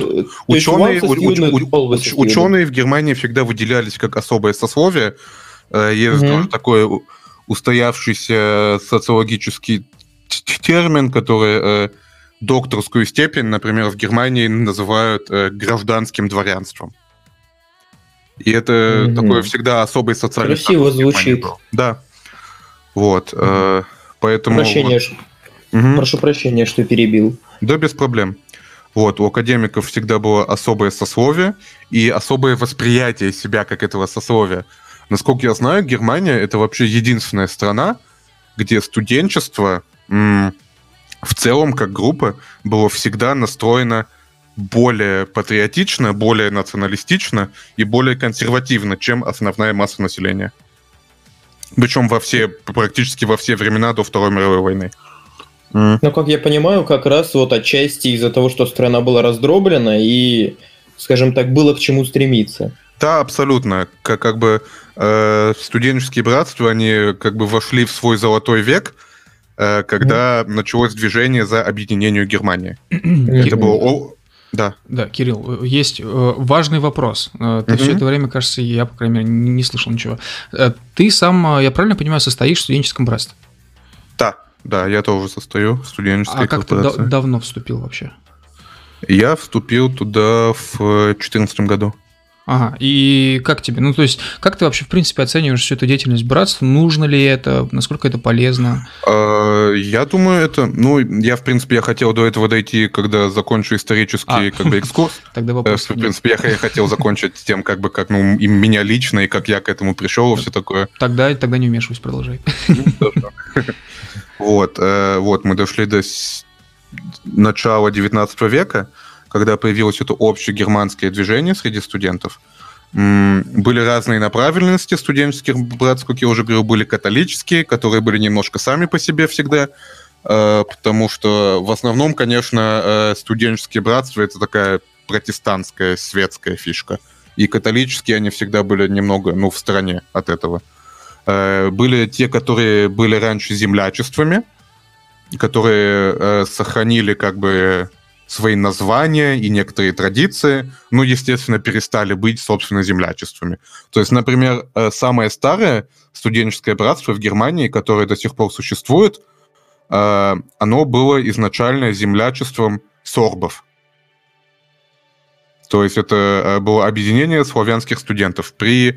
Ученые в Германии всегда выделялись как особое сословие. Есть тоже такой устоявшийся социологический термин, который докторскую степень, например, в Германии называют гражданским дворянством. И это такой всегда особый социальный... Красиво звучит. Да. Вот. Поэтому... Прошу прощения, что перебил. Да, без проблем. Вот, у академиков всегда было особое сословие и особое восприятие себя как этого сословия. Насколько я знаю, Германия — это вообще единственная страна, где студенчество в целом, как группа, было всегда настроено более патриотично, более националистично и более консервативно, чем основная масса населения. Причем практически во все времена до Второй мировой войны. Но, как я понимаю, как раз вот отчасти из-за того, что страна была раздроблена и, скажем так, было к чему стремиться. Да, абсолютно. Как бы студенческие братства, они как бы вошли в свой золотой век, когда началось движение за объединение Германии. Это было... Да. Да, Кирилл, есть важный вопрос. Ты все это время, кажется, я, по крайней мере, не слышал ничего. Ты сам, я правильно понимаю, состоишь в студенческом братстве? Да, я тоже состою в студенческой корпорации. А как ты давно вступил вообще? Я вступил туда в 2014 году. Ага, и как тебе? Ну, то есть, как ты вообще, в принципе, оцениваешь всю эту деятельность братства? Нужно ли это? Насколько это полезно? Я думаю, это... Ну, я, в принципе, я хотел до этого дойти, когда закончу исторический как бы экскурс. Тогда вопрос. В принципе, я хотел закончить тем, как меня лично, и как я к этому пришел, и все такое. Тогда не вмешиваюсь, продолжай. Вот, мы дошли до начала 19 века, когда появилось это общегерманское движение среди студентов. Были разные направленности студенческих братств, как я уже говорил, были католические, которые были немножко сами по себе всегда, потому что в основном, конечно, студенческие братства — это такая протестантская, светская фишка. И католические, они всегда были немного, в стороне от этого. Были те, которые были раньше землячествами, которые сохранили как бы свои названия и некоторые традиции, естественно, перестали быть, собственно, землячествами. То есть, например, самое старое студенческое братство в Германии, которое до сих пор существует, оно было изначально землячеством сорбов. То есть это было объединение славянских студентов при...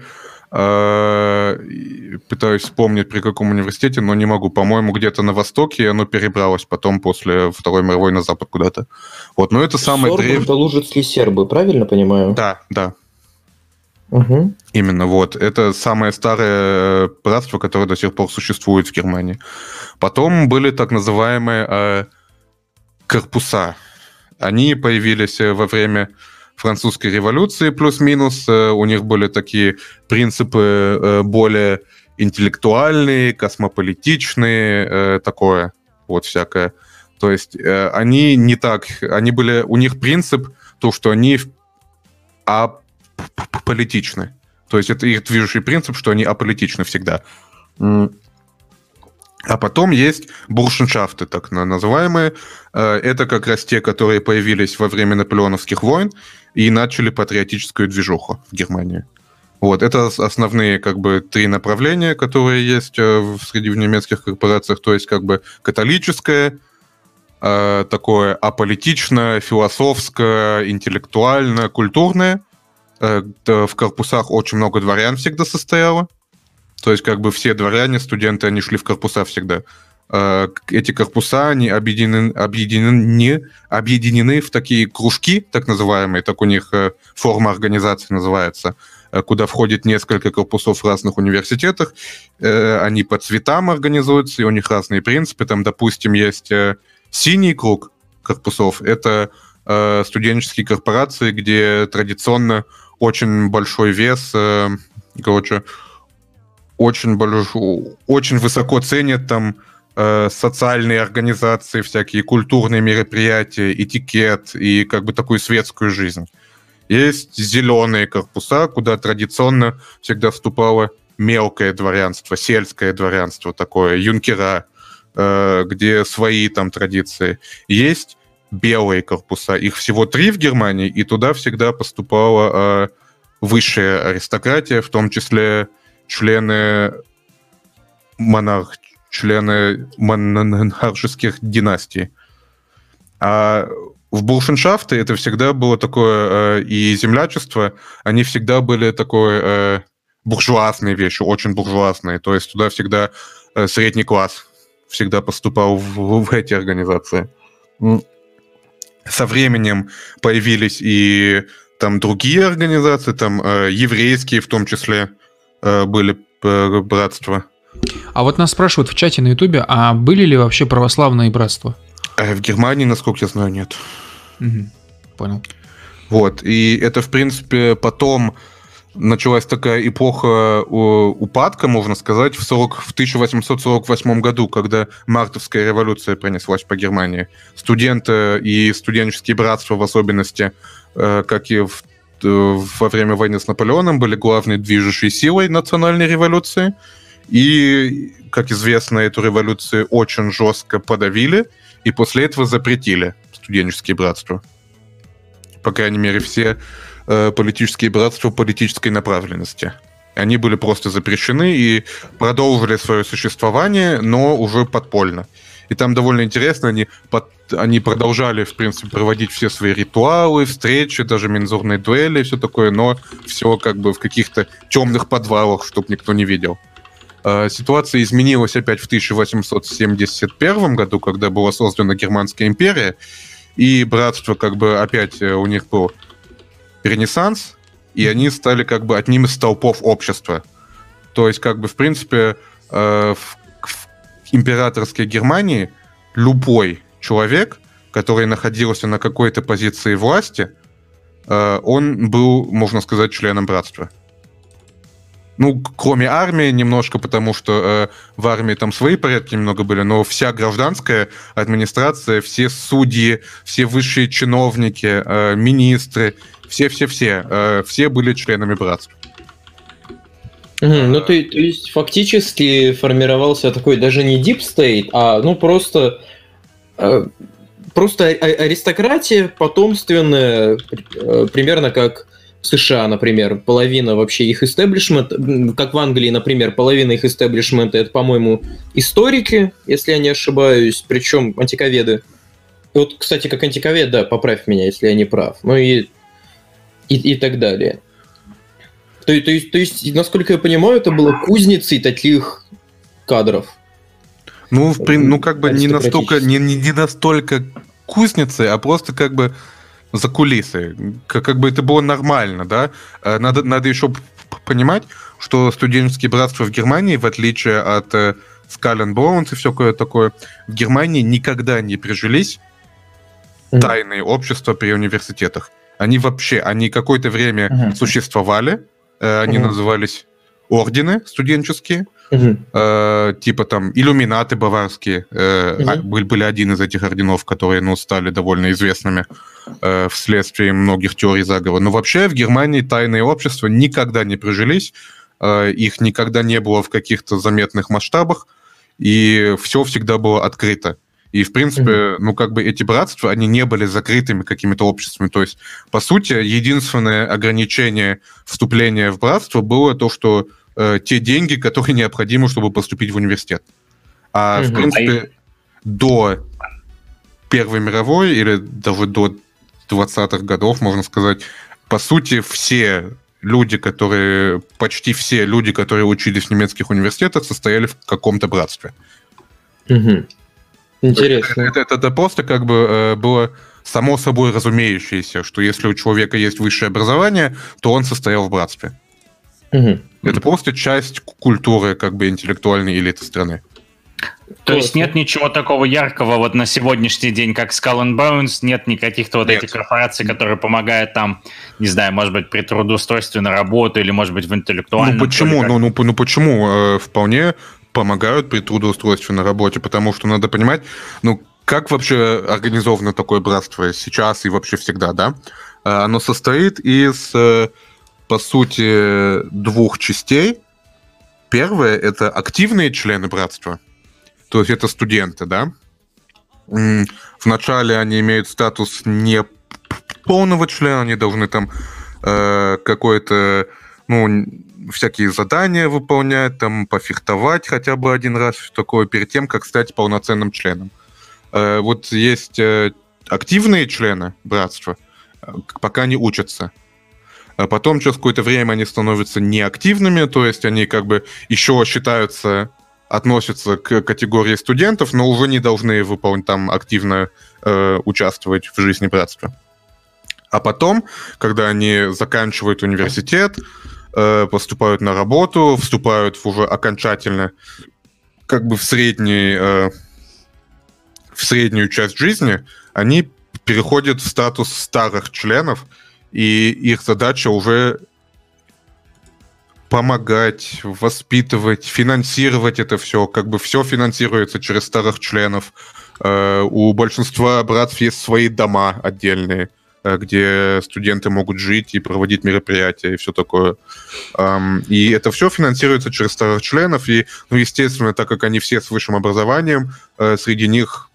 Пытаюсь вспомнить, при каком университете, но не могу. По-моему, где-то на востоке, и оно перебралось потом после Второй мировой на запад куда-то. Вот, но это самое древнее... это лужицкие сербы, правильно понимаю? Да. Угу. Именно, вот. Это самое старое братство, которое до сих пор существует в Германии. Потом были так называемые корпуса. Они появились во время французской революции плюс-минус. У них были такие принципы более интеллектуальные, космополитичные, такое вот всякое. То есть они не так... У них принцип то, что они аполитичны. То есть это их движущий принцип, что они аполитичны всегда. А потом есть буршеншафты, так называемые. Это как раз те, которые появились во время наполеоновских войн и начали патриотическую движуху в Германии. Вот, это основные как бы три направления, которые есть среди в немецких корпорациях. То есть как бы католическое, такое аполитичное, философское, интеллектуальное, культурное. В корпусах очень много дворян всегда состояло. То есть как бы все дворяне, студенты, они шли в корпуса всегда. эти корпуса, они объединены в такие кружки, так называемые, так у них форма организации называется, куда входит несколько корпусов в разных университетах, они по цветам организуются, и у них разные принципы. Там, допустим, есть синий круг корпусов, это студенческие корпорации, где традиционно очень большой вес, очень высоко ценят там социальные организации, всякие культурные мероприятия, этикет и как бы такую светскую жизнь. Есть зеленые корпуса, куда традиционно всегда вступало мелкое дворянство, сельское дворянство такое, юнкера, где свои там традиции. Есть белые корпуса, их всего 3 в Германии, и туда всегда поступала высшая аристократия, в том числе члены монархических династий. А в буршеншафте это всегда было такое, и землячество, они всегда были такой буржуазные вещи, очень буржуазные. То есть туда всегда средний класс всегда поступал в эти организации. Со временем появились и там другие организации, там еврейские в том числе были братства. А вот нас спрашивают в чате на Ютубе, а были ли вообще православные братства? В Германии, насколько я знаю, нет. Угу. Понял. Вот, и это, в принципе, потом началась такая эпоха упадка, можно сказать, в 1848 году, когда Мартовская революция пронеслась по Германии. Студенты и студенческие братства в особенности, как и во время войны с Наполеоном, были главной движущей силой национальной революции. И, как известно, эту революцию очень жестко подавили, и после этого запретили студенческие братства. По крайней мере, все политические братства политической направленности. Они были просто запрещены и продолжили свое существование, но уже подпольно. И там довольно интересно, они продолжали, в принципе, проводить все свои ритуалы, встречи, даже мензурные дуэли и все такое, но все как бы в каких-то темных подвалах, чтобы никто не видел. Ситуация изменилась опять в 1871 году, когда была создана Германская империя, и братство как бы опять у них был ренессанс, и они стали как бы одним из столпов общества. То есть как бы в принципе в императорской Германии любой человек, который находился на какой-то позиции власти, он был, можно сказать, членом братства. Ну, кроме армии немножко, потому что в армии там свои порядки немного были, но вся гражданская администрация, все судьи, все высшие чиновники, министры, все были членами братства. Ну, то есть фактически формировался такой даже не deep state, а ну просто аристократия потомственная, примерно как в США, например, половина вообще их истеблишмента, как в Англии, например, половина их истеблишмента, это, по-моему, историки, если я не ошибаюсь, причем антиковеды. Вот, кстати, как антиковед, да, поправь меня, если я не прав. Ну и так далее. То есть, насколько я понимаю, это было кузницей таких кадров. Ну, как бы не настолько кузницей, а просто как бы за кулисы. Как бы это было нормально, да? Надо еще понимать, что студенческие братства в Германии, в отличие от Skull and Bones и все такое, в Германии никогда не прижились тайные общества при университетах. Они какое-то время существовали, они назывались ордены студенческие, типа там иллюминаты баварские, были один из этих орденов, которые стали довольно известными вследствие многих теорий заговора. Но вообще в Германии тайные общества никогда не прижились, их никогда не было в каких-то заметных масштабах, и все всегда было открыто. И, в принципе, эти братства, они не были закрытыми какими-то обществами. То есть, по сути, единственное ограничение вступления в братство было то, что те деньги, которые необходимы, чтобы поступить в университет. А, в принципе, до Первой мировой или даже до 20-х годов, можно сказать, по сути, почти все люди, которые учились в немецких университетах, состояли в каком-то братстве. Мгм. Интересно. Это просто как бы было само собой разумеющееся, что если у человека есть высшее образование, то он состоял в братстве. Мгм. Это просто часть культуры как бы интеллектуальной элиты страны. То есть нет ничего такого яркого вот на сегодняшний день, как Skull and Bones, нет никаких-то вот Нет. этих корпораций, которые помогают там, не знаю, может быть, при трудоустройстве на работу или, может быть, в интеллектуальном... Ну почему? поле, как- Ну почему? Вполне помогают при трудоустройстве на работе, потому что надо понимать, ну как вообще организовано такое братство сейчас и вообще всегда, да? Оно состоит из, по сути, двух частей. Первое — это активные члены братства, то есть это студенты, да? Вначале они имеют статус не полного члена, они должны там какое-то, ну, всякие задания выполнять, там, пофехтовать хотя бы один раз, все такое, перед тем, как стать полноценным членом. Вот есть активные члены братства, пока не учатся. А потом через какое-то время они становятся неактивными, то есть они как бы еще считаются, относятся к категории студентов, но уже не должны выполнить там активно участвовать в жизни братства. А потом, когда они заканчивают университет, поступают на работу, вступают в уже окончательно как бы в среднюю часть жизни, они переходят в статус старых членов, и их задача уже помогать, воспитывать, финансировать это все. Как бы все финансируется через старых членов. У большинства братств есть свои дома отдельные, где студенты могут жить и проводить мероприятия и все такое. И это все финансируется через старых членов. И, ну, естественно, так как они все с высшим образованием, среди них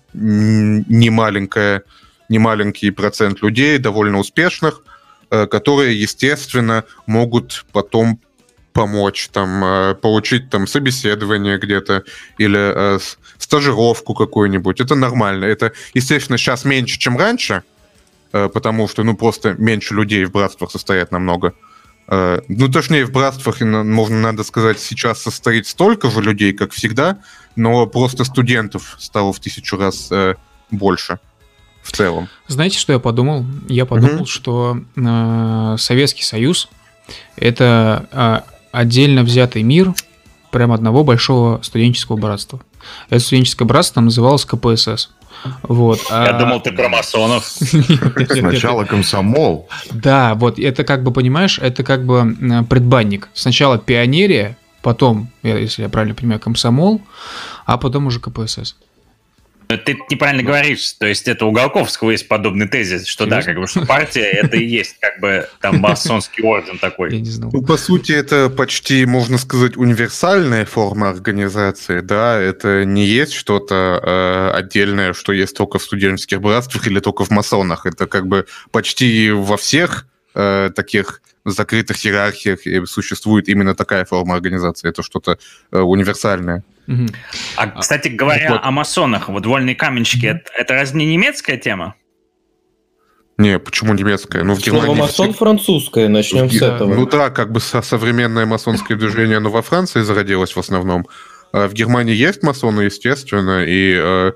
немаленький процент людей, довольно успешных, которые, естественно, могут потом помочь, там, получить там собеседование где-то или стажировку какую-нибудь. Это нормально. Это, естественно, сейчас меньше, чем раньше, потому что, ну, просто меньше людей в братствах состоят намного. Ну, точнее, в братствах, надо сказать, сейчас состоит столько же людей, как всегда, но просто студентов стало в 1000 раз больше в целом. Знаете, что я подумал? Я подумал, что Советский Союз — это отдельно взятый мир прям одного большого студенческого братства. Это студенческое братство называлось КПСС. Вот. Я думал, ты про масонов. Сначала комсомол. Да, вот это как бы, понимаешь, это как бы предбанник. Сначала пионерия, потом, если я правильно понимаю, комсомол, а потом уже КПСС. Ты неправильно говоришь, то есть это у Голковского есть подобный тезис, что да, как бы, что партия это и есть как бы там масонский орден такой. Я не знал. Ну, по сути, это почти, можно сказать, универсальная форма организации, да, это не есть что-то отдельное, что есть только в студенческих братствах или только в масонах, это как бы почти во всех таких закрытых иерархиях существует именно такая форма организации, это что-то универсальное. Мгм. А, кстати говоря, вот. о масонах, вот вольные каменщики, это разве не немецкая тема? Не, почему немецкая? Ну, в Слово Германии... масон французское, начнем с этого. Ну да, как бы современное масонское движение, оно во Франции зародилось в основном. А в Германии есть масоны, естественно, и...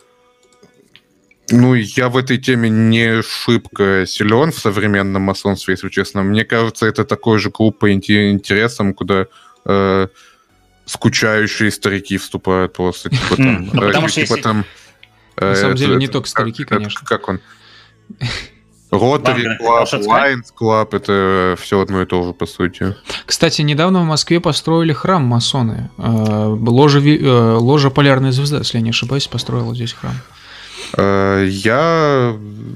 Ну, я в этой теме не шибко силен в современном масонстве, если честно. Мне кажется, это такой же клуб по интересам, куда скучающие старики вступают просто. Типа там... Ну, потому что типа если- там... На самом деле не только старики, конечно. Как он? Ротари Ладно, Клаб, что сказать? Lions Клаб, это все одно и то же, по сути. Кстати, недавно в Москве построили храм масоны. Ложа «Полярная звезда», если я не ошибаюсь, построила здесь храм. Я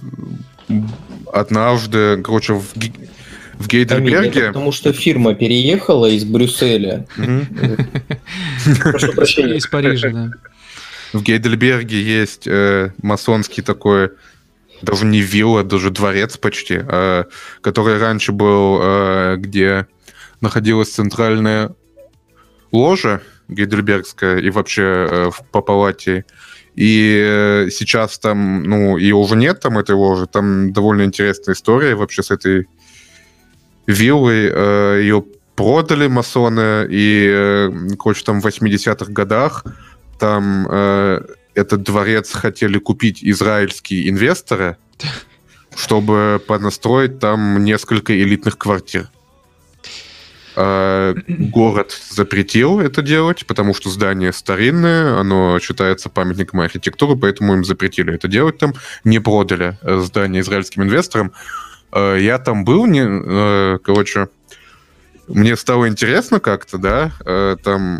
однажды, короче, в Камиль, Гейдельберге... это потому что фирма переехала из Брюсселя. Прошу прощения. Из Парижа, да. В Гейдельберге есть масонский такой, даже не вилла, даже дворец почти, который раньше был, где находилась центральная ложа гейдельбергская и вообще по палате. И сейчас там, ну, и уже нет там этой ложи, там довольно интересная история вообще с этой виллой. Ее продали масоны, и, короче, там в 80-х годах там этот дворец хотели купить израильские инвесторы, чтобы понастроить там несколько элитных квартир. Город запретил это делать, потому что здание старинное, оно считается памятником архитектуры, поэтому им запретили это делать там, не продали здание израильским инвесторам. Я там был, короче, мне стало интересно как-то, да, там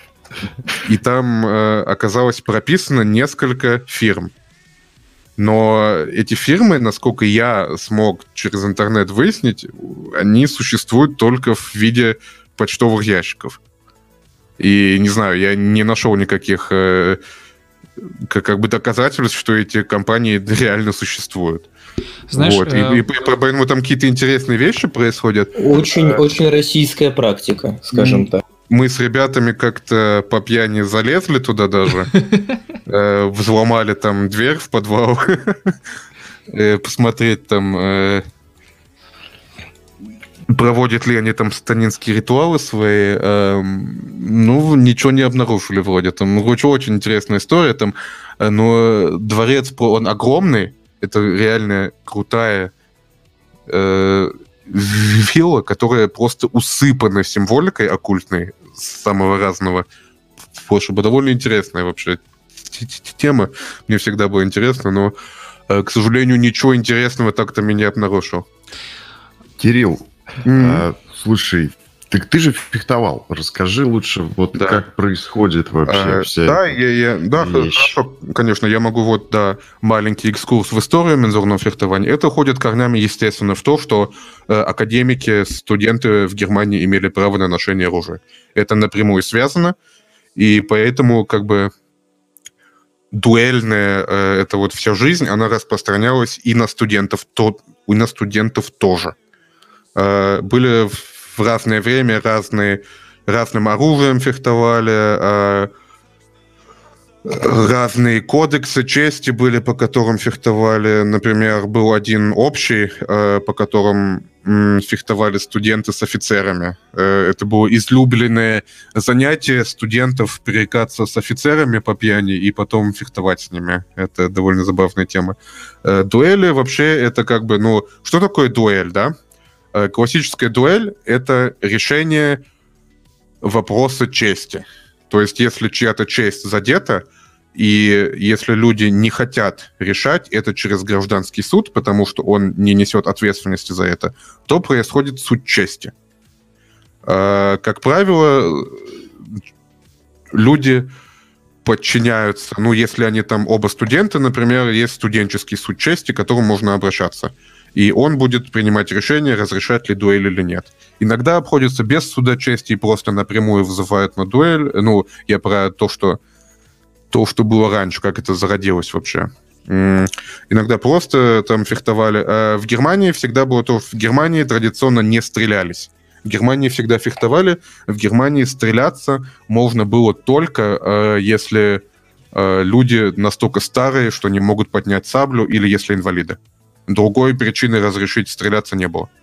оказалось прописано несколько фирм. Но эти фирмы, насколько я смог через интернет выяснить, они существуют только в виде почтовых ящиков. И, не знаю, я не нашел никаких как бы доказательств, что эти компании реально существуют. Знаешь, вот. И поэтому там какие-то интересные вещи происходят. Очень российская практика, скажем так. Мы с ребятами как-то по пьяни залезли туда даже, взломали там дверь в подвал, посмотреть там, проводят ли они там сатанинские ритуалы свои. Ну, ничего не обнаружили вроде. Там очень интересная история. Там, но дворец, он огромный, это реально крутая вилла, которая просто усыпана символикой оккультной самого разного способа. Довольно интересная вообще тема. Мне всегда было интересно, но, к сожалению, ничего интересного так-то меня не обнаружил. Кирилл, слушай, так ты же фехтовал. Расскажи лучше, вот как происходит вообще вся эта вещь. Хорошо, конечно, я могу маленький экскурс в историю мензурного фехтования. Это уходит корнями, естественно, в то, что академики, студенты в Германии имели право на ношение оружия. Это напрямую связано, и поэтому как бы дуэльная эта вот вся жизнь, она распространялась и на студентов тоже. Были в разное время разным оружием фехтовали, разные кодексы чести были, по которым фехтовали. Например, был один общий, по которым фехтовали студенты с офицерами. Это было излюбленное занятие студентов пререкаться с офицерами по пьяни и потом фехтовать с ними. Это довольно забавная тема. Дуэли вообще это как бы, что такое дуэль, да? Классическая дуэль – это решение вопроса чести. То есть, если чья-то честь задета, и если люди не хотят решать это через гражданский суд, потому что он не несет ответственности за это, то происходит суд чести. Как правило, люди подчиняются, если они там оба студенты, например, есть студенческий суд чести, к которому можно обращаться. И он будет принимать решение, разрешать ли дуэль или нет. Иногда обходится без суда чести и просто напрямую вызывают на дуэль. Я про то, что было раньше, как это зародилось вообще. Иногда просто там фехтовали. А в Германии всегда было то, в Германии традиционно не стрелялись. В Германии всегда фехтовали. В Германии стреляться можно было только если люди настолько старые, что не могут поднять саблю, или если инвалиды. Другой причины разрешить стреляться не было.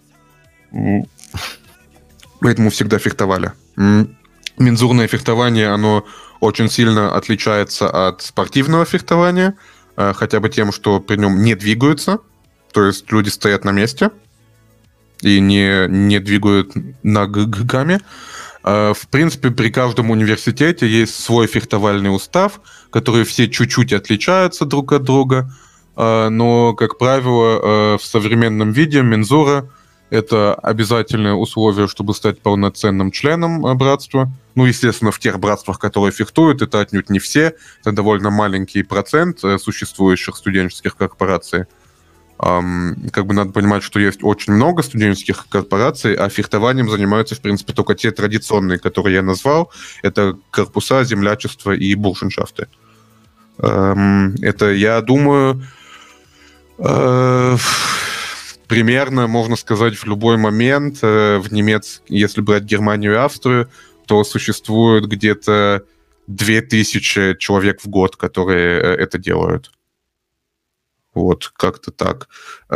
Поэтому всегда фехтовали. Мензурное фехтование, оно очень сильно отличается от спортивного фехтования, хотя бы тем, что при нем не двигаются, то есть люди стоят на месте и не двигают ногами. В принципе, при каждом университете есть свой фехтовальный устав, который все чуть-чуть отличаются друг от друга, но, как правило, в современном виде мензура – это обязательное условие, чтобы стать полноценным членом братства. Естественно, в тех братствах, которые фехтуют, это отнюдь не все, это довольно маленький процент существующих студенческих корпораций. Надо понимать, что есть очень много студенческих корпораций, а фехтованием занимаются, в принципе, только те традиционные, которые я назвал. Это корпуса, землячества и буршеншафты. Это, я думаю, примерно, можно сказать, в любой момент если брать Германию и Австрию, то существует где-то 2000 человек в год, которые это делают. Вот, как-то так.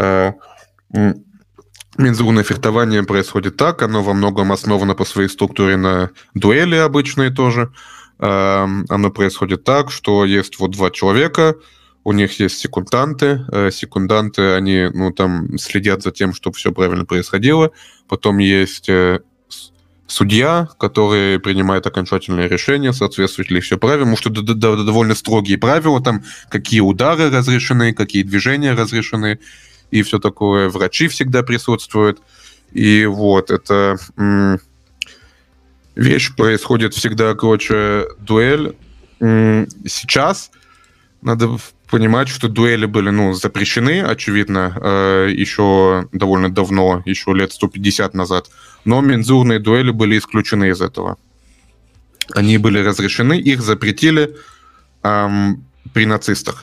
Мензурное фехтование происходит так, оно во многом основано по своей структуре на дуэли обычные тоже. Оно происходит так, что есть вот два человека, у них есть секунданты. Секунданты, они, там следят за тем, чтобы все правильно происходило. Потом есть судья, который принимает окончательное решение, соответствует ли все правильно, потому что довольно строгие правила, там, какие удары разрешены, какие движения разрешены, и все такое. Врачи всегда присутствуют. И вот, это вещь происходит всегда, дуэль. Сейчас надо понимать, что дуэли были, запрещены, очевидно, еще довольно давно, еще лет 150 назад, но мензурные дуэли были исключены из этого. Они были разрешены, их запретили при нацистах.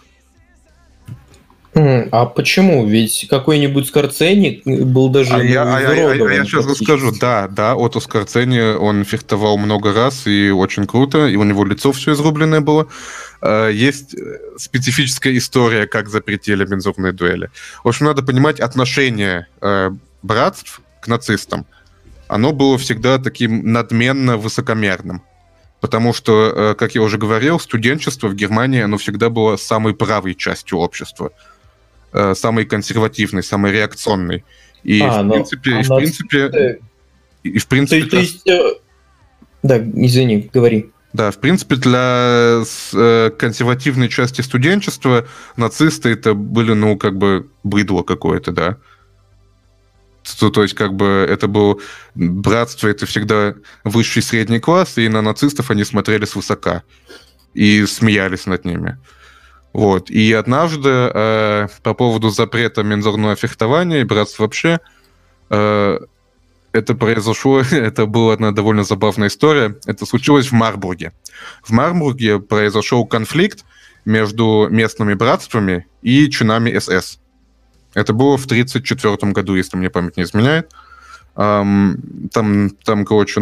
А почему? Ведь какой-нибудь Скорцени был даже я сейчас расскажу. Да, Отто Скорцени, он фехтовал много раз, и очень круто, и у него лицо все изрубленное было. Есть специфическая история, как запретили мензурные дуэли. В общем, надо понимать отношение братств к нацистам. Оно было всегда таким надменно высокомерным. Потому что, как я уже говорил, студенчество в Германии, оно всегда было самой правой частью общества. Самый консервативный, самый реакционный. И, в принципе... Да, извини, говори. Да, в принципе, для консервативной части студенчества нацисты это были, быдло какое-то, да. То есть, это было братство, это всегда высший средний класс, и на нацистов они смотрели свысока и смеялись над ними. Вот. И однажды по поводу запрета мензурного фехтования и братства вообще, это произошло, это была одна довольно забавная история. Это случилось в Марбурге. В Марбурге произошел конфликт между местными братствами и чинами СС. Это было в 1934 году, если мне память не изменяет. Там, короче,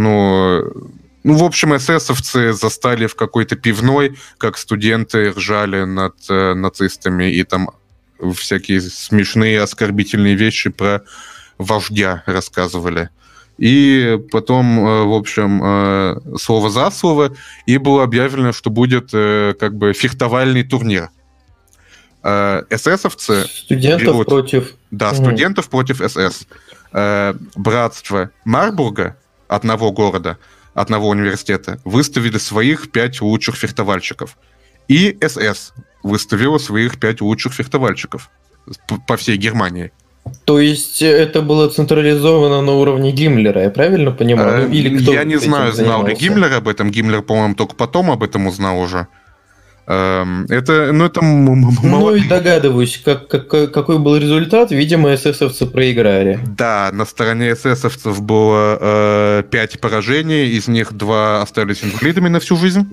в общем, эсэсовцы застали в какой-то пивной, как студенты ржали над нацистами, и там всякие смешные, оскорбительные вещи про вождя рассказывали. И потом, в общем, слово за слово, и было объявлено, что будет фехтовальный турнир. Эсэсовцы... Студентов против... Да, студентов против СС. Братство Марбурга, одного города, одного университета, выставили своих 5 лучших фехтовальщиков. И СС выставила своих 5 лучших фехтовальщиков по всей Германии. То есть это было централизовано на уровне Гиммлера, я правильно понимаю? Или кто я не знаю, знал ли Гиммлер об этом. Гиммлер, по-моему, только потом об этом узнал уже. Это и догадываюсь, какой был результат. Видимо, эсэсовцы проиграли. Да, на стороне эсэсовцев было 5 поражений, из них 2 остались инвалидами на всю жизнь.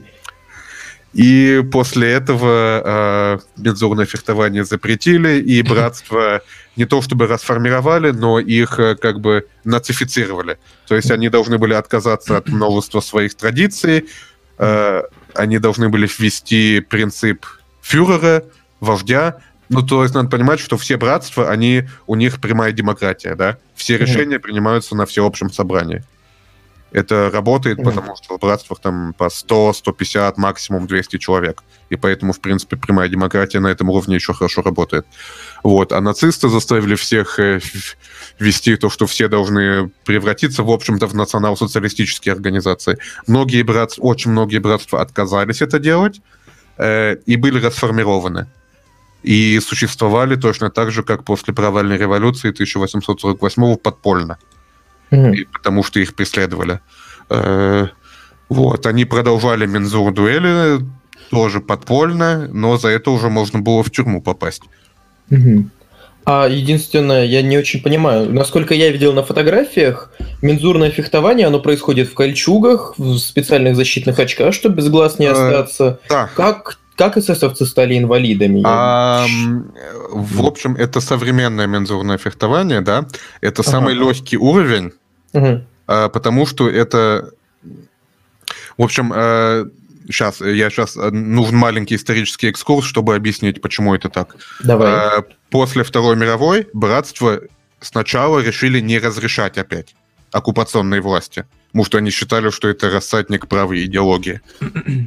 И после этого мензурное фехтование запретили, и братство не то чтобы расформировали, но их нацифицировали. То есть они должны были отказаться от множества своих традиций, они должны были ввести принцип фюрера, вождя. То есть надо понимать, что все братства, у них прямая демократия, да? Все решения принимаются на всеобщем собрании. Это работает, потому что в братствах там по 100, 150, максимум 200 человек. И поэтому, в принципе, прямая демократия на этом уровне еще хорошо работает. Вот. А нацисты заставили всех вести то, что все должны превратиться, в общем-то, в национал-социалистические организации. Очень многие братства отказались это делать и были расформированы. И существовали точно так же, как после провальной революции 1848-го подпольно. И потому что их преследовали. Вот. Они продолжали мензур-дуэли, тоже подпольно, но за это уже можно было в тюрьму попасть. А единственное, я не очень понимаю, насколько я видел на фотографиях, мензурное фехтование, оно происходит в кольчугах, в специальных защитных очках, чтобы без глаз не остаться. Да. Как эсэсовцы стали инвалидами? В общем, это современное мензурное фехтование, да? Это самый легкий уровень, потому что это... В общем, сейчас нужен маленький исторический экскурс, чтобы объяснить, почему это так. Давай. После Второй мировой братства сначала решили не разрешать опять оккупационной власти, потому что они считали, что это рассадник правой идеологии.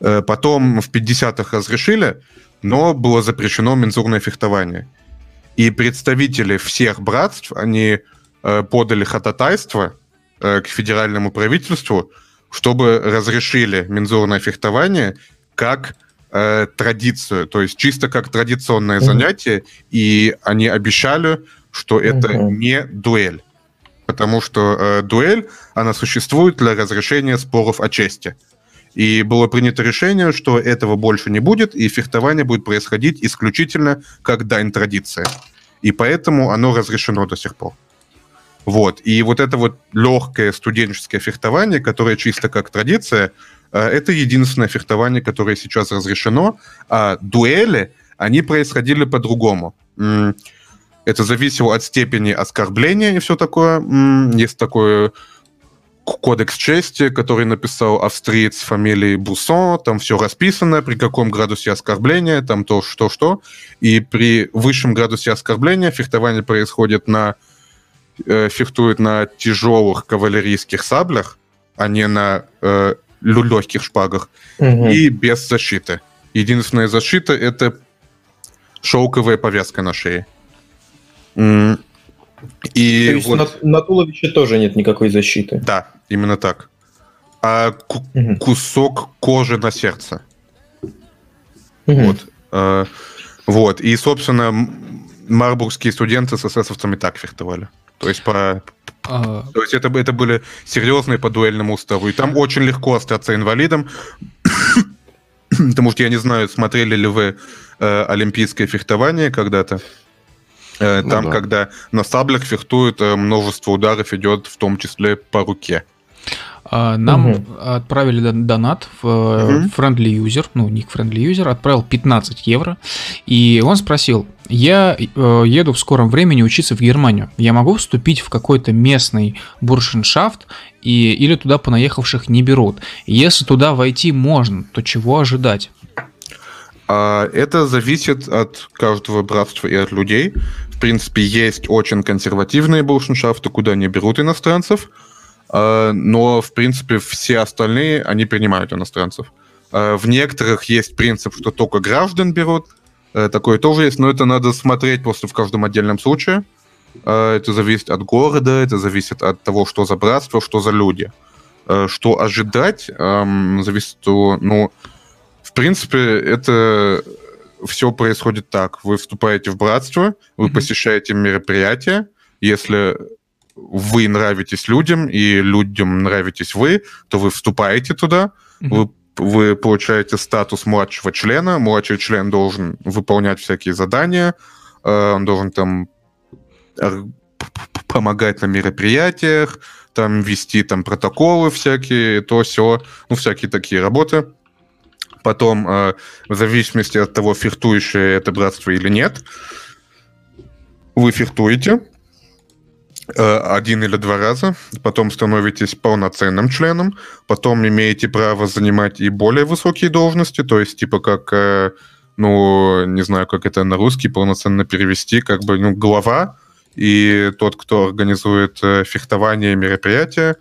Потом в 50-х разрешили, но было запрещено мензурное фехтование. И представители всех братств, они подали ходатайство к федеральному правительству, чтобы разрешили мензурное фехтование как традицию, то есть чисто как традиционное занятие, и они обещали, что это не дуэль, потому что дуэль, она существует для разрешения споров о чести. И было принято решение, что этого больше не будет, и фехтование будет происходить исключительно как дань традиции. И поэтому оно разрешено до сих пор. Вот. И вот это вот легкое студенческое фехтование, которое чисто как традиция, это единственное фехтование, которое сейчас разрешено. А дуэли, они происходили по-другому. Это зависело от степени оскорбления и все такое. Есть такой кодекс чести, который написал австриец с фамилией Буссон. Там все расписано, при каком градусе оскорбления, там то, что. И при высшем градусе оскорбления фехтование происходит фехтуют на тяжелых кавалерийских саблях, а не на легких шпагах, и без защиты. Единственная защита — это шелковая повязка на шее. И то есть вот... на туловище тоже нет никакой защиты? Да, именно так. А кусок кожи на сердце. Вот. И, собственно, марбургские студенты с эсэсовцами так фехтовали. То есть То есть это были серьезные по дуэльному уставу. И там очень легко остаться инвалидом. Потому что я не знаю, смотрели ли вы олимпийское фехтование когда-то. Там, когда на саблях фехтуют, множество ударов идет, в том числе по руке. Нам отправили донат в Friendly User, ник Friendly User, отправил 15 евро, и он спросил: я еду в скором времени учиться в Германию, я могу вступить в какой-то местный буршеншафт, или туда понаехавших не берут? Если туда войти можно, то чего ожидать? Это зависит от каждого братства и от людей. В принципе, есть очень консервативные буршеншафты, куда не берут иностранцев, но, в принципе, все остальные, они принимают иностранцев. В некоторых есть принцип, что только граждан берут. Такое тоже есть, но это надо смотреть просто в каждом отдельном случае. Это зависит от города, это зависит от того, что за братство, что за люди. Что ожидать, зависит от... В принципе, это все происходит так. Вы вступаете в братство, вы посещаете мероприятия. Если вы нравитесь людям, и людям нравитесь вы, то вы вступаете туда, вы получаете статус младшего члена. Младший член должен выполнять всякие задания, он должен там помогать на мероприятиях, там вести там протоколы всякие, то все, всякие такие работы. Потом, в зависимости от того, фехтующее это братство или нет, вы фехтуете 1 или 2 раза, потом становитесь полноценным членом, потом имеете право занимать и более высокие должности, то есть типа как, не знаю, как это на русский полноценно перевести, как бы, глава и тот, кто организует фехтование и мероприятия.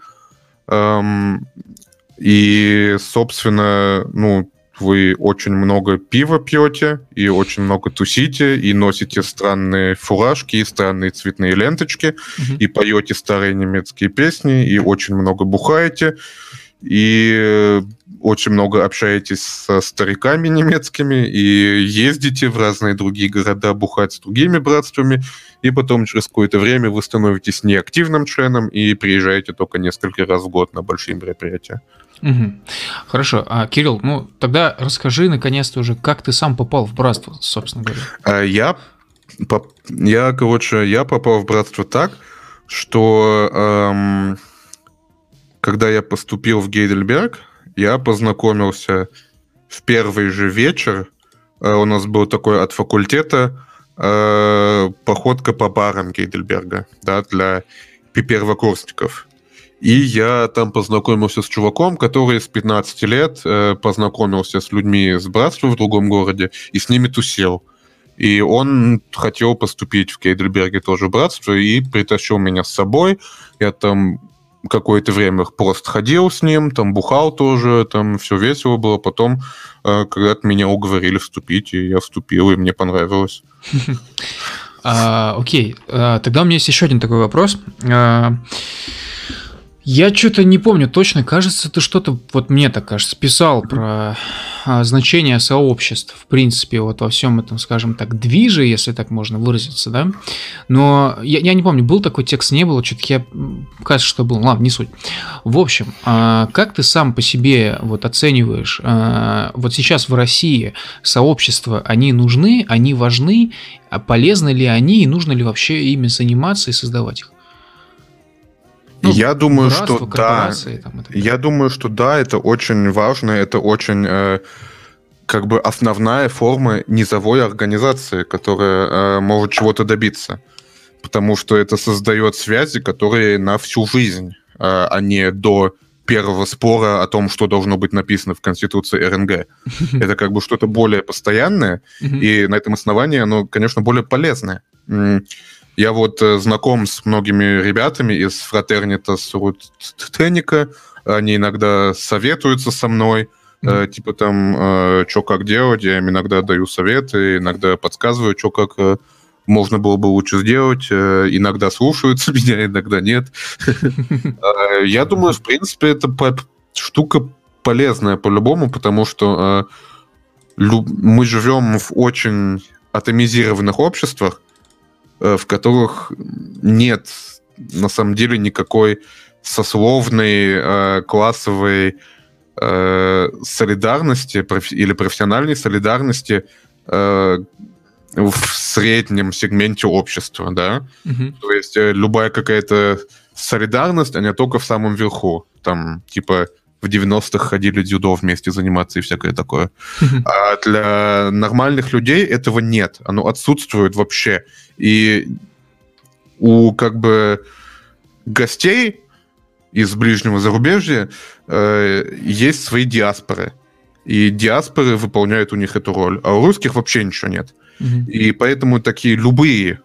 И, собственно, вы очень много пива пьете, и очень много тусите, и носите странные фуражки, и странные цветные ленточки, и поете старые немецкие песни, и очень много бухаете, и очень много общаетесь со стариками немецкими, и ездите в разные другие города бухать с другими братствами, и потом через какое-то время вы становитесь неактивным членом и приезжаете только несколько раз в год на большие мероприятия. Хорошо. Кирилл, тогда расскажи наконец-то уже, как ты сам попал в братство, собственно говоря. Я попал в братство так, что когда я поступил в Гейдельберг, я познакомился в первый же вечер. У нас был такой от факультета походка по барам Гейдельберга, да, для первокурсников. И я там познакомился с чуваком, который с 15 лет познакомился с людьми из братства в другом городе и с ними тусил. И он хотел поступить в Гейдельберге тоже в братство и притащил меня с собой. Я там какое-то время просто ходил с ним, там бухал тоже, там все весело было. Потом когда-то меня уговорили вступить, и я вступил, и мне понравилось. Окей, тогда у меня есть еще один такой вопрос. Я что-то не помню точно, кажется, ты что-то, вот мне так кажется, писал про значение сообществ, в принципе, вот во всем этом, скажем так, движе, если так можно выразиться, да, но я не помню, был такой текст, не было, что-то я, кажется, что был, ладно, не суть. В общем, как ты сам по себе вот оцениваешь, вот сейчас в России сообщества, они нужны, они важны, а полезны ли они и нужно ли вообще ими заниматься и создавать их? Я думаю, братство, что да. Я думаю, что да, это очень важно, это очень как бы основная форма низовой организации, которая может чего-то добиться. Потому что это создает связи, которые на всю жизнь, а не до первого спора о том, что должно быть написано в Конституции РНГ. Это как бы что-то более постоянное, и на этом основании оно, конечно, более полезное. Я вот знаком с многими ребятами из Fraternitas Rutenica, они иногда советуются со мной, типа там, что как делать, я им иногда даю советы, иногда подсказываю, что как можно было бы лучше сделать, иногда слушаются меня, иногда нет. Я думаю, в принципе, это штука полезная по-любому, потому что мы живем в очень атомизированных обществах, в которых нет, на самом деле, никакой сословной, классовой солидарности или профессиональной солидарности в среднем сегменте общества, да? То есть любая какая-то солидарность, она только в самом верху. Там, типа, в 90-х ходили дзюдо вместе заниматься и всякое такое. А для нормальных людей этого нет. Оно отсутствует вообще. И у как бы гостей из ближнего зарубежья есть свои диаспоры. И диаспоры выполняют у них эту роль. А у русских вообще ничего нет. И поэтому такие любые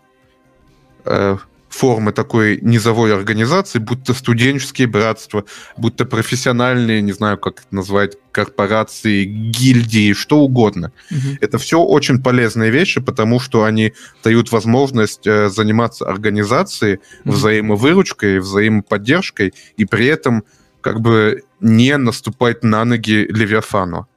формы такой низовой организации, будь то студенческие братства, будь то профессиональные, не знаю, как это назвать, корпорации, гильдии, что угодно. Это все очень полезные вещи, потому что они дают возможность заниматься организацией, взаимовыручкой, взаимоподдержкой, и при этом как бы не наступать на ноги Левиафану.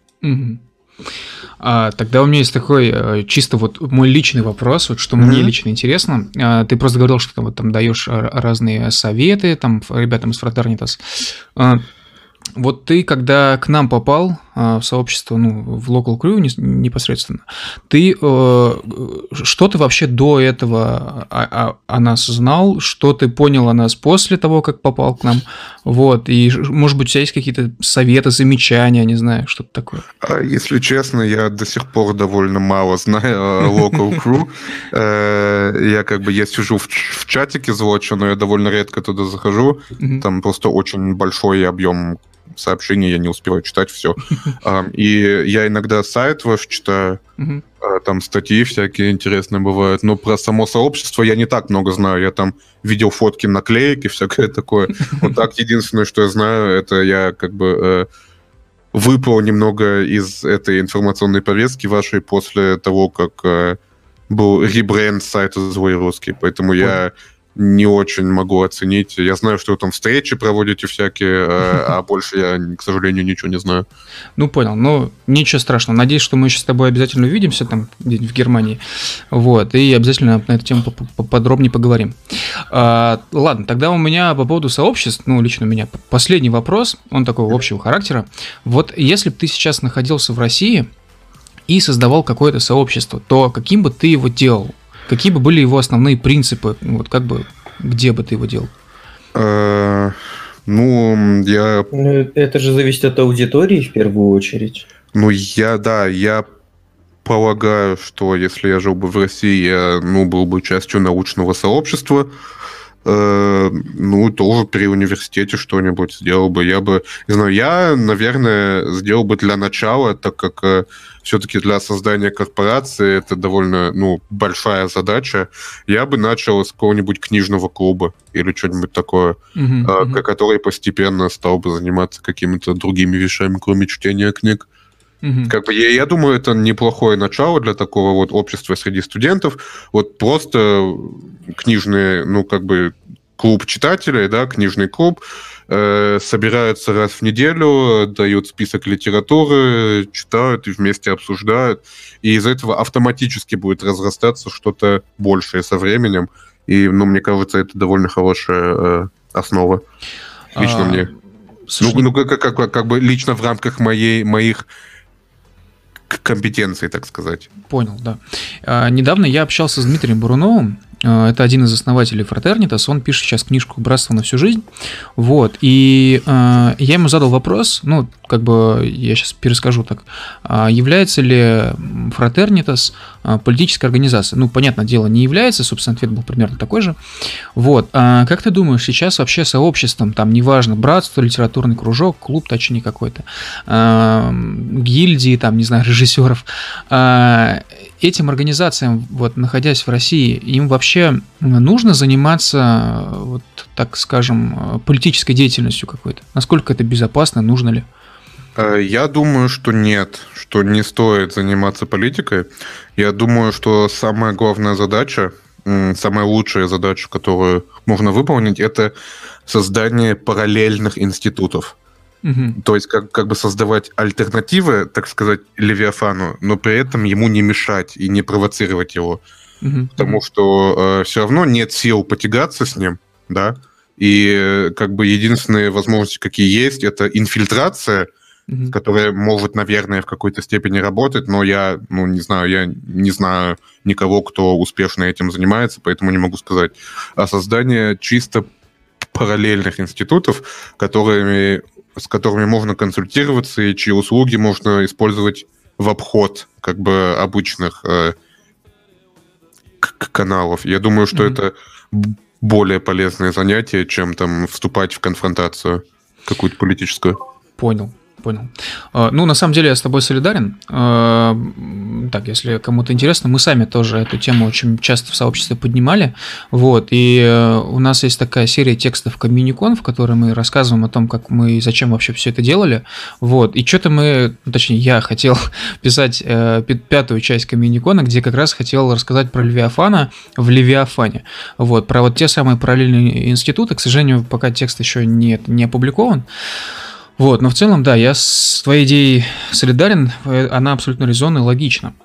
Тогда у меня есть такой чисто вот мой личный вопрос, вот что мне лично интересно. Ты просто говорил, что ты вот там даешь разные советы там ребятам из Fraternitas. Вот ты, когда к нам попал в сообщество, ну, в Local Crew непосредственно, ты что ты вообще до этого о нас знал, что ты понял о нас после того, как попал к нам, вот, и, может быть, у тебя есть какие-то советы, замечания, не знаю, что-то такое? Если честно, я до сих пор довольно мало знаю о Local Crew. Я как бы, я сижу в чатике злоча, но я довольно редко туда захожу, там просто очень большой объем сообщений, я не успеваю читать все. И я иногда сайт ваш читаю, там статьи всякие интересные бывают, но про само сообщество я не так много знаю. Я там видел фотки, наклеек и всякое такое. Вот так единственное, что я знаю, это я как бы выпал немного из этой информационной повестки вашей после того, как был ребренд сайта «Злой русский». Поэтому я не очень могу оценить. Я знаю, что вы там встречи проводите всякие, а больше я, к сожалению, ничего не знаю. Ну, понял. Ну, ничего страшного. Надеюсь, что мы сейчас с тобой обязательно увидимся там где-нибудь в Германии. Вот. И обязательно на эту тему подробнее поговорим. Ладно, тогда у меня по поводу сообществ, ну, лично у меня последний вопрос, он такого общего характера. Вот если бы ты сейчас находился в России и создавал какое-то сообщество, то каким бы ты его делал? Какие бы были его основные принципы? Вот как бы, где бы ты его делал? Ну, я... Это же зависит от аудитории в первую очередь. Ну, я полагаю, что если я жил бы в России, я, был бы частью научного сообщества. Ну, тоже при университете что-нибудь сделал бы. Не знаю, я, наверное, сделал бы для начала, так как все-таки для создания корпорации это довольно, большая задача. Я бы начал с какого-нибудь книжного клуба или что-нибудь такое, который постепенно стал бы заниматься какими-то другими вещами, кроме чтения книг. Как бы я думаю, это неплохое начало для такого вот общества среди студентов. Вот просто книжный, клуб читателей, да, книжный клуб, собираются раз в неделю, дают список литературы, читают и вместе обсуждают. И из этого автоматически будет разрастаться что-то большее со временем. И, мне кажется, это довольно хорошая основа. Лично мне. Слушай, как бы лично в рамках моих компетенции, так сказать. Понял, да. Недавно я общался с Дмитрием Буруновым. Это один из основателей Fraternitas. Он пишет сейчас книжку «Братство на всю жизнь». Вот. И я ему задал вопрос, я сейчас перескажу так. Является ли Fraternitas политической организацией? Понятное дело, не является. Собственно, ответ был примерно такой же. Вот. Как ты думаешь, сейчас вообще сообществом, там, неважно, братство, литературный кружок, клуб, точнее какой-то, гильдии, там, не знаю, режиссеров, этим организациям, вот, находясь в России, им вообще нужно заниматься, вот, так скажем, политической деятельностью какой-то? Насколько это безопасно, нужно ли? Я думаю, что нет, что не стоит заниматься политикой. Я думаю, что самая главная задача, самая лучшая задача, которую можно выполнить, это создание параллельных институтов. То есть как бы создавать альтернативы, так сказать, Левиафану, но при этом ему не мешать и не провоцировать его. Потому что все равно нет сил потягаться с ним, да, и как бы единственные возможности, какие есть, это инфильтрация, которая может, наверное, в какой-то степени работать, но я не знаю никого, кто успешно этим занимается, поэтому не могу сказать. А создание чисто параллельных институтов, с которыми можно консультироваться и чьи услуги можно использовать в обход как бы обычных каналов. Я думаю, что это более полезное занятие, чем там вступать в конфронтацию какую-то политическую. Понял. На самом деле я с тобой солидарен. Так, если кому-то интересно, мы сами тоже эту тему очень часто в сообществе поднимали. Вот, и у нас есть такая серия текстов Коммуникон, в которой мы рассказываем о том, как мы и зачем вообще все это делали. Вот, и что-то я хотел писать пятую часть Коммуникона, где как раз хотел рассказать про Левиафана в Левиафане. Вот, про вот те самые параллельные институты. К сожалению, пока текст еще не опубликован. Вот, но в целом, да, я с твоей идеей солидарен, она абсолютно резонна и логична.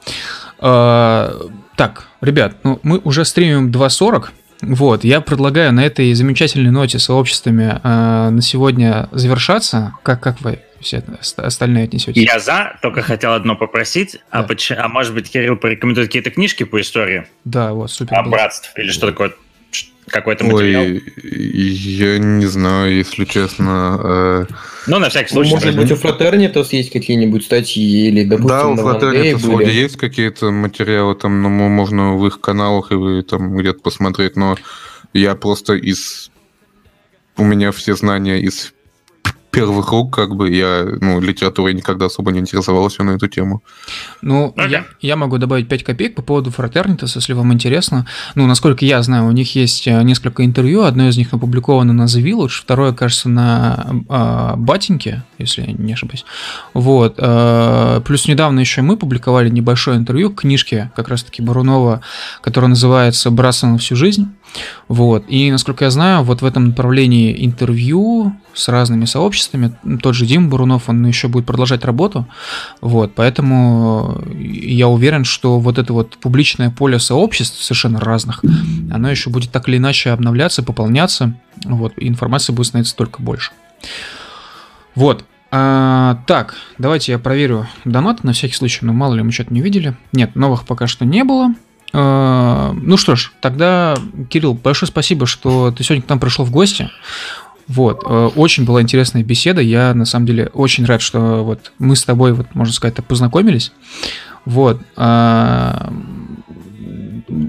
Так, ребят, мы уже стримим 2:40, вот, я предлагаю на этой замечательной ноте сообществами на сегодня завершаться. Как вы все остальные отнесетесь? Я за, только хотел одно попросить, да. А может быть, Кирилл порекомендует какие-то книжки по истории? Да, вот, супер. О братстве или что такое? Какой-то материал? Я не знаю, если честно. На всякий случай. Может быть, у Fraternitas есть какие-нибудь статьи или, допустим, да, у Fraternitas вроде есть какие-то материалы, там, можно в их каналах и там где-то посмотреть, но я просто у меня все знания из первых рук, как бы, я литературой никогда особо не интересовался на эту тему. Я могу добавить 5 копеек по поводу Fraternitas, если вам интересно. Насколько я знаю, у них есть несколько интервью, одно из них опубликовано на The Village, второе, кажется, на Батеньке, если не ошибаюсь. Вот. Плюс недавно еще мы публиковали небольшое интервью к книжке как раз-таки Бурунова, которая называется «Братство на всю жизнь». Вот. И, насколько я знаю, вот в этом направлении интервью с разными сообществами, тот же Дима Бурунов, он еще будет продолжать работу. Вот. Поэтому я уверен, что вот это вот публичное поле сообществ совершенно разных, оно еще будет так или иначе обновляться, пополняться. Вот. И информации будет становиться только больше. Вот. Так, давайте я проверю донаты на всякий случай, мало ли мы что-то не видели. Нет, новых пока что не было. Что ж, тогда, Кирилл, большое спасибо, что ты сегодня к нам пришел в гости. Вот, очень была интересная беседа. Я, на самом деле, очень рад, что вот мы с тобой, вот, можно сказать, познакомились. Вот.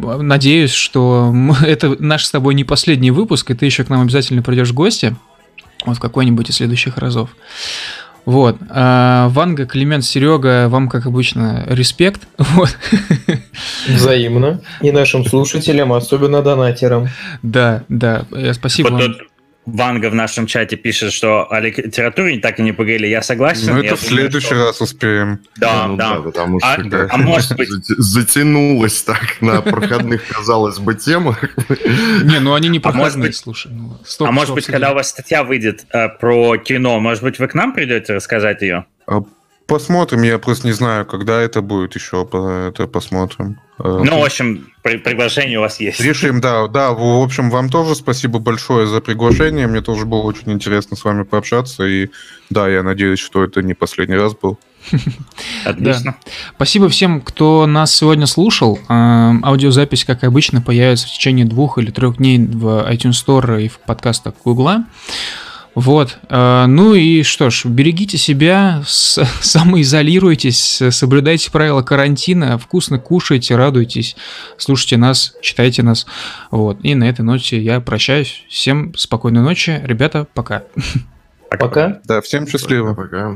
надеюсь, что это наш с тобой не последний выпуск, и ты еще к нам обязательно придешь в гости. Вот в какой-нибудь из следующих разов. Вот. Ванга, Климент, Серега, вам, как обычно, респект. Вот. Взаимно. И нашим слушателям, особенно донатерам. Да. Спасибо Вот вам. тут Ванга в нашем чате пишет, что о литературе так и не поговорили. Я согласен. Ну, Я это в думаю, следующий что- раз успеем. Да. потому что А может быть... затянулось так на проходных, казалось бы, темах. Не, ну они не может проходные, быть- слушай. А может быть, когда у вас статья выйдет про кино, может быть, вы к нам придете рассказать ее? Посмотрим, я просто не знаю, когда это будет еще, это посмотрим. Ну, в общем, приглашение у вас есть. Решим, да. В общем, вам тоже спасибо большое за приглашение. Мне тоже было очень интересно с вами пообщаться. И да, я надеюсь, что это не последний раз был. Отлично. Спасибо всем, кто нас сегодня слушал. Аудиозапись, как обычно, появится в течение 2 или 3 дней в iTunes Store и в подкастах Гугла. Вот. Ну и что ж, берегите себя, самоизолируйтесь, соблюдайте правила карантина, вкусно кушайте, радуйтесь, слушайте нас, читайте нас. Вот. И на этой ноте я прощаюсь. Всем спокойной ночи. Ребята, пока. Пока. Да, всем счастливо. Пока.